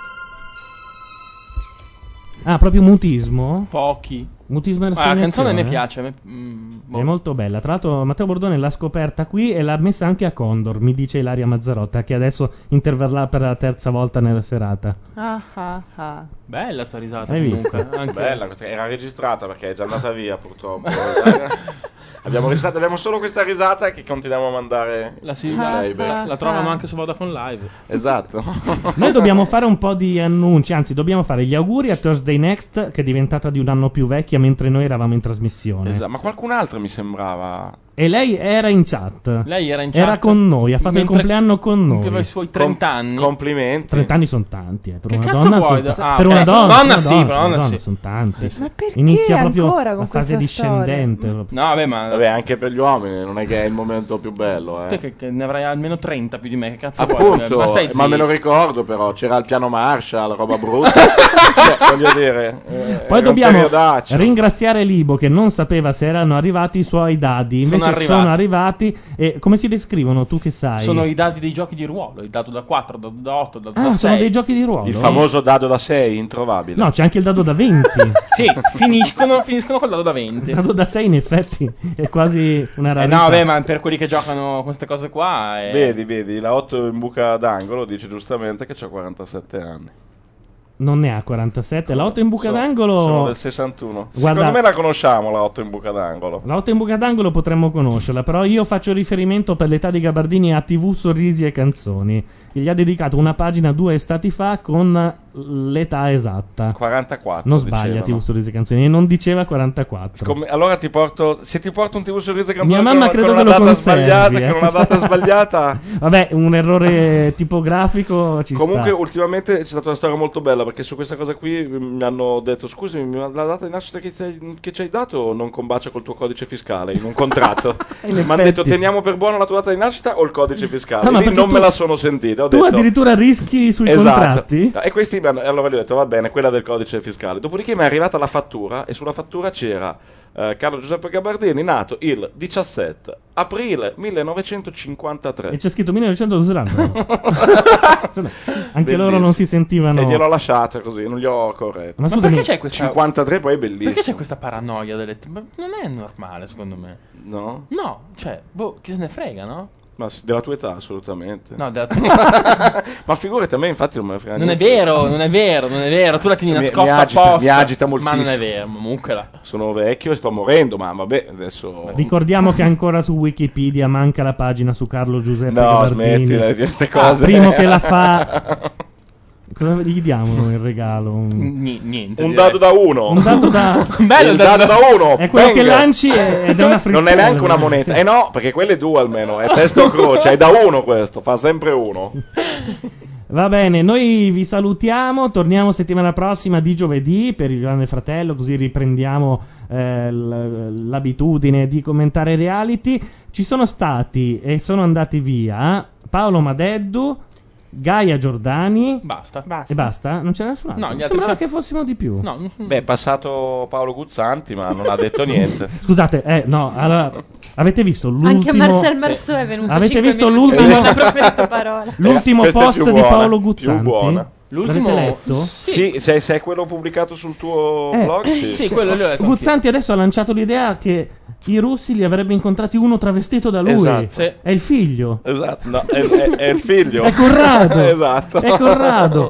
Ah, proprio mutismo? Pochi. Mutismo e La rassegnazione. canzone mi piace. È molto bella. Tra l'altro, Matteo Bordone l'ha scoperta qui e l'ha messa anche a Condor, mi dice Ilaria Mazzarotta, che adesso interverrà per la terza volta nella serata. Ah, ah, ah. Bella sta risata. Hai comunque. visto? Anche... Bella, questa era registrata perché è già andata via purtroppo. Abbiamo registrato, abbiamo solo questa risata che continuiamo a mandare la sigla. playback. La trovano anche su Vodafone Live. Esatto. Noi dobbiamo fare un po' di annunci, anzi dobbiamo fare gli auguri a Thursday Next, che è diventata di un anno più vecchia mentre noi eravamo in trasmissione. Esatto, ma qualcun altro mi sembrava E lei era in chat. Lei era con noi, ha fatto il compleanno con noi. Compieva i suoi 30 anni. Complimenti. 30 anni sono tanti, per Che una cazzo donna. vuoi? Per una donna, sì, per una donna sì. sono tanti. Ma perché Inizia proprio ancora con la fase questa discendente. No, vabbè, ma Vabbè, anche per gli uomini non è che è il momento più bello. te che ne avrai almeno 30 più di me, che cazzo Appunto, vuoi? Stai ma me lo zitto. ricordo però, c'era il piano Marshall, roba brutta. Cioè, voglio dire, Poi era un dobbiamo periodaccio. ringraziare Libo che non sapeva se erano arrivati i suoi dadi. Invece sono arrivati. E come si descrivono, tu che sai? Sono i dadi dei giochi di ruolo, il dato da 4, dato da 8, dato da 6. Sono dei giochi di ruolo. Il famoso dado da 6, introvabile. No, c'è anche il dado da 20. Sì, finiscono col dado da 20. Il dado da 6 in effetti è quasi una rarità. No, vabbè, ma per quelli che giocano queste cose qua Vedi, la 8 in buca d'angolo dice giustamente che c'ha 47 anni. Non ne ha 47. La 8 in buca d'angolo. Sono del 61. Guarda, Secondo me la conosciamo la 8 in buca d'angolo. La 8 in buca d'angolo potremmo conoscerla, però io faccio riferimento per l'età di Gabardini a TV Sorrisi e Canzoni, che gli ha dedicato una pagina 2 estati fa con l'età esatta. 44. Non sbaglia, dicevano. TV Sorrisi e Canzoni, e non diceva 44. Allora se ti porto un TV Sorrisi e Canzoni Mia mamma credo con che una lo data conservi, sbagliata, con una data sbagliata. Vabbè, un errore tipografico ci Comunque sta. ultimamente c'è stata una storia molto bella, perché su questa cosa qui mi hanno detto: scusami, ma la data di nascita che ci hai dato non combacia col tuo codice fiscale in un contratto. Mi hanno detto: teniamo per buono la tua data di nascita o il codice fiscale? Ma Lì perché non tu- me la sono sentita. Ho Tu detto, addirittura rischi sui contratti? E questi allora gli ho detto: va bene, quella del codice fiscale. Dopodiché mi è arrivata la fattura, e sulla fattura c'era Carlo Giuseppe Gabardini, nato il 17 aprile 1953. E c'è scritto 1960. Anche loro non si sentivano. E gliel'ho lasciata così, non gli ho corretto. Ma scusami, perché c'è questa 53 poi è bellissimo. Perché c'è questa paranoia delle ma non è normale, secondo me. No? No, cioè, chi se ne frega, no? Ma della tua età, assolutamente. No, ma figurati, a me infatti non me ne frega Non è niente. vero, non è vero, non è vero. Tu la tieni nascosta agita, apposta. mi agita moltissimo. Ma non è vero, comunque Sono vecchio e sto morendo, ma vabbè, adesso... Ricordiamo che ancora su Wikipedia manca la pagina su Carlo Giuseppe No, Gabardini. smettila di dire queste cose. Primo che la fa. Cosa gli diamo noi in regalo? Niente. Un dado da 1. Un dado da Bello il dado da 1. È quello che lanci ed è una frittura. Non è neanche una moneta. Sì. No, perché quelle è 2 almeno. È testo croce. È da 1 questo. Fa sempre 1. Va bene, noi vi salutiamo, torniamo settimana prossima di giovedì per il Grande Fratello, così riprendiamo l'abitudine di commentare reality. Ci sono stati e sono andati via Paolo Madeddu, Gaia Giordani. Basta. E basta? Non c'era nessun altro? No, gli altri Sembrava sono- che fossimo di più. No, Beh, è passato Paolo Guzzanti, ma non ha detto niente. Scusate, no, allora, avete visto l'ultimo... Anche Marcel Marceau è venuto Avete 5 visto minuti l'ultimo... fa, non ha proprio detto parola. L'ultimo Questa è post più di buona, Paolo più Guzzanti? buona. L'ultimo- L'avete letto? Sì, se è quello pubblicato sul tuo blog, sì. Sì, quello lì ho letto Guzzanti adesso ha lanciato l'idea che i russi li avrebbe incontrati uno travestito da lui. Esatto. Sì. È il figlio. Esatto, no, è il figlio. È Corrado. Esatto. È Corrado.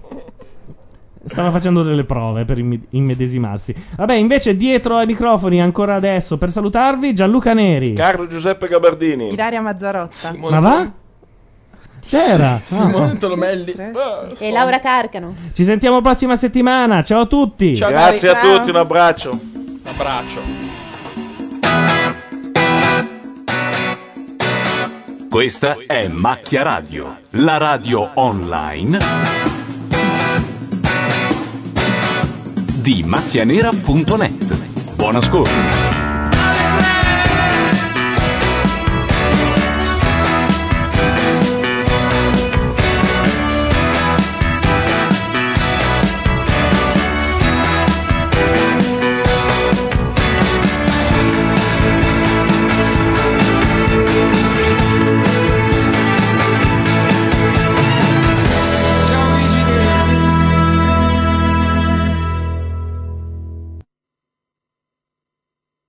Stava facendo delle prove per immedesimarsi. Vabbè, invece dietro ai microfoni ancora adesso per salutarvi Gianluca Neri. Carlo Giuseppe Gabardini. Ilaria Mazzarotta. Ma va? C'era. Simone Tolomelli. E Laura Carcano. Ci sentiamo prossima settimana. Ciao a tutti. Ciao, Grazie a cari. tutti, un abbraccio. Un abbraccio. Questa è Macchia Radio, la radio online di macchianera.net. Buon ascolto.